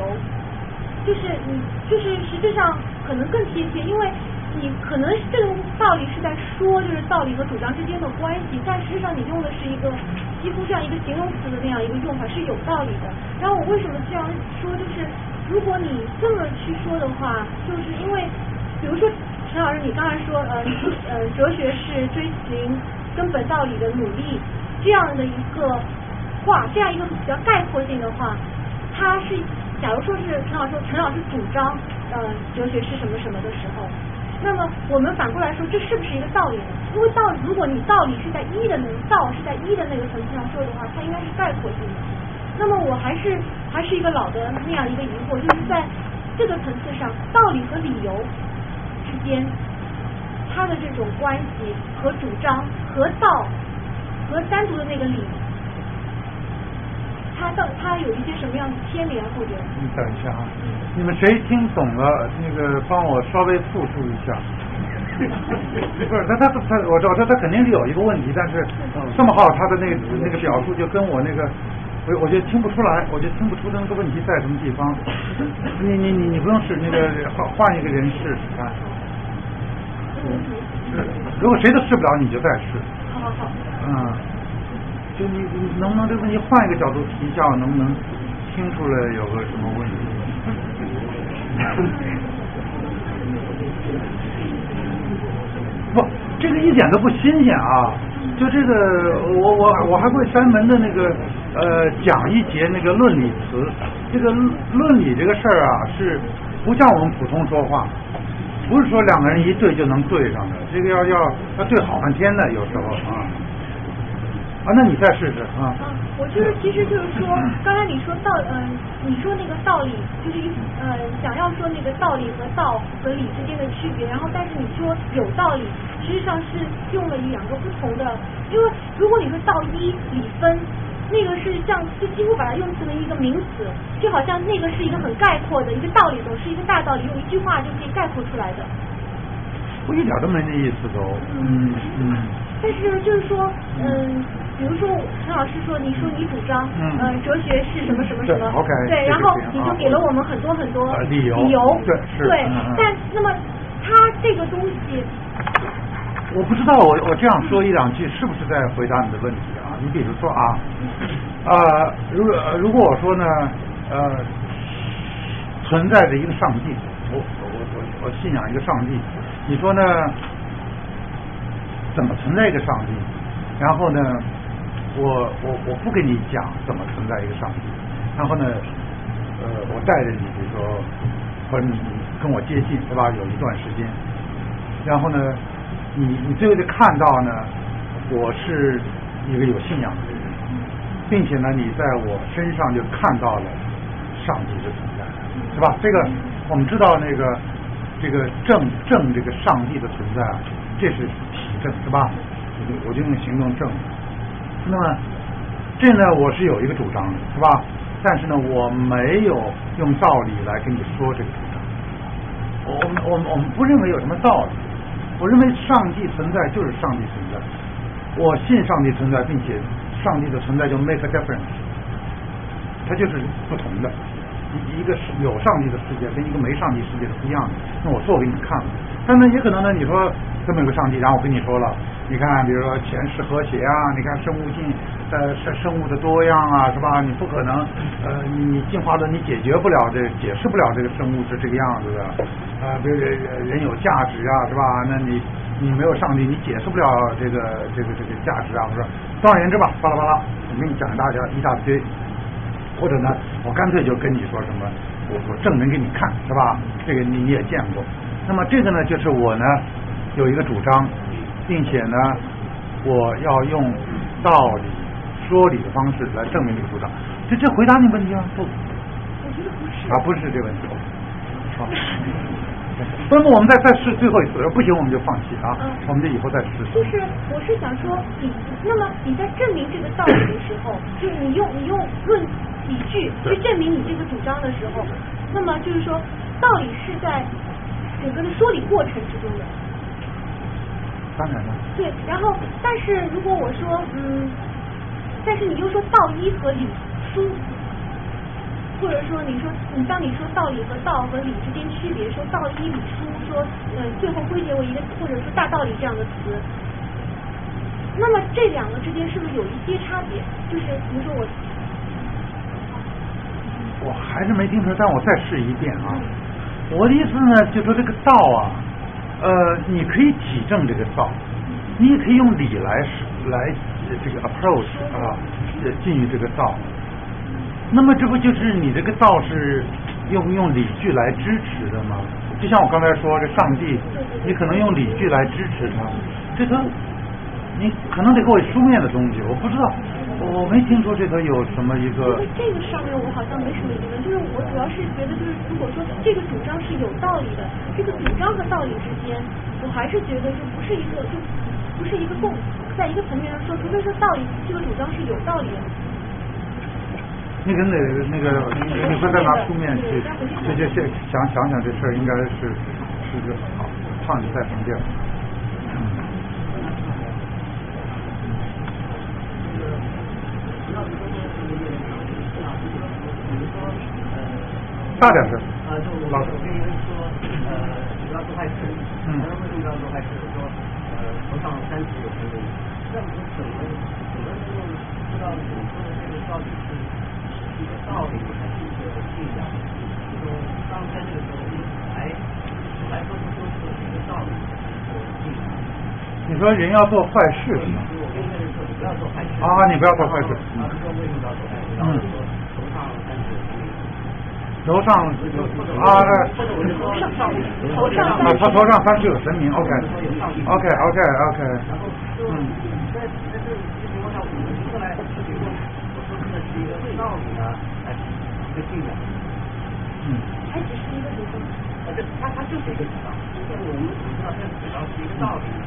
C: 就是实质上可能更贴切，因为你可能这个道理是在说，就是道理和主张之间的关系，但实际上你用的是一个几乎这样一个形容词的那样一个用法，是有道理的。然后我为什么这样说，就是如果你这么去说的话，就是因为比如说陈老师你刚才说哲学是追寻根本道理的努力，这样的一个话，这样一个比较概括性的话，它是假如说是陈老师主张哲学是什么什么的时候，那么我们反过来说，这是不是一个道理呢？因为如果你道理是在一的那个层次上说的话，它应该是概括性的。那么我还是一个老的那样一个疑惑，就是在这个层次上，道理和理由之间，它的这种关系和主张和道和单独的那个理，它有一些什么样的牵连或者？
A: 你等一下啊，你们谁听懂了？帮我稍微复述一下。不是我知道他肯定是有一个问题，但是这么好他的那个表述就跟我我觉得听不出来，我就听不出那个问题在什么地方。你不用试换一个人试试看。如果谁都试不了，你就再试。
C: 好。
A: 就你能不能这个问题换一个角度提一下，能不能听出来有个什么问题？不，这个一点都不新鲜啊！就这个，我还会专门的讲一节那个论理词。这个论理这个事儿啊，是不像我们普通说话，不是说两个人一对就能对上的，这个要对好半天的，有时候啊。那你再试试啊。
C: 我其实就是说，刚才你说你说那个道理，就是想要说那个道理和道和理之间的区别，然后但是你说有道理，实际上是用了两个不同的，因为如果你说道一理分，那个是就几乎把它用成了一个名词，就好像那个是一个很概括的一个道理，总是一个大道理，用一句话就可以概括出来的。
A: 我一点都没那意思都。
C: 但是就是说，比如说陈老师说，你说你主张，哲学是什么什么什么，对，然后你就给了我们很多很多理由，对，但那么他这个东西，
A: 我不知道我这样说一两句是不是在回答你的问题啊？你比如说如果我说呢，存在着一个上帝，我信仰一个上帝，你说呢？怎么存在一个上帝？然后呢，我不跟你讲怎么存在一个上帝。然后呢，我带着你，比如说，或者你跟我接近，对吧？有一段时间。然后呢，你最后就看到呢，我是一个有信仰的人，并且呢，你在我身上就看到了上帝的存在，是吧？这个我们知道这个证这个上帝的存在啊，这是体证是吧？我就用行动证。那么这呢，我是有一个主张的是吧？但是呢，我没有用道理来跟你说这个主张。我们不认为有什么道理。我认为上帝存在就是上帝存在，我信上帝存在，并且上帝的存在就 make a difference， 它就是不同的。一个有上帝的世界跟一个没上帝世界是不一样的。那我做给你看了，但呢也可能呢，你说这么有个上帝，然后我跟你说了，你看比如说前世和谐啊，你看生物进生物的多样啊，是吧？你不可能你进化论你解决不了解释不了这个生物是这个样子的比如人有价值啊，是吧？那你没有上帝，你解释不了这个价值啊，或者总而言之吧，巴拉巴拉，我跟你讲一大堆。或者呢，我干脆就跟你说什么，我证明给你看，是吧？这个你也见过。那么这个呢，就是我呢有一个主张，并且呢，我要用道理说理的方式来证明这个主张。这回答你问题吗？不，
C: 我觉得不是
A: 啊，不是这个问题。好，那么我们再试最后一次，不行我们就放弃啊，我们就以后再试。
C: 就是我是想说，那么你在证明这个道理的时候，就是你用论理据去证明你这个主张的时候，那么就是说道理是在整个的说理过程之中的。
A: 当然了。
C: 对，然后但是如果我说但是你又说道一和理疏，或者说当你说道理和道和理之间区别，说道一理疏，说最后归结为一个或者说大道理这样的词，那么这两个之间是不是有一些差别？就是比如说
A: 我还是没听出来，但我再试一遍啊。我的意思呢，就说这个道啊，你可以体证这个道，你也可以用理来这个 approach 啊，进于这个道。那么这不就是你这个道是用理据来支持的吗？就像我刚才说，这上帝，你可能用理据来支持它，这个你可能得给我书面的东西，我不知道。我没听说这个有什么一个。
C: 这个上面我好像没什么疑问，就是我主要是觉得，就是如果说这个主张是有道理的，这个主张和道理之间，我还是觉得就不是一个在一个层面上说，除非说道理这个主张是有道理的。
A: 那个你会再拿书面去想这事儿，应该是个好，怕你再重建。大点声。
D: 就老师跟人说，不要做坏事。为什么不要做坏事？说，头上30有神明。那我怎么能够知道你说的这个到底是一个道理还是一个信仰？就说当在这个时候，来说不说是一个道理或信仰。
A: 你说人要做坏事是吗？
D: 我跟人说你不要做坏事。
A: 啊，你不要做坏事。
D: 他说为什么不要做坏事？然后说头上30有神明。
A: 头上啊，他头上30有神明 ，OK，
D: 然后在这种情况下，我们后来是比如说，我说这是一个道理呢，还是一个信仰？
C: 还只是一个主张。
D: 它就是一个主张，就是我们知道这个主张是一个道理。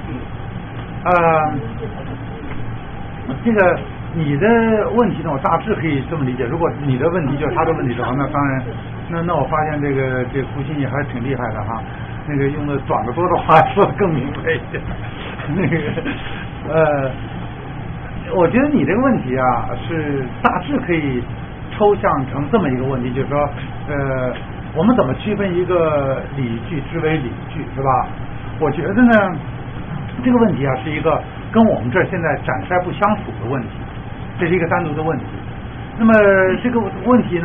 A: 这个你的问题呢，我大致可以这么理解。如果你的问题就是他的问题的话，那当然，那我发现这个胡鑫也还是挺厉害的哈。那个用的短的多的话说的更明白一点。那个我觉得你这个问题啊，是大致可以抽象成这么一个问题，就是说我们怎么区分一个理据之为理据，是吧？我觉得呢，这个问题啊是一个跟我们这儿现在暂时还不相符的问题，这是一个单独的问题。那么这个问题呢，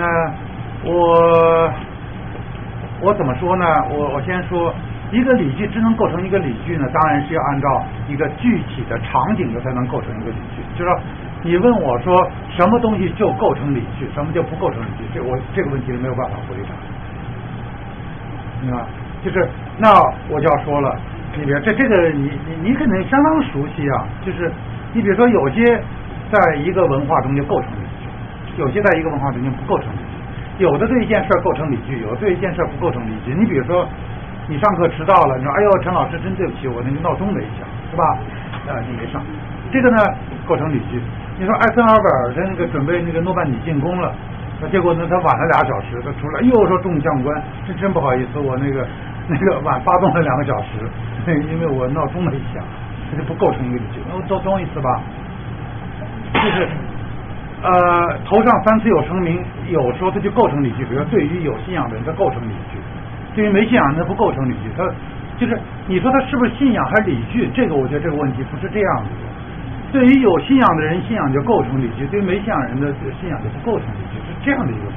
A: 我怎么说呢？我先说，一个理据只能构成一个理据呢，当然是要按照一个具体的场景的才能构成一个理据。就是说，你问我说什么东西就构成理据，什么就不构成理据，这个问题是没有办法回答。你看，就是那我就要说了，你比如这个你可能相当熟悉啊，就是你比如说有些在一个文化中就构成理据，有些在一个文化中就不构成理据，有的对一件事构成理据，有的对一件事不构成理据。你比如说你上课迟到了，你说哎呦陈老师真对不起，我那个闹钟没响，是吧？你没上，这个呢构成理据。你说艾森豪威尔他那个准备那个诺曼底进攻了，结果呢他晚了2小时，他出来又说众将官真不好意思，我那个晚发动了2个小时，因为我闹钟没响，这就不构成一个理据。懂我意思吧？就是头上3次有声明，有时候它就构成理据。比如说对于有信仰的人，它构成理据；对于没信仰的，它不构成理据。它就是你说它是不是信仰还是理据？这个我觉得这个问题不是这样子的。对于有信仰的人，信仰就构成理据；对于没信仰人的信仰就不构成理据，是这样的一个关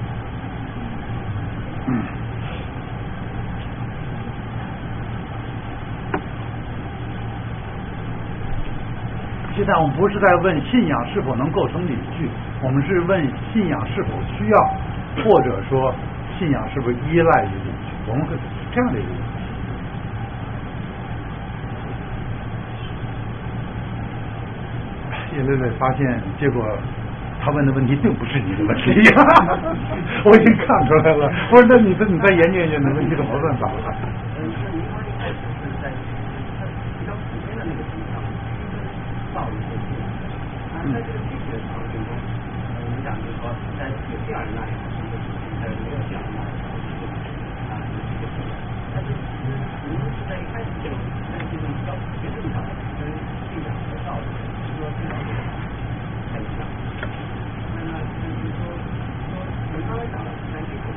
A: 系。现在我们不是在问信仰是否能构成理据，我们是问信仰是否需要，或者说信仰是不是依赖于理据，我们是这样的一个问题。叶磊磊发现，结果他问的问题并不是你的问题，我已经看出来了。我说那你再研究研究，那问题怎么问法？
D: 在这个具体的场景中，我们讲就是说，在有信仰人那里是一个理据，在没有信仰人那里是一个信仰。但是您是在一开始就在这种比较普遍的地方跟信仰和道理是说这两个很像。那就是说您刚才讲的三句口，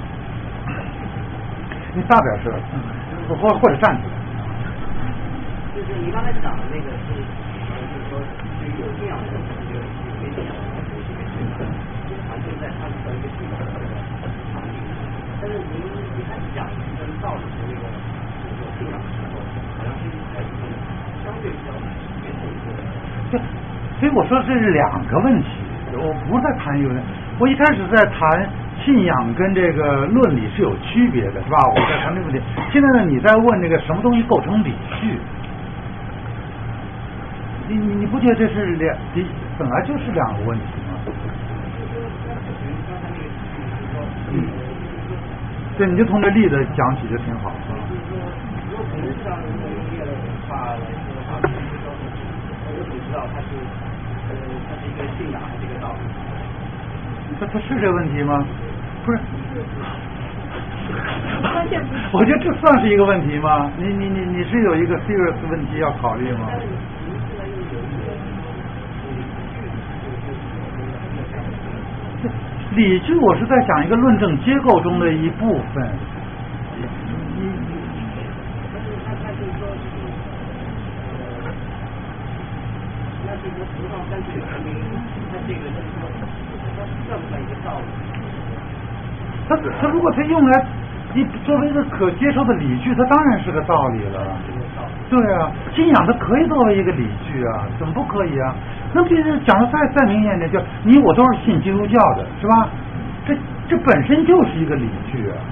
A: 你大点声，或者站起来。
D: 就是你刚才讲的那个是，就是说。有信仰的人可能就没信仰的人可能就没信仰，完全在他们的一个信仰的场景。但是您一开始讲跟道理的那个有信仰的时候，好像是在一种相对比较严重的。
A: 对，所以我说这是2个问题，我不是在谈一个问题。我一开始在谈信仰跟这个论理是有区别的，是吧？我在谈这个问题。现在呢，你在问这个什么东西构成理据？你不觉得这是本来就是2个问题吗？对，你就从这例子讲起就挺好。
D: 如果从这样用业的话来说的话，就是说，我怎么知道它是一个信仰还是一个道理？
A: 它是这个问题吗？不是。我觉得这算是一个问题吗？你是有一个 serious 问题要考虑吗？理据我是在讲一个论证结构中的一部分。他如果他用来作为一个可接受的理据，它当然是个道理了。对啊，信仰它可以作为一个理据啊，怎么不可以啊？那这讲的再明显点，就你我都是信基督教的，是吧？这本身就是一个理据啊。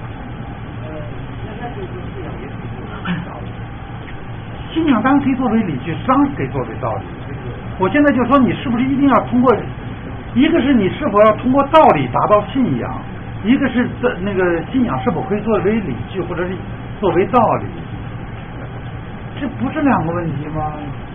A: 信仰当然可以作为理据，当然可以作为道理。我现在就说你是不是一定要通过，一个是你是否要通过道理达到信仰，一个是那个信仰是否可以作为理据或者是作为道理，这不是2个问题吗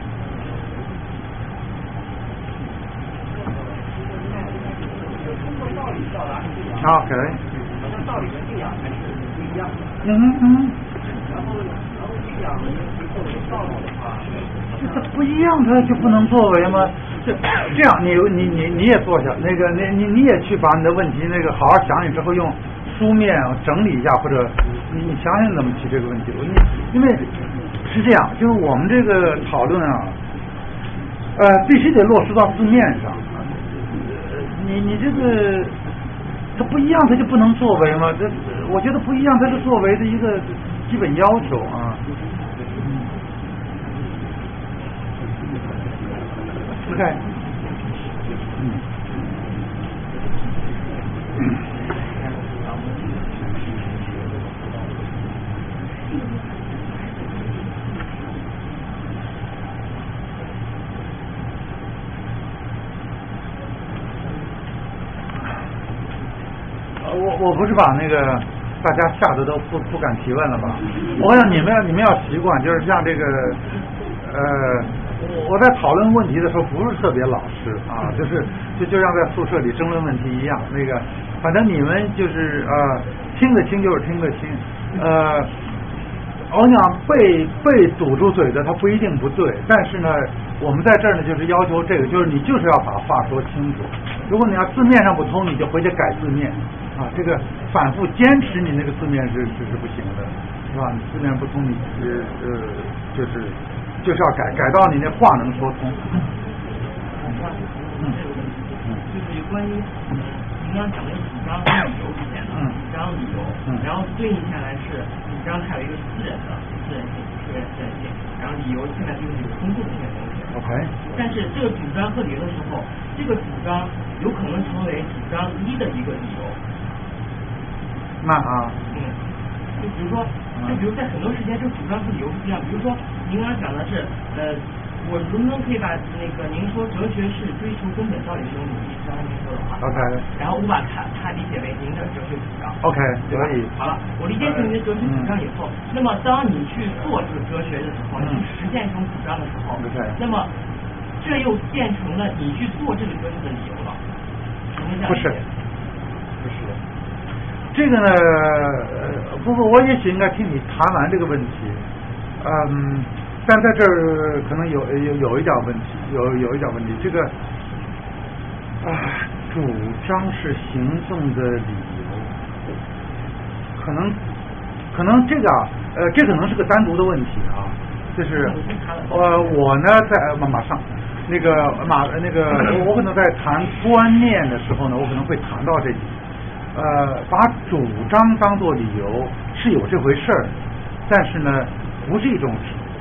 A: ？OK。
D: 好像道理和信仰还是不一样的。然后信仰作为道理的话，
A: 这不一样，它就不能作为吗？这样，你也坐下，那个你也去把你的问题那个好好想想之后，用书面整理一下，或者你想想怎么提这个问题。因为是这样，就是我们这个讨论啊，必须得落实到字面上。你这个它不一样，它就不能作为吗？我觉得不一样，它是作为的一个基本要求啊。OK。我不是把那个大家吓得都不敢提问了吧？我想你们要习惯，就是像这个我在讨论问题的时候不是特别老实啊，就像在宿舍里争论问题一样，那个反正你们就是听得清就是听得清，我想被堵住嘴的他不一定不对，但是呢，我们在这儿呢就是要求这个，就是你就是要把话说清楚。如果你要字面上不通，你就回去改字面啊。这个反复坚持你那个字面是不行的，是吧？你字面不通，你就是要改到你那话能说通。
E: 就是关于您刚讲的主张和理由之间的主张理由，然后对应下来是主张它有一个私人性，然后理由现在就是有公共性的东西。
A: OK。
E: 但是这个主张和理由的时候，这个主张有可能成为主张一的一个理由。就比如在很多时间，这个主张和理由是这样。比如说，您刚刚讲的是我能不能可以把那个您说哲学是追求根本道理的这种努力，刚才您说的话
A: ，OK，
E: 然后我把它理解为您的哲学主张
A: ，OK，
E: 对吧？好了，我理解成您的哲学主张以后，那么当你去做这个哲学的时候，你去实现这种主张的时候，那么这又变成了你去做这个哲学的理由了，
A: 不是，这个呢，不，我也许应该听你谈完这个问题，但在这儿可能有一点问题，有一点问题，这个主张是行动的理由，可能这个这可能是个单独的问题啊，就是我呢在马上那个我可能在谈观念的时候呢，我可能会谈到这几把主张当作理由是有这回事儿，但是呢不是一种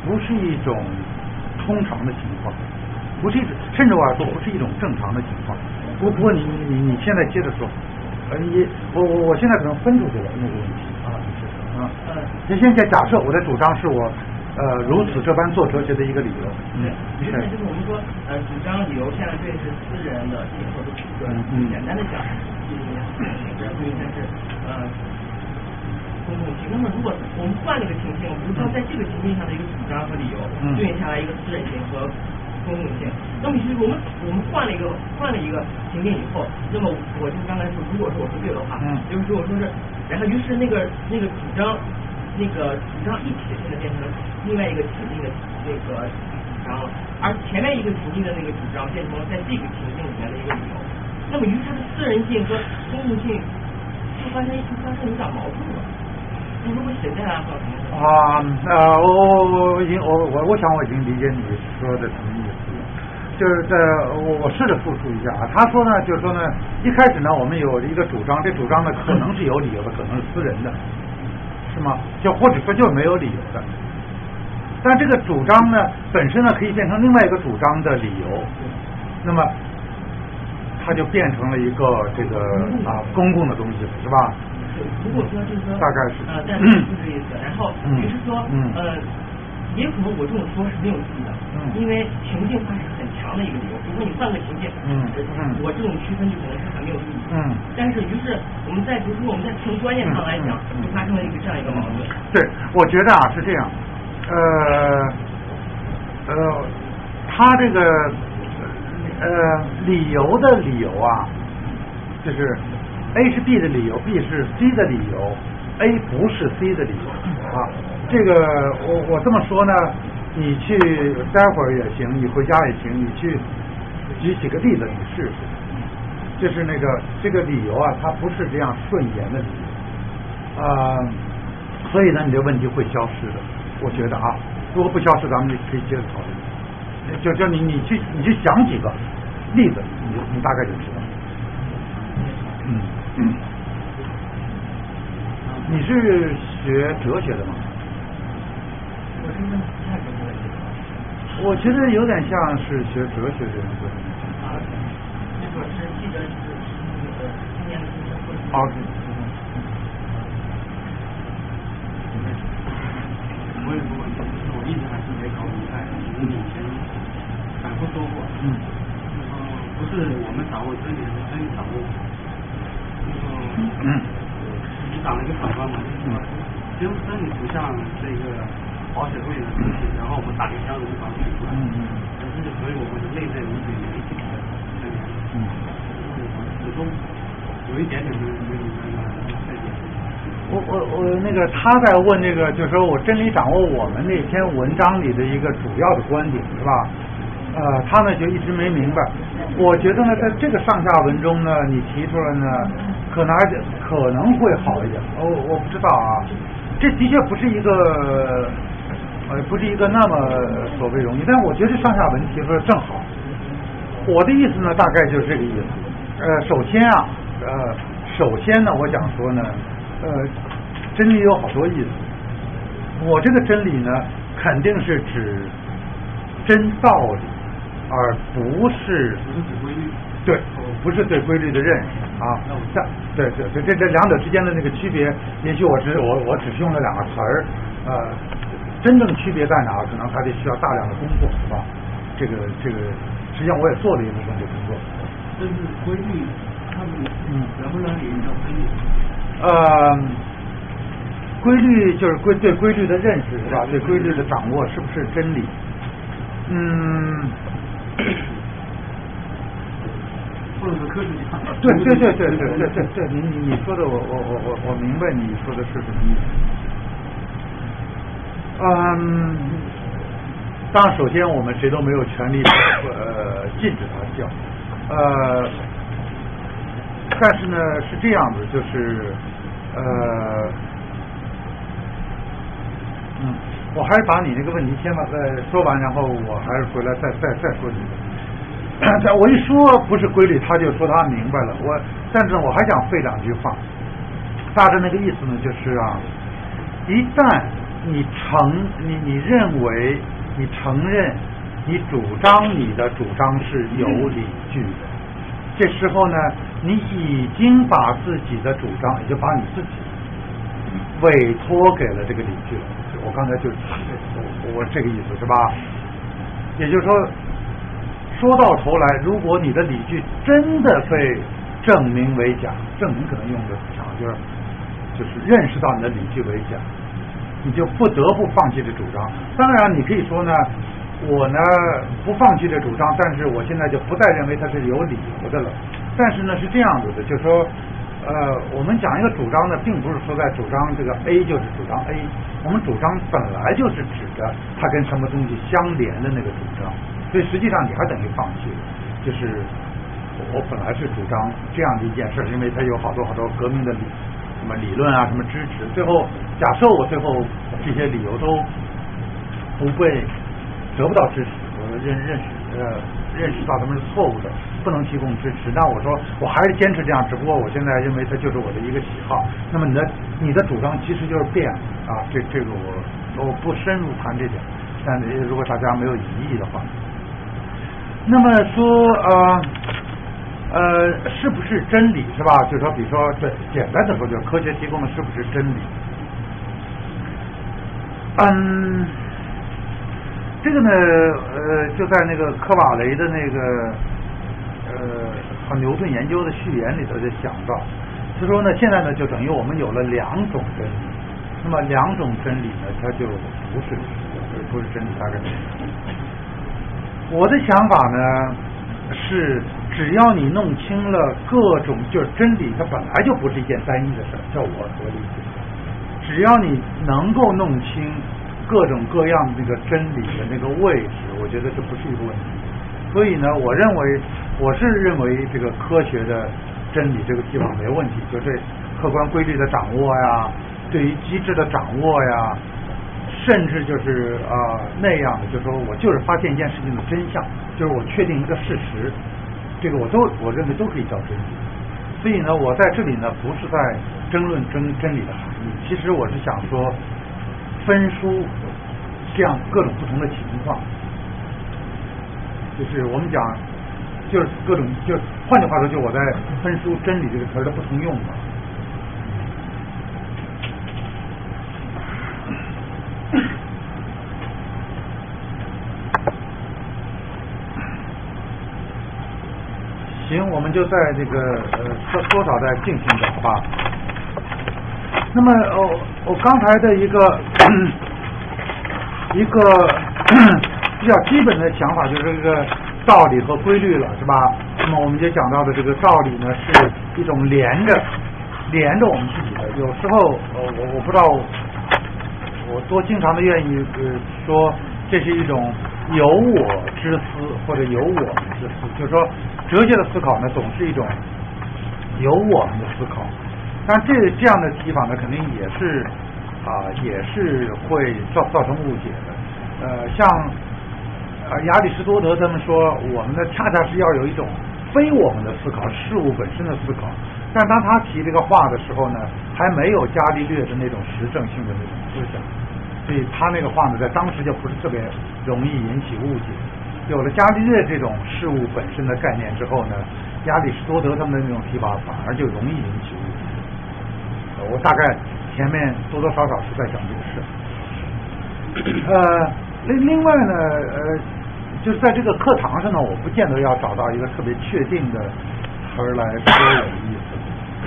A: 通常的情况，甚至我要说不是一种正常的情况。不过你现在接着说，我现在可能分出去了那个问题就现在假设我的主张是我如此这般做哲学的一个理由。
E: 就是我们说主张理由现在这是私人的性或者主观，简单的讲这不应该是公共性。那么如果我们换了一个情境，比如说在这个情境下的一个主张和理由对应下来一个私人性和公共性，那么其实我们换了一个情境以后，那么我就刚才说，如果说我说对的话，就是说我说是，然后于是那个主张一体现在变成了另外一个情境的那个主张了，而前面一个情境的那个主张变成了在这个情境里面的一个理由，那么于是它的私人性和公共性就发生有点矛盾了。如果现在来说
A: 我想我已经理解你说的什么意思了，就是我试着复述一下啊。他说呢，就是说呢，一开始呢，我们有一个主张，这主张呢可能是有理由的，可能是私人的，是吗？就或者说就是没有理由的。但这个主张呢本身呢可以变成另外一个主张的理由，那么它就变成了一个这个公共的东西，是吧？
E: 如果说就是说
A: 大概是
E: 但是不是这意思，然后也是说也可能我这种说是没有意义的，因为情境化是很强的一个理由。比如说你换个情境，我这种区分就可能是很没有意义。但是于是比如说我们在从观念上来讲，就发生了这样一个矛盾。
A: 对，我觉得是这样，他这个理由的理由就是 A 是 B 的理由 ，B 是 C 的理由 ，A 不是 C 的理由这个我这么说呢，你去待会儿也行，你回家也行，你去举几个例子你试试，就是这个理由它不是这样顺延的理由所以呢你这问题会消失的，我觉得如果不消失，咱们就可以接着讨论。就你去想几个例子，你大概就知道。你是学哲学的吗？我觉得有点像是学哲学的人。
E: 这个是记得是今年的
D: 我有个问题，我一直还是没搞明白，以前反复说过，不是我们掌握真理，是真理掌握。一个
F: 讲了一个反观嘛，就是说真理不像这个保险柜的东西，然后我们打一箱子就把它取出来，所以我们的内在理解有一定的始终有一点点没有太解。
A: 我那个他在问这个，就是说我真理掌握我们那篇文章里的一个主要的观点是吧？他呢就一直没明白。我觉得呢，在这个上下文中呢，你提出来呢，可能会好一点。我不知道啊，这的确不是一个那么所谓容易，但我觉得上下文提出来正好。我的意思呢，大概就是这个意思。首先呢，我想说呢，真理有好多意思。我这个真理呢，肯定是指真道理，而不是
F: 规律。
A: 对，不是对规律的认识啊。对，这两者之间的那个区别，也许我只是用了两个词儿，真正区别在哪？可能还得需要大量的工作，是吧？这个，实际上我也做了一部分这工作。
F: 但是规律，它能不能也叫规律？
A: 规律就是对规律的认识，是吧？对规律的掌握是不是真理？
F: 或者是科学家。
A: 对，你说的我明白你说的是什么意思。当然，首先我们谁都没有权利禁止他叫，但是呢是这样子，就是我还是把你那个问题先说完，然后我还是回来再说你的。我一说不是规律，他就说他明白了。但是我还想废两句话，大致那个意思呢，就是一旦你认为你承认你主张你的主张是有理据的，这时候呢，你已经把自己的主张，也就把你自己委托给了这个理据了。我刚才就是我这个意思是吧？也就是说，说到头来，如果你的理据真的被证明为假，证明可能用的强，就是认识到你的理据为假，你就不得不放弃这主张。当然，你可以说呢，我呢不放弃这主张，但是我现在就不再认为它是有理由的了。但是呢，是这样子的，就是说，我们讲一个主张呢，并不是说在主张这个 A 就是主张 A， 我们主张本来就是指着它跟什么东西相连的那个主张，所以实际上你还等于放弃了，就是我本来是主张这样的一件事，因为它有好多革命的什么理论啊，什么支持，最后假设我最后这些理由都得不到支持，我认识到他们是错误的，不能提供支持，那我说我还是坚持这样，只不过我现在认为它就是我的一个喜好。那么你的主张其实就是变啊，这个我不深入谈这点，但如果大家没有疑义的话，那么说是不是真理是吧？就是说，比如说这简单的说，就是科学提供的是不是真理？这个呢，就在那个科瓦雷的那个和牛顿研究的序言里头就讲到，就说呢，现在呢就等于我们有了两种真理，那么两种真理呢，它就不是真理，大概。我的想法呢是，只要你弄清了各种，就是真理，它本来就不是一件单一的事，叫我所理解，只要你能够弄清各种各样的那个真理的那个位置，我觉得这不是一个问题。所以呢，我是认为这个科学的真理这个地方没问题，就是客观规律的掌握呀，对于机制的掌握呀，甚至就是那样的，就是说我就是发现一件事情的真相，就是我确定一个事实，这个我认为都可以叫真理。所以呢，我在这里呢不是在争论真理的含义，其实我是想说分殊这样各种不同的情况，就是我们讲就是各种，就换句话说，就我在分殊真理这个词的不同用法。行，我们就在这个多少再静听着，好吧？ 那么我刚才的一个比较基本的想法就是这个道理和规律了，是吧？那么我们就讲到的这个道理呢，是一种连着我们自己的。有时候我不知道，我多经常的愿意说这是一种有我之思或者有我们之思，就是说哲学的思考呢总是一种有我们的思考，但这样的提法呢肯定也是会造成误解的。像亚里士多德他们说，我们呢恰恰是要有一种非我们的思考，事物本身的思考。但当他提这个话的时候呢，还没有伽利略的那种实证性的那种思想，所以他那个话呢在当时就不是特别容易引起误解。有了伽利略这种事物本身的概念之后呢，亚里士多德他们的那种提法反而就容易引起误解。我大概前面多多少少是在讲这个事。另外呢，就是在这个课堂上呢，我不见得要找到一个特别确定的词儿来说有意思。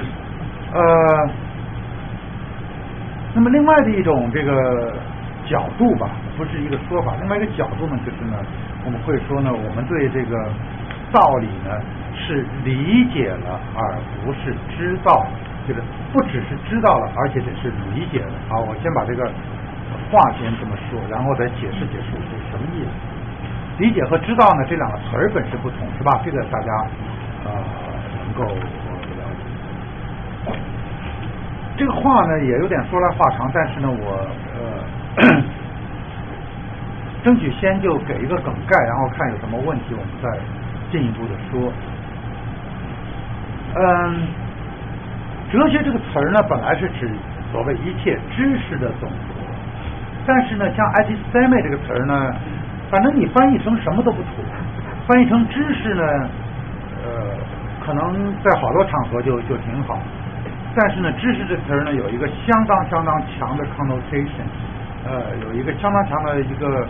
A: 那么另外的一种这个角度吧，不是一个说法，另外一个角度呢，就是呢，我们会说呢，我们对这个道理呢是理解了，而不是知道，就是不只是知道了，而且得是理解了。好，我先把这个话先这么说，然后再解释解释是什么意思。理解和知道呢，这两个词儿本身不同，是吧？这个大家能够了解。这个话呢也有点说来话长，但是呢我争取先就给一个梗概，然后看有什么问题我们再进一步的说。哲学这个词儿呢本来是指所谓一切知识的总和，但是呢像 episteme 这个词儿呢，反正你翻译成什么都不妥，翻译成知识呢可能在好多场合就挺好，但是呢知识这词儿呢有一个相当强的 connotation， 有一个相当强的一个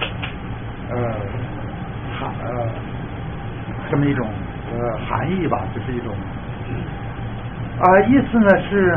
A: 这么一种含义吧，就是一种意思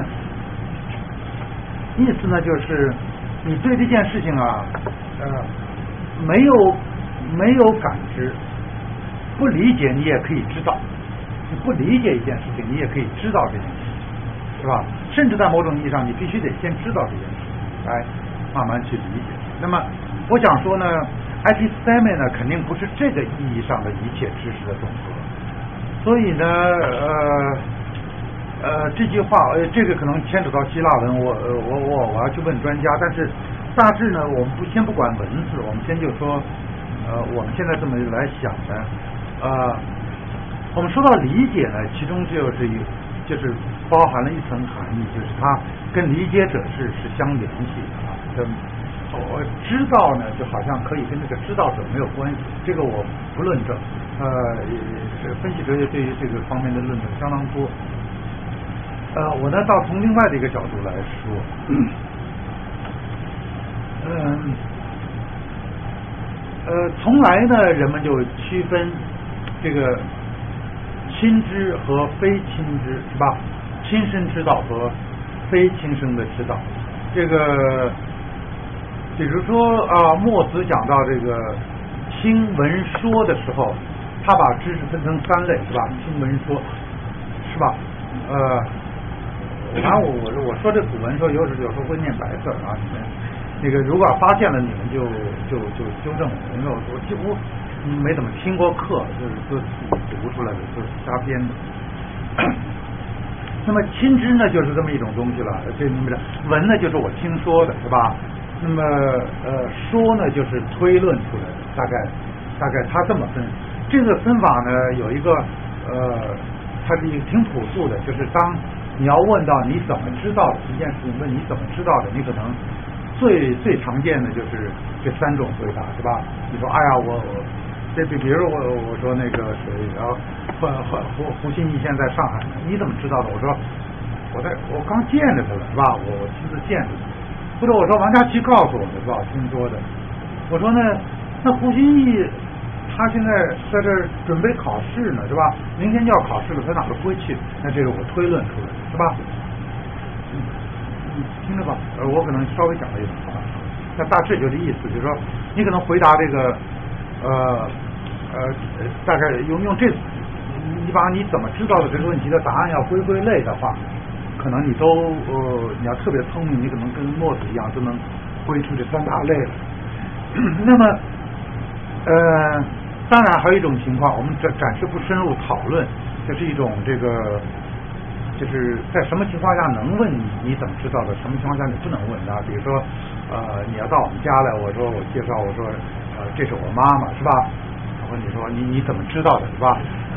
A: 呢就是你对这件事情没有感知，不理解你也可以知道，你不理解一件事情你也可以知道这件事情，是吧？甚至在某种意义上你必须得先知道这件事情来慢慢去理解。那么我想说呢 episteme 呢肯定不是这个意义上的一切知识的总和，所以呢这句话这个可能牵扯到希腊文，我要去问专家，但是大致呢我们先不管文字，我们先就说我们现在这么来想呢，我们说到理解呢，其中就是包含了一层含义，就是它跟理解者是相联系的我知道呢就好像可以跟这个知道者没有关系，这个我不论证，分析哲学对于这个方面的论证相当多。我呢倒从另外的一个角度来说，从来呢人们就区分这个亲知和非亲知，是吧？亲身知道和非亲身的知道。这个比如说墨子讲到这个听闻说的时候，他把知识分成三类，是吧？听闻说，是吧？我说这古文说有时候会念白字啊，你们那个如果发现了你们就纠正我，因为我几乎没怎么听过课，就是自己读出来的，就是瞎编的。那么亲知呢就是这么一种东西了，这你们闻呢就是我听说的，是吧？那么说呢就是推论出来的，大概他这么分。这个分法呢有一个它是挺朴素的，就是当你要问到你怎么知道的一件事情，问你怎么知道的，你可能最常见的就是这三种回答，是吧？你说哎呀我这比如我说那个谁，然后胡鑫义现在上海呢，你怎么知道的？我说我刚见着他了，是吧？我亲自见着他。或者我说王家琦告诉我的，是吧？听说的。我说呢，那胡鑫义他现在在这儿准备考试呢，是吧？明天就要考试了，他哪都不会去。那这是我推论出来的，是吧？ 你听着吧，我可能稍微讲了一点啊，那大致就这意思，就是说你可能回答这个大概用这，你把你怎么知道的这个问题的答案要归类的话，可能你都你要特别聪明，你可能跟墨子一样都能归出这3大类了。那么当然还有一种情况，我们暂时不深入讨论，就是一种这个就是在什么情况下能问你怎么知道的，什么情况下你不能问啊？比如说你要到我们家来，我介绍我说这是我妈妈是吧？然后你说你怎么知道的是吧？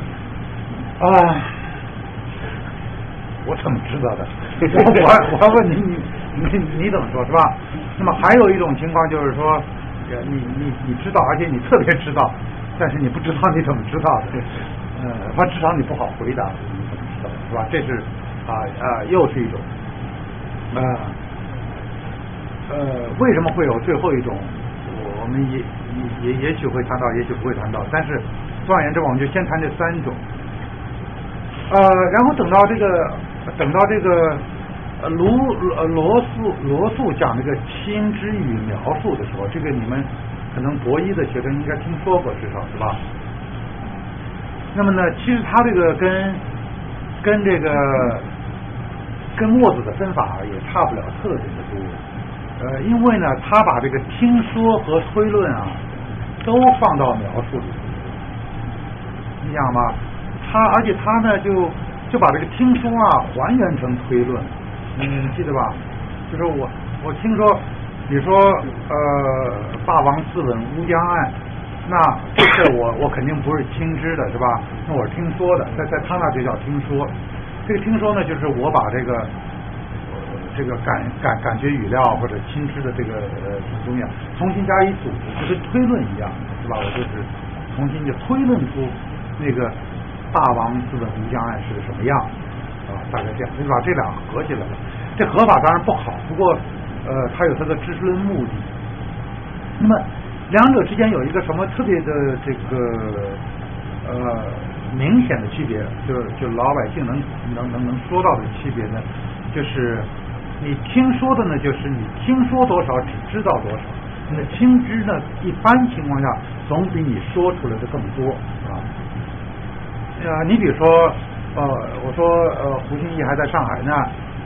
A: 我怎么知道的？我要问你怎么说是吧？那么还有一种情况就是说你知道，而且你特别知道，但是你不知道你怎么知道的，他至少你不好回答你怎么知道是吧？这是又是一种为什么会有最后一种？我们也许会谈到，也许不会谈到，但是总而言之，我们就先谈这3种。然后等到这个罗素讲这个亲之语描述的时候，这个你们可能博一的学生应该听说过，至少是吧？那么呢，其实他这个跟墨子的分法也差不了特别的多。因为呢，他把这个听说和推论啊都放到描述里，你想吗？而且他呢就把这个听说啊还原成推论，你记得吧？就是我听说，比如说霸王自刎乌江岸，那这事我肯定不是亲知的，是吧？那我是听说的，在他那就叫听说。这个听说呢，就是我把这个感觉语料或者亲知的这个东西啊，重新加以组织，就跟推论一样，是吧？我就是重新就推论出那个霸王自刎乌江岸是个什么样啊，大概这样，就把这俩合起来了。这合法当然不好，不过它有它的知识论目的。那么两者之间有一个什么特别的这个明显的区别，就老百姓能说到的区别呢，就是你听说的呢，就是你听说多少只知道多少，你的亲知呢，一般情况下总比你说出来的更多啊。你比如说我说胡心怡还在上海呢，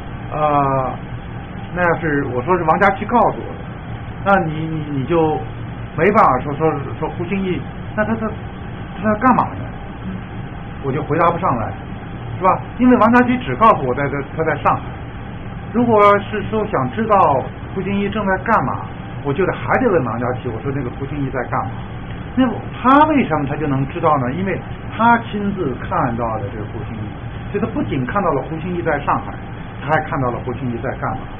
A: 那要是我说是王家驹告诉我的，那你就没办法说胡心怡，那他干嘛呢？我就回答不上来，是吧？因为王家驹只告诉我他在上海。如果是说想知道胡心怡正在干嘛，我就还得问王家驹，我说那个胡心怡在干嘛？那他为什么他就能知道呢？因为他亲自看到了这个胡心怡，所以他不仅看到了胡心怡在上海，他还看到了胡心怡在干嘛？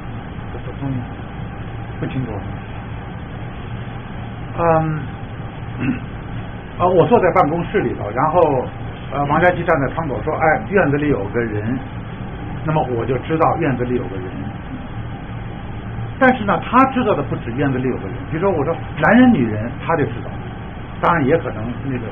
A: 不清楚。我坐在办公室里头，然后王家驹站在窗口说：“哎，院子里有个人。”那么我就知道院子里有个人。但是呢，他知道的不止院子里有个人，比如说我说男人女人，他就知道。当然也可能那个，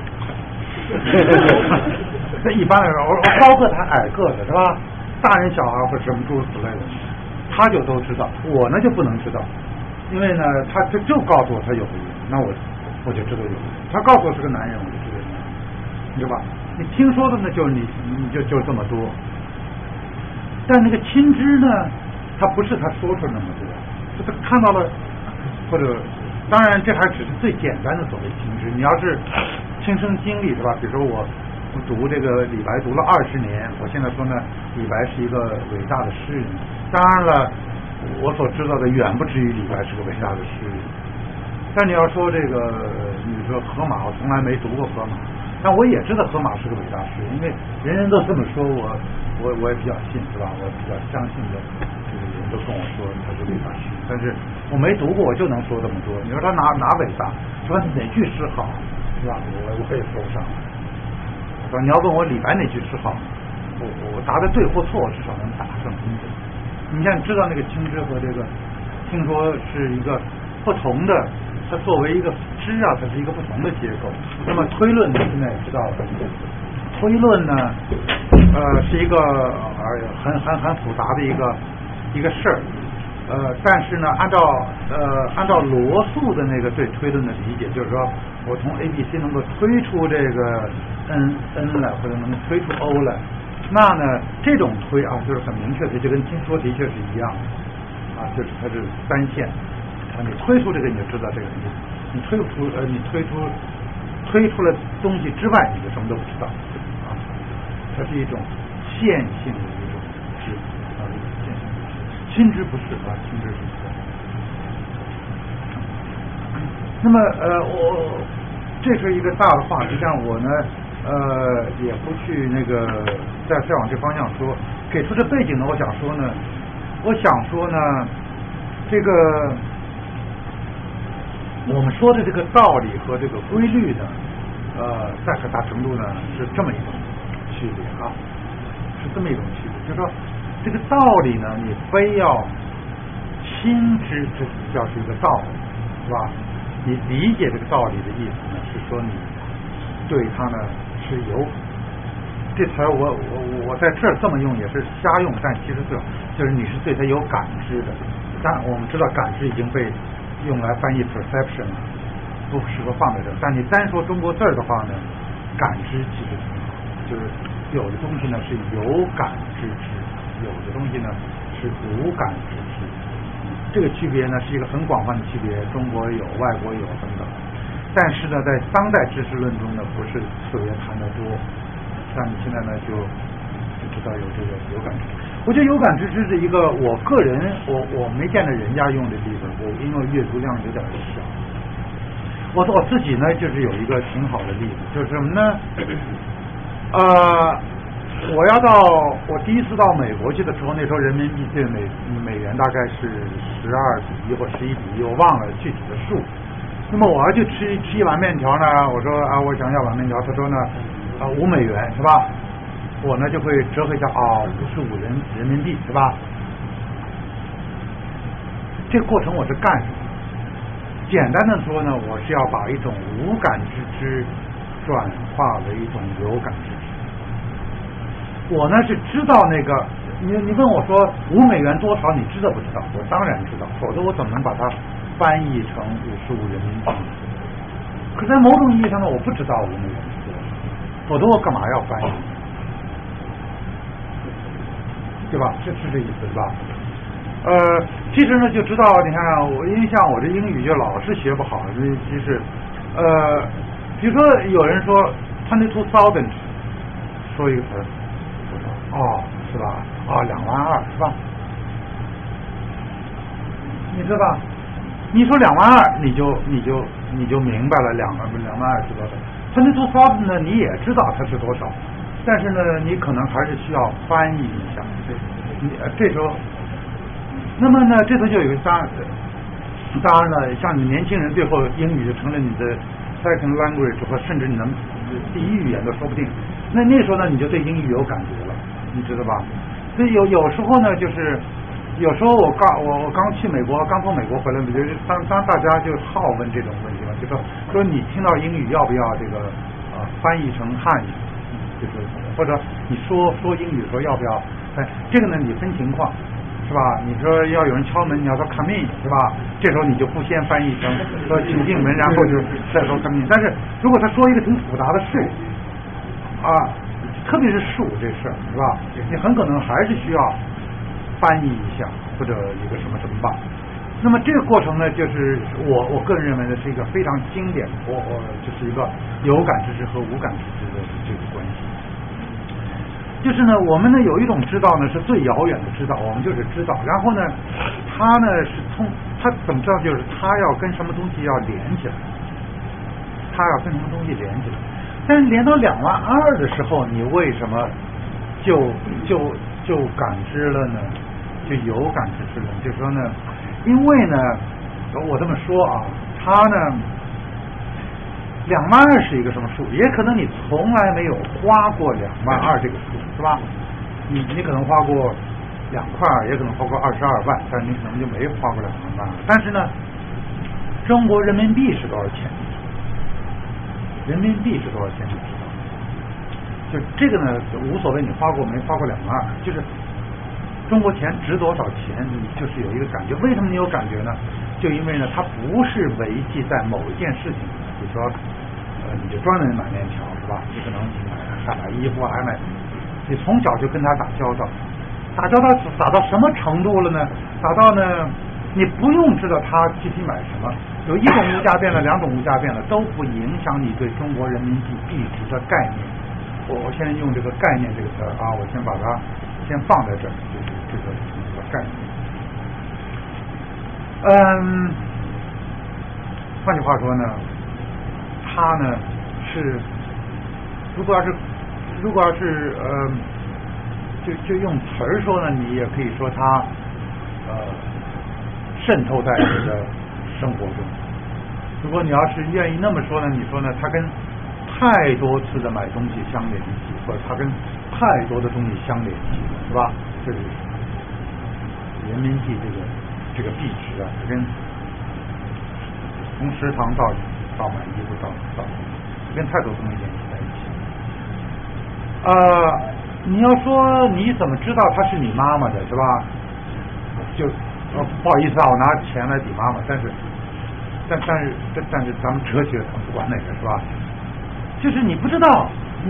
A: 那一般来说，我高个他矮个子是吧？大人小孩或者什么诸如此类的，他就都知道。我呢就不能知道，因为呢他就告诉我他有个人，那我就知道有个人。他告诉我是个男人，我就知道有个人，你知道吧？你听说的呢，就是你就这么多。但那个亲知呢，他不是他说出那么多，是他看到了，或者当然这还只是最简单的所谓亲知。你要是亲身经历是吧？比如说我读这个李白读了20年，我现在说呢，李白是一个伟大的诗人。当然了，我所知道的远不至于李白是个伟大的诗人。但你要说这个，你说荷马，我从来没读过荷马，但我也知道荷马是个伟大诗人，因为人人都这么说，我也比较信是吧？我比较相信的，这个人都跟我说他是伟大诗人，但是我没读过，我就能说这么多。你说他哪伟大？说哪句诗好是吧？我也说不上来。说你要问我李白哪句诗好，我答的对或错，我至少能打上分。你像你知道那个亲知和这个听说是一个不同的，它作为一个知啊，它是一个不同的结构。那么推论呢，现在也知道了。推论呢，是一个很复杂的一个事儿。 但是呢，按照罗素的那个对推论的理解，就是说我从 A、B、C 能够推出这个 N 来，或者能推出 O 来，那呢这种推啊，就是很明确的，就跟听说的确是一样的啊，就是它是单线啊，你推出这个你就知道这个东西，你推出了东西之外，你就什么都不知道啊，它是一种线性的一种知啊，一种线性的知，心知不是啊，心知是不是。那么这是一个大的话题，但我呢也不去那个再往这方向说。给出这背景呢，我想说呢，这个我们说的这个道理和这个规律呢，在很大程度呢是这么一种区别啊，是这么一种区别，就是说这个道理呢，你非要亲知，这叫是一个道理，是吧？你理解这个道理的意思呢，是说你对它呢是有这词儿，我在这儿这么用也是瞎用，但其实就是你是对它有感知的。但我们知道感知已经被用来翻译 perception 了，不适合放在这儿。但你单说中国字儿的话呢，感知其实挺好，就是有的东西呢是有感知之，有的东西呢是无感知之。这个区别呢是一个很广泛的区别，中国有，外国有等等。但是呢，在当代知识论中呢，不是特别谈得多。但你现在呢就知道有这个有感知知。我觉得有感知知的一个，我个人我没见着人家用的例子，因为阅读量有点小。我自己呢就是有一个挺好的例子，就是什么呢？我第一次到美国去的时候，那时候人民币对美元大概是12比1或11比1，我忘了具体的数。那么我要去吃一碗面条呢，我说啊，我想要碗面条，他说呢5美元是吧？我呢就会折合一下55人民币是吧？这个过程我是干什么？简单的说呢，我是要把一种无感知知转化为一种有感知知。我呢是知道那个，你问我说5美元多少，你知道不知道？我当然知道，否则我怎么能把它翻译成55人民币？可在某种意义上呢，我不知道5美元是多少，否则我干嘛要翻译？对吧？是这意思是吧？其实呢就知道，你看我，因为像我这英语就老是学不好，其实比如说有人说 22,000， 说一个词儿，是吧？22000是吧？你知道吧？你说22000，你就明白了22000是多少。22,000呢，你也知道它是多少，但是呢，你可能还是需要翻译一下。这时候，那么呢，这头就有一个当然了，像你年轻人最后英语就成了你的 second language， 或甚至你的第一语言都说不定。那时候呢，你就对英语有感觉了，你知道吧？所以有时候呢，就是有时候我刚去美国，刚从美国回来，就是当大家就好问这种问题嘛，就说你听到英语要不要这个翻译成汉语，就是或者你说英语的时候要不要？这个呢，你分情况，是吧？你说要有人敲门，你要说 come in， 是吧？这时候你就不先翻译成说请进门，然后就再说 come in。但是如果他说一个挺复杂的数特别是数这事儿，是吧？你很可能还是需要翻译一下，或者一个什么吧。那么这个过程呢，就是我个人认为呢，是一个非常经典，就是一个有感知知和无感知知的这个关系。就是呢，我们呢有一种知道呢是最遥远的知道，我们就是知道。然后呢，它呢是它怎么知道？就是它要跟什么东西要连起来，它要跟什么东西连起来。但是连到22000的时候，你为什么就感知了呢？就有感知知了？就是说呢，因为呢，我这么说它呢22000是一个什么数？也可能你从来没有花过22000这个数，是吧？你可能花过2块，也可能花过22万，但是你可能就没花过2万。但是呢，中国人民币是多少钱？人民币是多少钱？你知道？就这个呢，无所谓你花过没花过22000，就是中国钱值多少钱，你就是有一个感觉。为什么你有感觉呢？就因为呢，它不是维系在某一件事情上，比如说你就专门买面条是吧？你可能还买衣服还买，你从小就跟他打交道，打到什么程度了呢？打到呢，你不用知道他具体买什么，有一种物价变了，两种物价变了，都不影响你对中国人民币币值的概念。我现在用这个概念这个词啊，我先把它先放在这儿，就是这个概念。换句话说呢，它呢是，如果要是就用词儿说呢，你也可以说它渗透在你的生活中。如果你要是愿意那么说呢，你说呢，它跟太多次的买东西相联系，或者它跟太多的东西相联系，是吧？这是人民币这个币值啊，它跟从食堂到买衣服到跟太多东西联系在一起。你要说你怎么知道她是你妈妈的，是吧？就不好意思啊，我拿钱来抵妈妈，但是咱们哲学不管那个，是吧？就是你不知道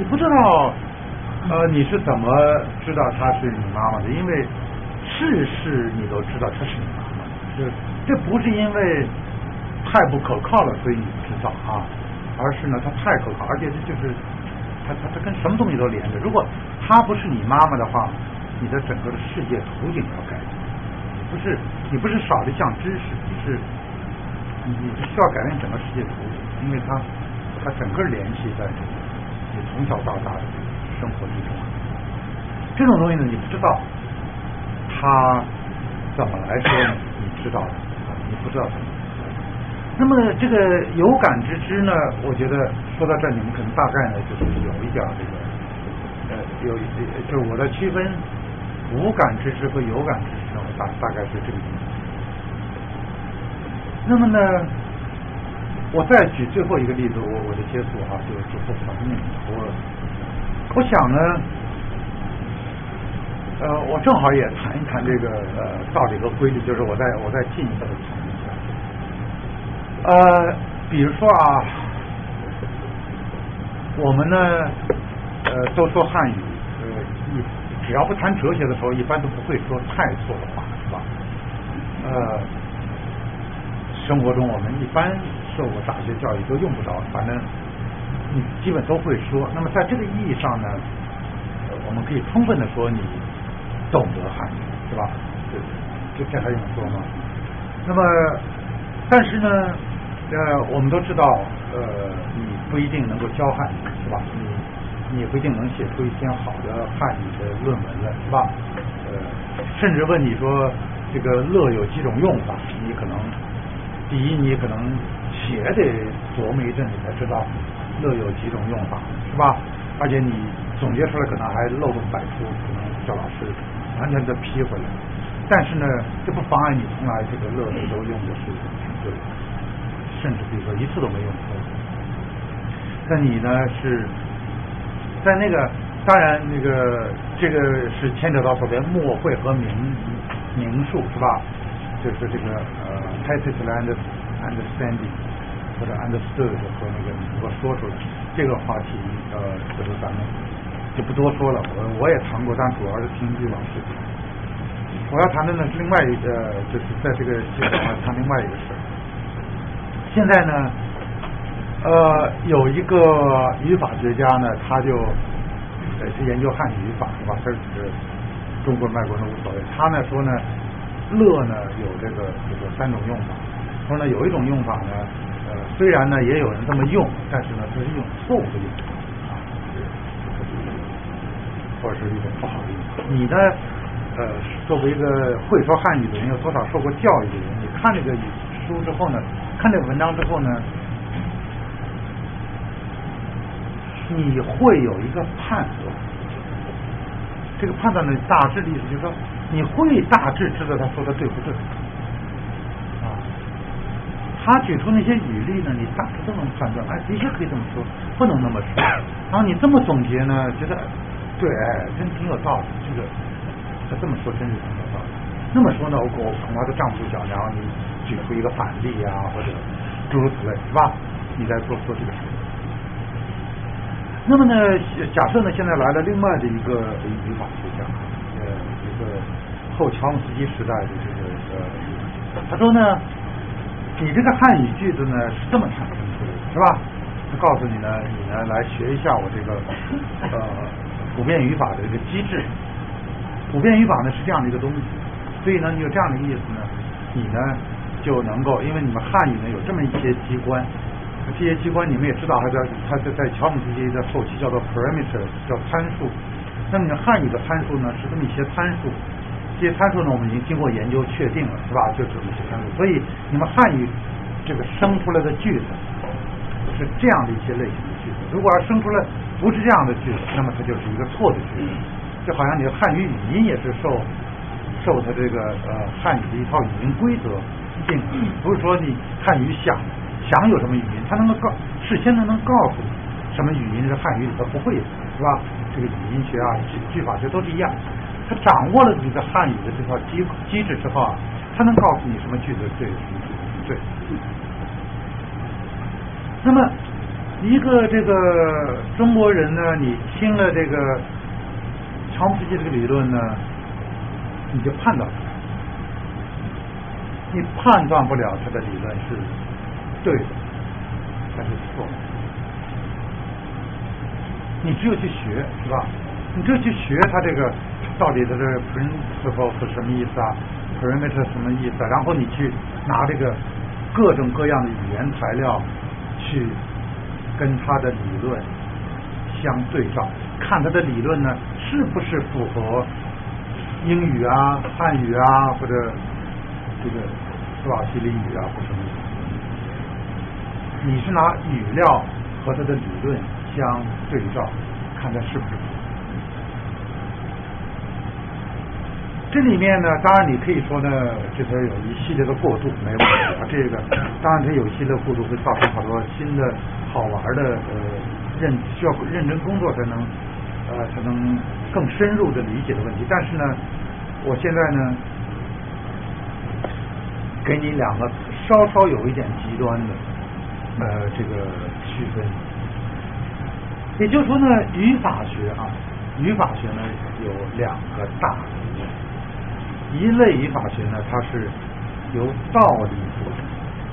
A: 你是怎么知道她是你妈妈的？因为事你都知道她是你妈妈的，这不是因为太不可靠了所以你不知道啊，而是呢她太可靠，而且这就是它跟什么东西都连着。如果她不是你妈妈的话，你的整个的世界图景要改变。你不是少了一项知识，你是需要改变整个世界图景，因为它整个联系在你从小到大的生活之中。这种东西呢，你不知道它怎么来说，你知道的你不知道怎么。那么这个有感之知呢，我觉得说到这儿，你们可能大概呢就是有一点这个就是我在区分无感之知和有感之知，大概是这个意思。那么呢，我再举最后一个例子，我就结束啊，就不反应。我想呢，我正好也谈一谈这个道理和规律，就是我再进一步的谈一下。比如说啊，我们呢都说汉语，只要不谈哲学的时候，一般都不会说太错的话，是吧？生活中我们一般受过大学教育都用不着，反正你基本都会说。那么在这个意义上呢，我们可以充分的说你懂得汉语，是吧？这还用说吗？那么但是呢，我们都知道，你不一定能够教汉语，是吧？你也不一定能写出一篇好的汉语的论文来，是吧？甚至问你说这个乐有几种用法，你可能第一，你可能写得琢磨一阵，你才知道乐有几种用法，是吧？而且你总结出来可能还漏洞百出，可能叫老师完全的批回来。但是呢，这不妨碍你从来这个乐的都用的是挺对的，甚至比如说一次都没用错。那你呢是在那个，当然那个这个是牵扯到所谓默会和明述，是吧？就是这个tacit understanding 或者 understood 和那个能够说出来，这个话题就是咱们就不多说了。我也谈过，但主要是听于老师讲。我要谈的呢是另外一个，就是在这个基础上谈另外一个事儿。现在呢，有一个语法学家呢，他就是研究汉语语法，是吧？他是中国人外国人无所谓。他呢说呢，乐呢有这个三种用法。说呢有一种用法呢，虽然呢也有人这么用，但是呢这是一种错误的用法啊，或者是一种不好的用法。你呢？作为一个会说汉语的人，有多少受过教育的人，你看这个书之后呢，看这个文章之后呢，你会有一个判断。这个判断的大致的意思就是说，你会大致知道他说的对不对啊？他举出那些语例呢，你大致都能判断，哎，的确可以这么说，不能那么说。然后你这么总结呢，觉得对，真挺有道理，这个。 他这么说真是很有道理。那么说呢，我恐怕都站不住脚，然后你举出一个反例啊，或者诸如此类，是吧？你在说这个事。那么呢，假设呢，现在来了另外的一个语法学家，一个后乔姆斯基时代的他说呢，你这个汉语句子呢是这么产生出来的，是吧？他告诉你呢，你呢来学一下我这个普遍语法的这个机制。普遍语法呢是这样的一个东西，所以呢，你有这样的意思呢，你呢就能够，因为你们汉语呢有这么一些机关，这些机关你们也知道，它在乔姆斯基的后期叫做 parameters， 叫参数。那么你们汉语的参数呢是这么一些参数，这些参数呢我们已经经过研究确定了，是吧？就这么一些参数，所以你们汉语这个生出来的句子是这样的一些类型的句子。如果要生出来不是这样的句子，那么它就是一个错的句子。就好像你的汉语语音也是受它这个汉语的一套语音规则定，不是说你汉语想有什么语音，它能够事先能告诉什么语音是汉语里头不会的，是吧？这个语音学啊、句法学都是一样。他掌握了这个汉语的这套机制之后啊，他能告诉你什么句子对，什么句子不对。那么一个这个中国人呢，你听了这个乔姆斯基这个理论呢，你就判断，你判断不了他的理论是对的还是错的，你只有去学，是吧？你只有去学他这个到底他这个 principle 是什么意思啊 ，parameter 什么意思啊，然后你去拿这个各种各样的语言材料去跟他的理论相对照，看他的理论呢是不是符合英语啊、汉语啊，或者这个斯瓦希里语啊，或什么。你是拿语料和他的理论相对照，看他是不是符合。这里面呢，当然你可以说呢，这边有一系列的过渡，没有问题啊。这个当然它有一系列的过渡会造成好多新的好玩的需要认真工作才能更深入的理解的问题。但是呢，我现在呢给你两个稍稍有一点极端的这个区分，也就是说呢，语法学呢有两个大的。一类语法学呢，它是由道理组成，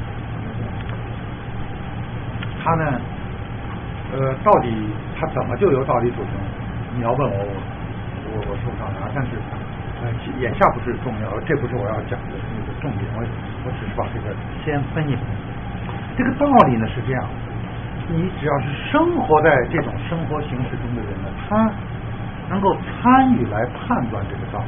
A: 它呢，到底它怎么就由道理组成？你要问我说不上来，但是眼下不是重要，这不是我要讲的那个重点，我只是把这个先分一分。这个道理呢是这样，你只要是生活在这种生活形式中的人呢，他能够参与来判断这个道理。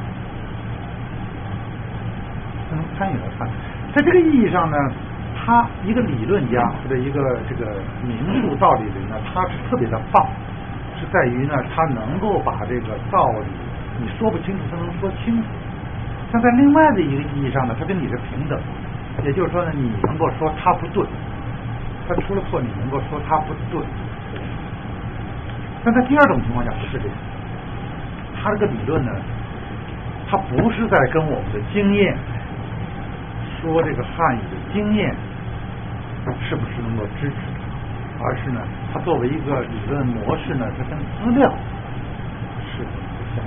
A: 能参与来看，在这个意义上呢，他一个理论家或者一个这个明述道理的人呢，他是特别的棒，是在于呢，他能够把这个道理你说不清楚，他能说清楚。但在另外的一个意义上呢，他跟你是平等，也就是说呢，你能够说他不对，他出了错，你能够说他不对。但在第二种情况下不是这样，他这个理论呢，他不是在跟我们的经验。说这个汉语的经验是不是能够支持，而是呢，它作为一个理论模式呢，它跟资料是相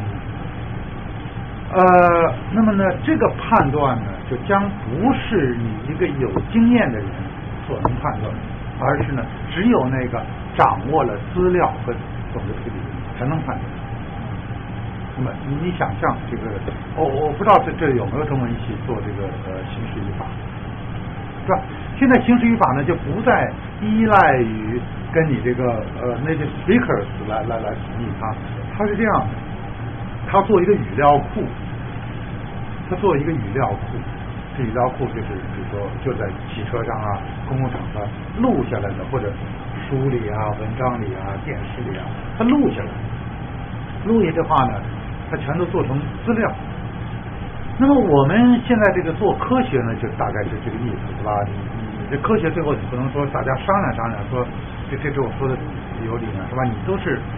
A: 应。那么呢，这个判断呢，就将不是你一个有经验的人所能判断，而是呢，只有那个掌握了资料和总的推理才能判断。那么你想象这个，我不知道这有没有中文一起做这个形式语法，是吧？现在形式语法呢就不再依赖于跟你这个native speakers 来同意它是这样的，它做一个语料库，这语料库就是比如说就在汽车上啊、公共场合录下来的，或者书里啊、文章里啊、电视里啊，它录下来，录下的话呢。它全都做成资料。那么我们现在这个做科学呢，就大概是这个意思，是吧？你这科学最后你不能说大家商量说这我说的有理呢，是吧？你都是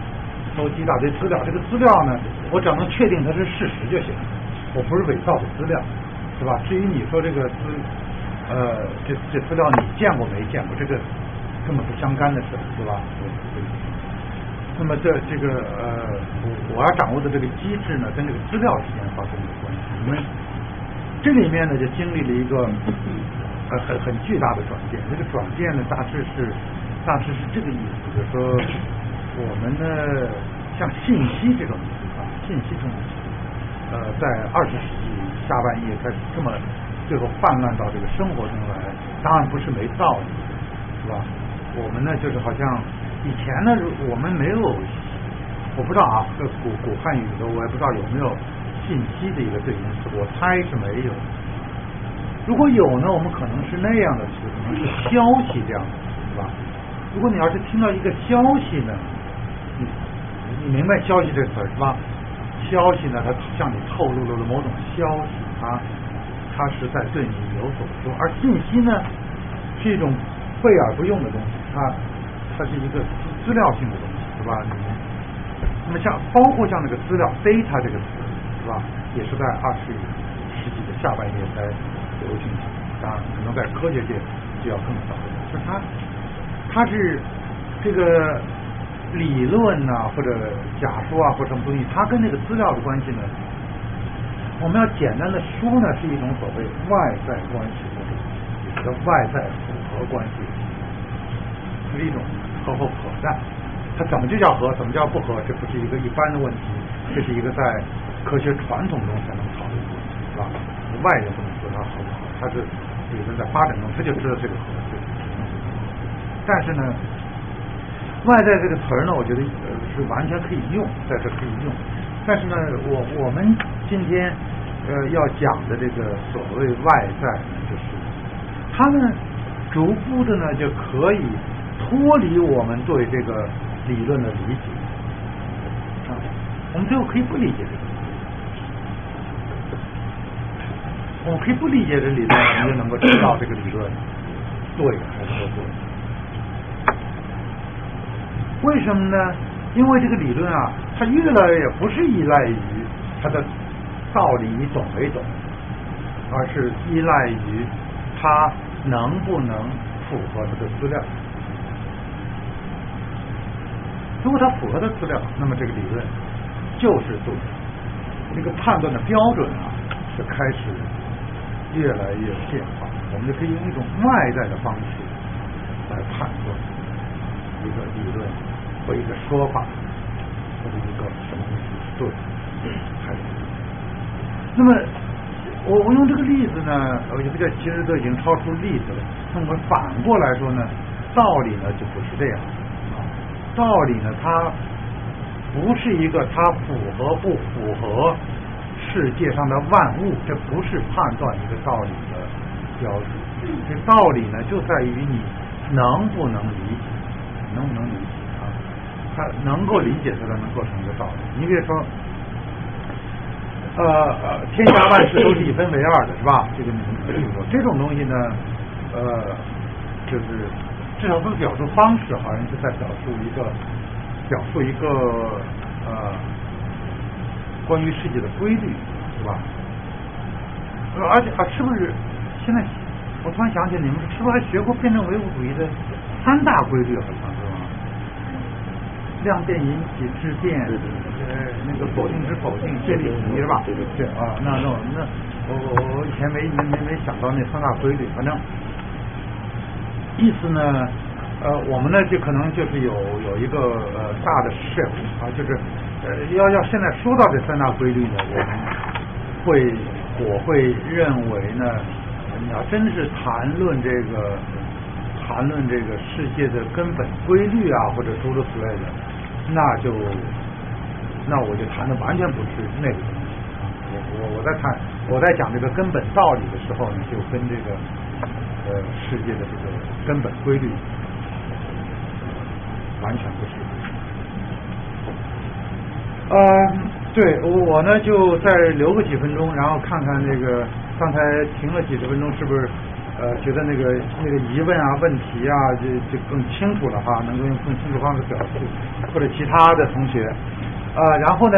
A: 搜集一大堆资料，这个资料呢，我只要能确定它是事实就行，我不是伪造的资料，是吧？至于你说这个这资料你见过没见过，这个根本不相干的事，对吧？那么这个我要掌握的这个机制呢，跟这个资料之间发生有关系。我们这里面呢就经历了一个很巨大的转变。这个转变呢，大致是这个意思，就是说我们呢像信息这种信息这种在20世纪下半叶开始这么最后泛滥到这个生活中来，当然不是没道理，是吧？我们呢就是好像以前呢我们没有，我不知道啊，这古汉语的我也不知道有没有信息的一个对应词，我猜是没有。如果有呢，我们可能是那样的词，可能是消息这样的，是吧？如果你要是听到一个消息呢，你明白消息这个词是吧？消息呢，它向你透露了某种消息，它是在对你有所说，而信息呢是一种备而不用的东西，它是一个资料性的东西，是吧？那么包括像那个资料 data 这个词，是吧？也是在20世纪的下半叶才流行起来，当然可能在科学界就要更早，就是它是这个理论啊或者假说啊或者什么东西，它跟那个资料的关系呢，我们要简单的说呢，是一种所谓外在关系或者外在符合关系，是一种合或不合的。它怎么就叫合，怎么叫不合，这不是一个一般的问题，这是一个在科学传统中才能讨论的问题，是吧？外人不能说它合不合，它是理论在发展中，他就知道这个合。但是呢，外在这个词儿呢，我觉得是完全可以用，在这可以用。但是呢，我们今天要讲的这个所谓外在呢，就是他们逐步的呢就可以脱离我们对这个理论的理解啊，我们最后可以不理解这个，我们可以不理解这理论，我们就能够知道这个理论对还是不对。为什么呢？因为这个理论啊，它越来越不是依赖于它的道理你懂没懂，而是依赖于它能不能符合它的资料。如果它符合的资料，那么这个理论就是对的。这个判断的标准啊，就开始越来越变化。我们就可以用一种外在的方式来判断一个理论或一个说法或者一个什么东西是对还是不对。那么我用这个例子呢，其实都已经超出例子了。那么反过来说呢，道理呢就不是这样啊。道理呢，它不是一个它符合不符合世界上的万物，这不是判断一个道理的标准。这道理呢，就在于你能不能理解，能不能理解啊？它能够理解，它才能构成一个道理。你比如说，天下万事都是一分为二的，是吧？这个你们听说，这种东西呢，就是至少从表述方式，好像是在表述一个关于世界的规律，是吧？而且是不是现在我突然想起，你们是不是还学过辩证唯物主义的3大规律？好像是吧？量变引起质变，那个否定之否定，确立主义是吧？对啊，那我以前没想到那3大规律，反正意思呢，我们呢就可能就是有一个大的设定啊，就是要现在说到这3大规律呢，我会认为呢，你要真是谈论这个世界的根本规律啊，或者诸如此类的，那我就谈的完全不是那个东西啊。我在讲这个根本道理的时候呢，就跟这个世界的这个根本规律完全不是。对，我呢就再留个几分钟，然后看看这个刚才停了几十分钟，是不是觉得那个疑问啊、问题啊就更清楚了哈，能够用更清楚方式表述，或者其他的同学，然后呢，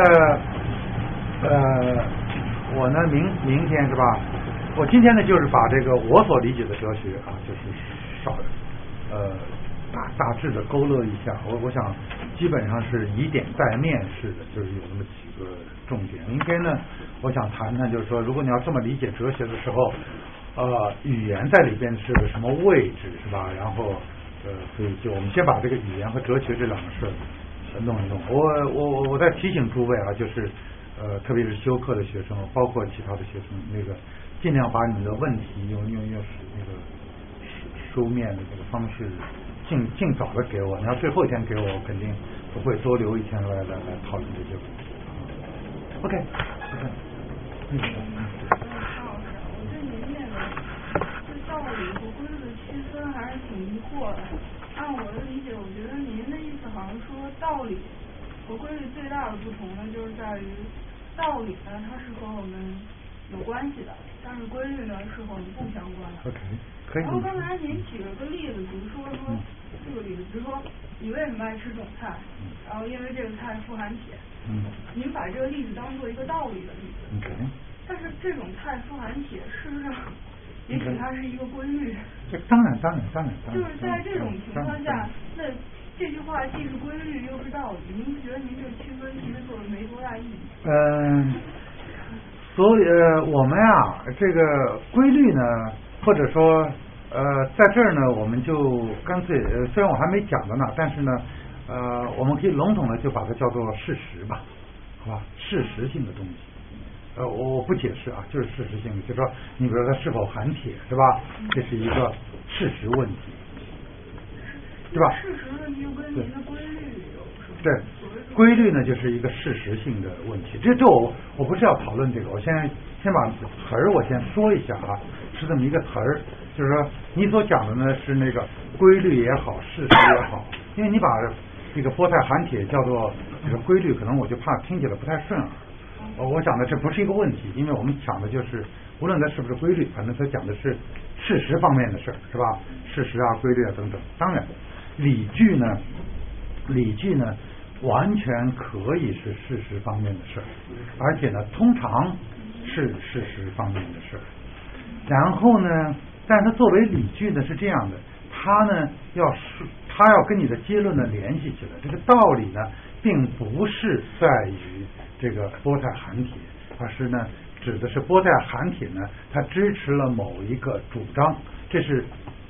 A: 我呢明天是吧？我今天呢就是把这个我所理解的哲学啊，就是大致的勾勒一下。我想基本上是以点带面式的，就是有那么几个重点。明天呢，我想谈谈，就是说，如果你要这么理解哲学的时候，语言在里边是个什么位置，是吧？然后所以就我们先把这个语言和哲学这两个事弄一弄。我在提醒诸位啊，就是特别是修课的学生，包括其他的学生，那个尽量把你们的问题用那个书面的这个方式尽早的给我。你要最后一天给我，肯定不会多留一天来讨论这些问题。OK。
B: 我对您那个对道理和规律的区分还是挺疑惑的。按我的理解，我觉得您的意思好像说道理和规律最大的不同呢，就是在于道理呢它是和我们有关系的，但是规律呢是和我们不相关的。
A: OK， 可以。
B: 然后刚才您举了个例子，比如说这个例子，比如说你为什么爱吃种菜，然后因为这个菜富含铁。您把这个例子当做一个道理的例子。
A: Okay.
B: 但是这种菜富含铁，事实上也许它是一个规律。
A: 当然。
B: 就是在这种情况下，那这句话既是规律又是道理，您不觉得您这个区分其实做的没多大意义？
A: 所以我们啊，这个规律呢，或者说在这儿呢，我们就干脆虽然我还没讲到呢，但是呢，我们可以笼统的就把它叫做事实吧，好吧？事实性的东西。我不解释啊，就是事实性的，就是说你比如说它是否含铁，是吧？这是一个事实问题，对吧？
B: 事实问题又跟您的规律有什么？
A: 对，规律呢就是一个事实性的问题。这我不是要讨论这个，我先把词儿我先说一下啊，是这么一个词儿，就是说你所讲的呢是那个规律也好，事实也好，因为你把这个菠菜含铁叫做这个规律，可能我就怕听起来不太顺耳。我讲的这不是一个问题，因为我们讲的就是无论它是不是规律，反正它讲的是事实方面的事儿，是吧？事实啊、规律啊等等。当然，理据呢完全可以是事实方面的事儿，而且呢通常是事实方面的事儿。然后呢，但是它作为理据呢是这样的，它要跟你的结论呢联系起来。这个道理呢并不是在于这个菠菜含铁，而是呢指的是菠菜含铁呢它支持了某一个主张，就是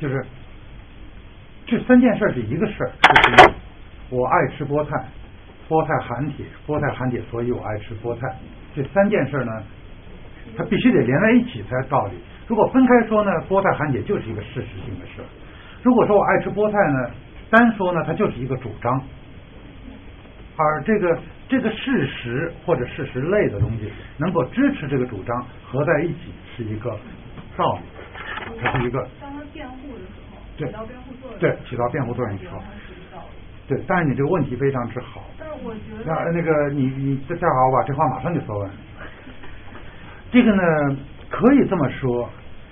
A: 这三件事是一个事儿，就是我爱吃菠菜，菠菜含铁，菠菜含铁，所以我爱吃菠菜。这三件事呢它必须得连在一起才有道理。如果分开说呢，菠菜含铁就是一个事实性的事；如果说我爱吃菠菜呢，单说呢它就是一个主张。而这个事实或者事实类的东西能够支持这个主张合在一起是一个道理，它是一个
B: 当他辩护的时候，
A: 对，
B: 起到辩护作用，
A: 对，起到辩护作用的时候，对。但是你这个问题非常之好，
B: 但是我觉得
A: 那个你正好我把这话马上就说完。这个呢可以这么说，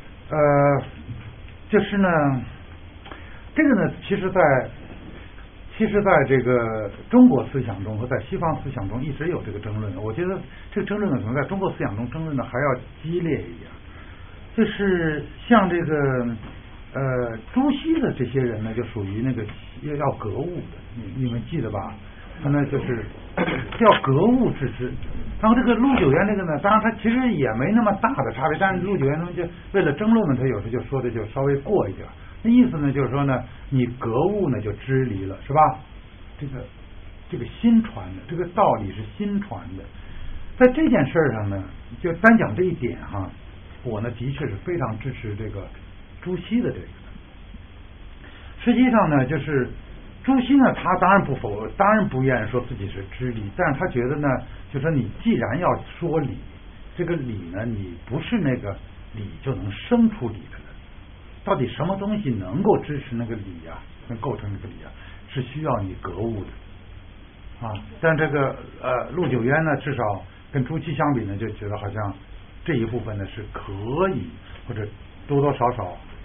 A: 就是呢，这个呢其实在这个中国思想中和在西方思想中一直有这个争论。我觉得这个争论呢可能在中国思想中争论的还要激烈一点。就是像这个朱熹的这些人呢，就属于那个要格物的，你们记得吧？他呢就是要格物致知。然后这个陆九渊这个呢，当然他其实也没那么大的差别，但是陆九渊他们就为了争论呢，他有时候就说的就稍微过一点。那意思呢，就是说呢，你格物呢就支离了，是吧？这个心传的，这个道理是心传的。在这件事上呢，就单讲这一点哈，我呢的确是非常支持这个朱熹的这个。实际上呢，就是朱熹呢，他当然不愿意说自己是知理，但是他觉得呢，就说你既然要说理，这个理呢，你不是那个理就能生出理来的。到底什么东西能够支持那个理呀，能构成这个理呀，是需要你格物的啊。但这个陆九渊呢，至少跟朱熹相比呢，就觉得好像这一部分呢是可以或者多多少少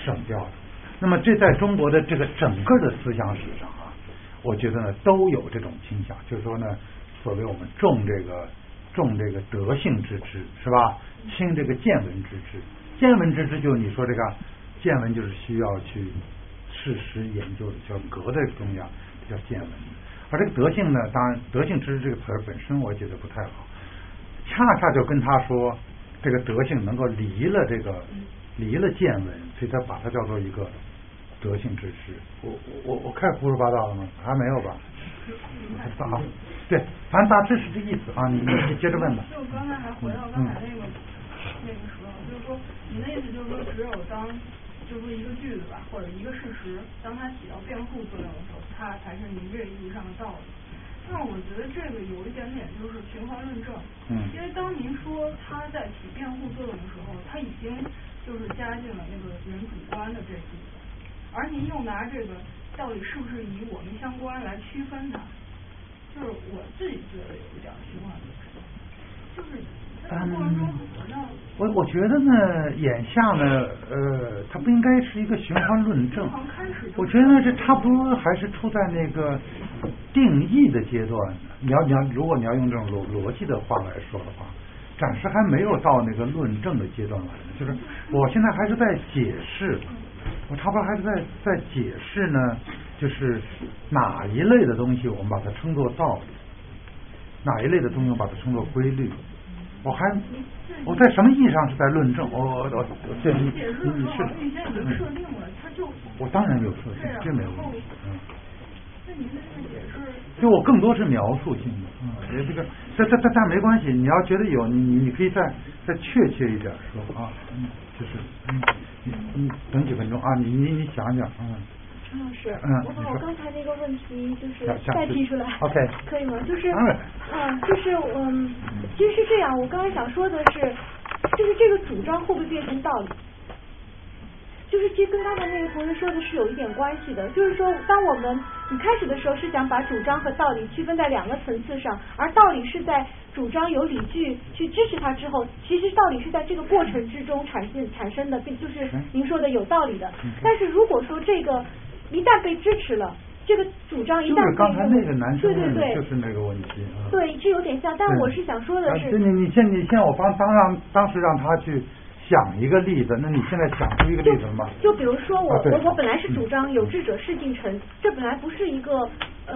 A: 省掉的。那么这在中国的这个整个的思想史上啊，我觉得呢都有这种倾向，就是说呢，所谓我们重这个德性之知是吧，轻这个见闻之知。见闻之知就是你说这个见闻就是需要去事实研究的，叫隔的中央叫见闻。而这个德性呢，当然德性之知这个词儿本身我觉得不太好，恰恰就跟他说这个德性能够离了见闻，所以他把它叫做一个德性之知。我开始胡说八道了吗？还没有吧？啊，对，反正大致是这意思啊。你接着问吧。
B: 就刚才还回到刚才那个时候，就是说你的意思就是说，只有当就是说一个句子吧，或者一个事实，当它起到辩护作用的时候，它才是您这个意义上的道理。但我觉得这个有一点点就是平衡论证，因为当您说它在起辩护作用的时候，它已经就是加进了那个人主观的这部分，而您又拿这个到底是不是以我们相关来区分它，就是我自己觉得有一点虚幻的，就是在这个过程中好像
A: 我觉得呢，眼下呢，它不应该是一个循环论证。我觉得这差不多还是处在那个定义的阶段。如果你要用这种逻辑的话来说的话，暂时还没有到那个论证的阶段来呢。就是我现在还是在解释，我差不多还是在解释呢，就是哪一类的东西我们把它称作道理，哪一类的东西我把它称作规律。我在什么意义上是在论证？这你是我当然有设定，这没有问题。
B: 那您的这个解释，
A: 就我更多是描述性的，这个但没关系，你要觉得有你可以再确切一点说啊，就是你等几分钟啊，你想想
C: 是，我把我刚才那个问题就是再提出来
A: ，OK，
C: 可以吗？就是其实是这样，我刚才想说的是，就是这个主张会不会变成道理？就是其实跟刚才那个同学说的是有一点关系的，就是说，当你开始的时候是想把主张和道理区分在两个层次上，而道理是在主张有理据去支持它之后，其实道理是在这个过程之中产生的，就是您说的有道理的。但是如果说这个一旦被支持了，这个主张一旦被
A: 刚才那个男生问
C: 对
A: 就是那个问题啊。
C: 对，这有点像，但我是想说的是，
A: 你现在我当时让他去想一个例子，那你现在想出一个例子吗？
C: 就比如说我本来是主张有志者事竟成，这本来不是一个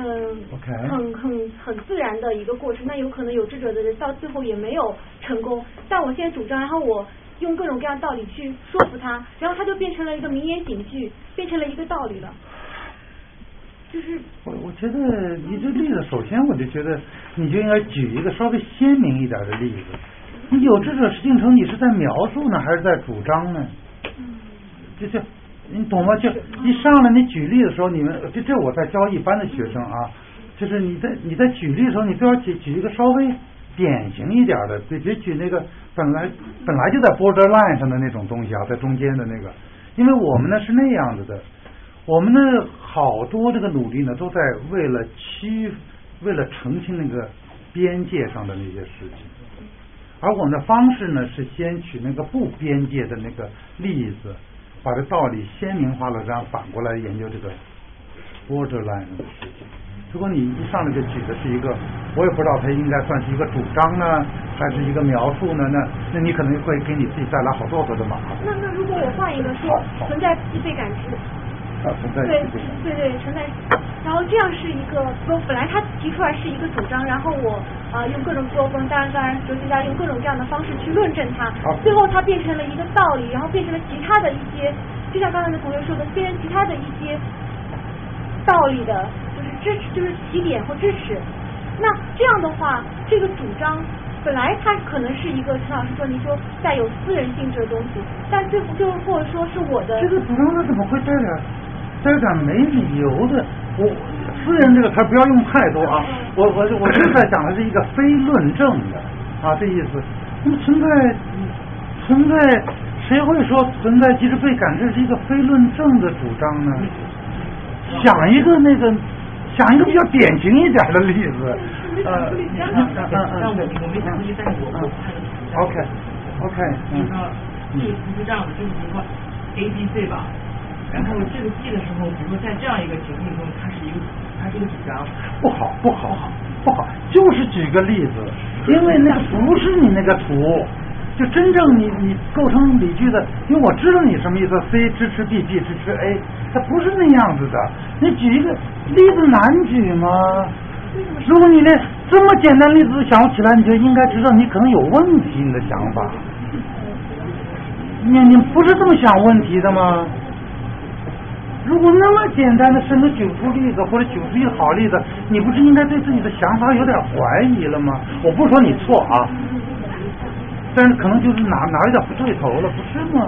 C: 很自然的一个过程，那有可能有志者的人到最后也没有成功，但我现在主张，然后我用各种各样道理去说服他，然后他就变成了一个名言警句，变成了一个道理了。就是
A: 我觉得你这例子，首先我就觉得你就应该举一个稍微鲜明一点的例子。你有志者事竟成，你是在描述呢，还是在主张呢？就你懂吗？就一上来你举例的时候，你们这我在教一般的学生啊，就是你在举例的时候，你最好举一个稍微典型一点的，别举那个本来就在 borderline 上的那种东西啊，在中间的那个，因为我们呢是那样子的。我们的好多这个努力呢，都在为了澄清那个边界上的那些事情，而我们的方式呢，是先取那个不边界的那个例子，把这道理鲜明化了，然后反过来研究这个 borderline 的事情。如果你一上来就举的是一个，我也不知道它应该算是一个主张呢，还是一个描述呢？那你可能会给你自己带来好多的麻烦。
C: 那如果我换一个说，存在即被感知。对，存在。然后这样是一个，本来他提出来是一个主张，然后我用各种作风，当然哲学家用各种各样的方式去论证它，最后它变成了一个道理，然后变成了其他的一些，就像刚才的同学说的，变成其他的一些道理的，就是起点或支持。那这样的话，这个主张本来它可能是一个陈老师说您说带有私人性质的东西，但最后就或者说是我的
A: 这个主张，它怎么会带点没理由的？我私人这个词不要用太多啊！我现在讲的是一个非论证的啊，这意思。那么存在，谁会说存在即是被感知是一个非论证的主张呢？想一个比较典型一点的例子。
E: 我没想出一，但是我
A: OK，
E: 就是说，不是这样的，就是说， ABC 吧，然后这个 D 的时候，比如说在这样一个情境中，它是一个主张，
A: 不好，就是举个例子，因为那个不是你那个图，就真正你构成理据的，因为我知道你什么意思 ，C 支持 B，B 支持 A， 它不是那样子的。你举一个例子难举吗？如果你连这么简单例子都想不起来，你就应该知道你可能有问题，你的想法。你不是这么想问题的吗？如果那么简单的事能举出例子，或者举出一个好例子，你不是应该对自己的想法有点怀疑了吗？我不是说你错啊，但是可能就是哪有点不对头了，不是吗？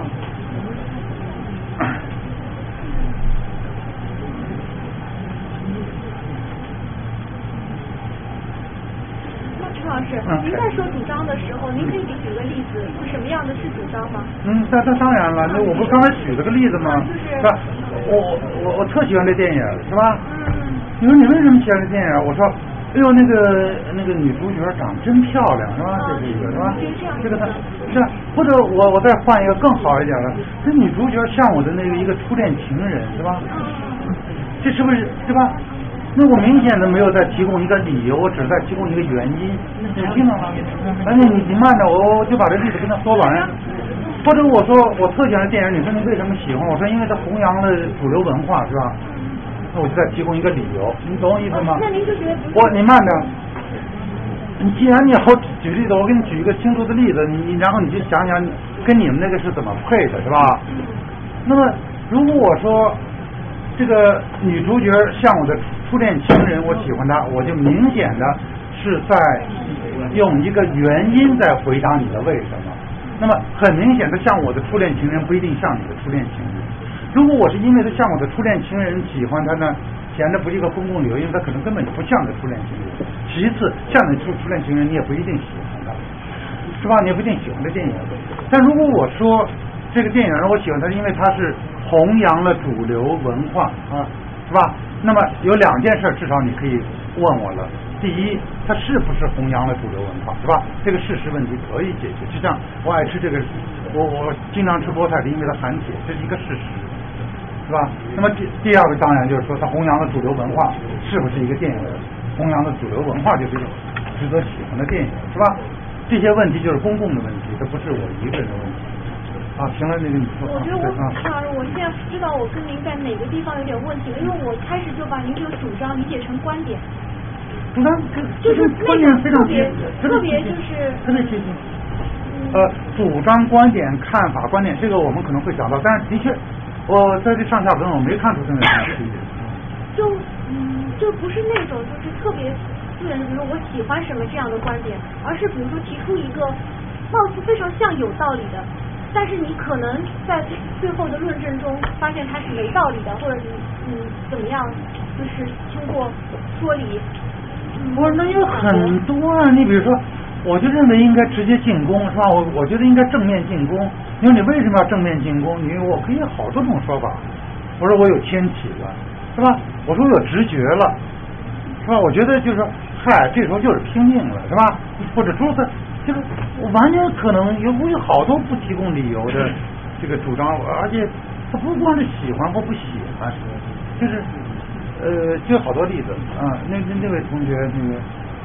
C: 陈老师，您在说主张的时候，您可以举个例子，是什么样的是主张吗？
A: 当然了，那我不刚才举了个例子吗？是吧？我特喜欢这电影，是吧？你说你为什么喜欢这电影？我说，哎呦，那个女主角长得真漂亮，是吧？这是一个，是吧？这个是，或者我再换一个更好一点的，这女主角像我的那个一个初恋情人，是吧？这是不是是吧？那我明显的没有在提供一个理由，我只是在提供一个原因。你听到吗？哎，你慢着，我就把这例子跟他说完。或者我说我特喜欢电影，你说你为什么喜欢？我说因为它弘扬了主流文化，是吧？那我就在提供一个理由，你懂我意思吗？
C: 那您就觉得
A: 你慢着。你既然你要举例子，我给你举一个清楚的例子，然后你就想想跟你们那个是怎么配的，是吧？那么如果我说这个女主角像我的初恋情人，我喜欢她，我就明显的是在用一个原因在回答你的为什么。那么很明显的像我的初恋情人不一定像你的初恋情人。如果我是因为他像我的初恋情人喜欢他呢，显然不是一个公共理由，因为他可能根本就不像你的初恋情人。其次，像你的初恋情人你也不一定喜欢他，是吧？你也不一定喜欢这电影。但如果我说这个电影让我喜欢它，因为它是弘扬了主流文化啊，是吧？那么有两件事至少你可以问我了。第一，它是不是弘扬了主流文化，是吧？这个事实问题可以解决。就像我爱吃这个，我经常吃菠菜是因为它含铁，这是一个事实，是吧？那么第二个当然就是说它弘扬了主流文化，是不是一个电影弘扬了主流文化就是一个值得喜欢的电影，是吧？这些问题就是公共的问题，这不是我一个人的问题。啊，行了，那个你说。
C: 我觉得我现在知道我跟您在哪个地方有点问题了，因为我开始就把您这个主张理解成观点。
A: 主张
C: 就是
A: 观点非常
C: 特别就是
A: 特别接近。主张观点、看法、观点，这个我们可能会讲到，但是的确，我在这上下文我没看出这么大的区别。
C: 就不是那种就是特别个人，比如说我喜欢什么这样的观点，而是比如说提出一个貌似非常像有道理的，但是你可能在最后的论证中发现它是没道理的，或者你怎么样，就是经过说理。
A: 不是，那有很多啊。你比如说，我就认为应该直接进攻，是吧？我觉得应该正面进攻。你说你为什么要正面进攻？我可以有好多种说法。我说我有天启了，是吧？我说我有直觉了，是吧？我觉得就是说，嗨，这时候就是拼命了，是吧？或者说他就是我完全可能我有好多不提供理由的这个主张，而且他不光是喜欢或不喜欢，就是。就好多例子啊，那位同学那个，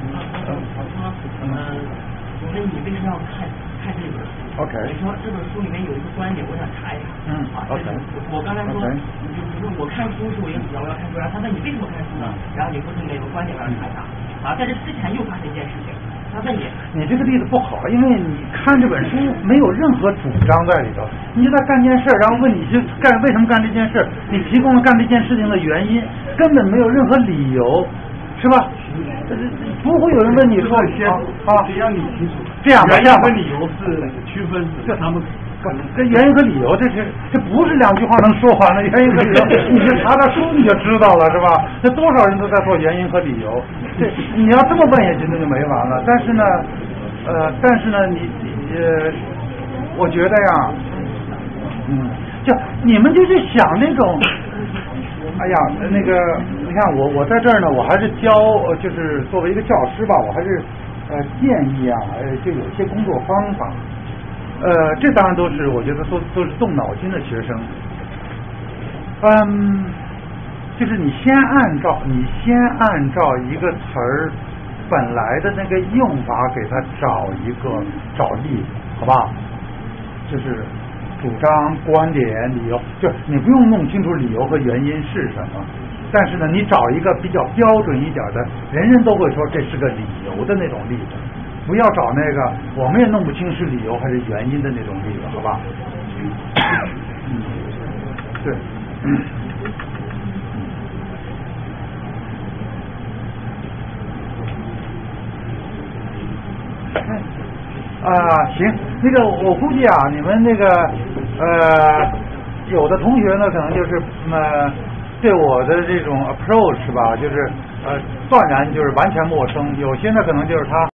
E: 我问你为什么要看这本书
A: ？OK。
E: 你说这本书里面有一个观点，我想查一查。
A: OK。
E: 我刚才说，就是我看书是我一个主张，我要看书。然后他问你为什么看书呢？然后你说是哪个观点，我要查一查。啊，在这之前又发生一件事情。他问
A: 你这个例子不好，因为你看这本书没有任何主张在里头，你就在干件事，然后问你去为什么干这件事，你提供了干这件事情的原因，根本没有任何理由，是吧？不会有人问你说
F: 只要你清楚，
A: 这样吧，
F: 理由是区分这他们。
A: 这原因和理由，这不是两句话能说完的。原因和理由，你就查书你就知道了，是吧？这多少人都在说原因和理由，这你要这么问下去那就没完了。但是呢，我觉得呀，就你们就去想那种，哎呀，那个，你看我在这儿呢，我还是就是作为一个教师吧，我还是建议啊，就有些工作方法。 这当然都是我觉得都是动脑筋的学生。就是你先按照一个词儿本来的那个用法给它找例子，好吧？就是主张、观点、理由，就你不用弄清楚理由和原因是什么，但是呢，你找一个比较标准一点的，人人都会说这是个理由的那种例子，不要找那个我们也弄不清是理由还是原因的那种例子，好吧？对。行，那个我估计啊，你们那个有的同学呢，可能就是对我的这种 approach 吧，就是断然就是完全陌生，有些呢可能就是他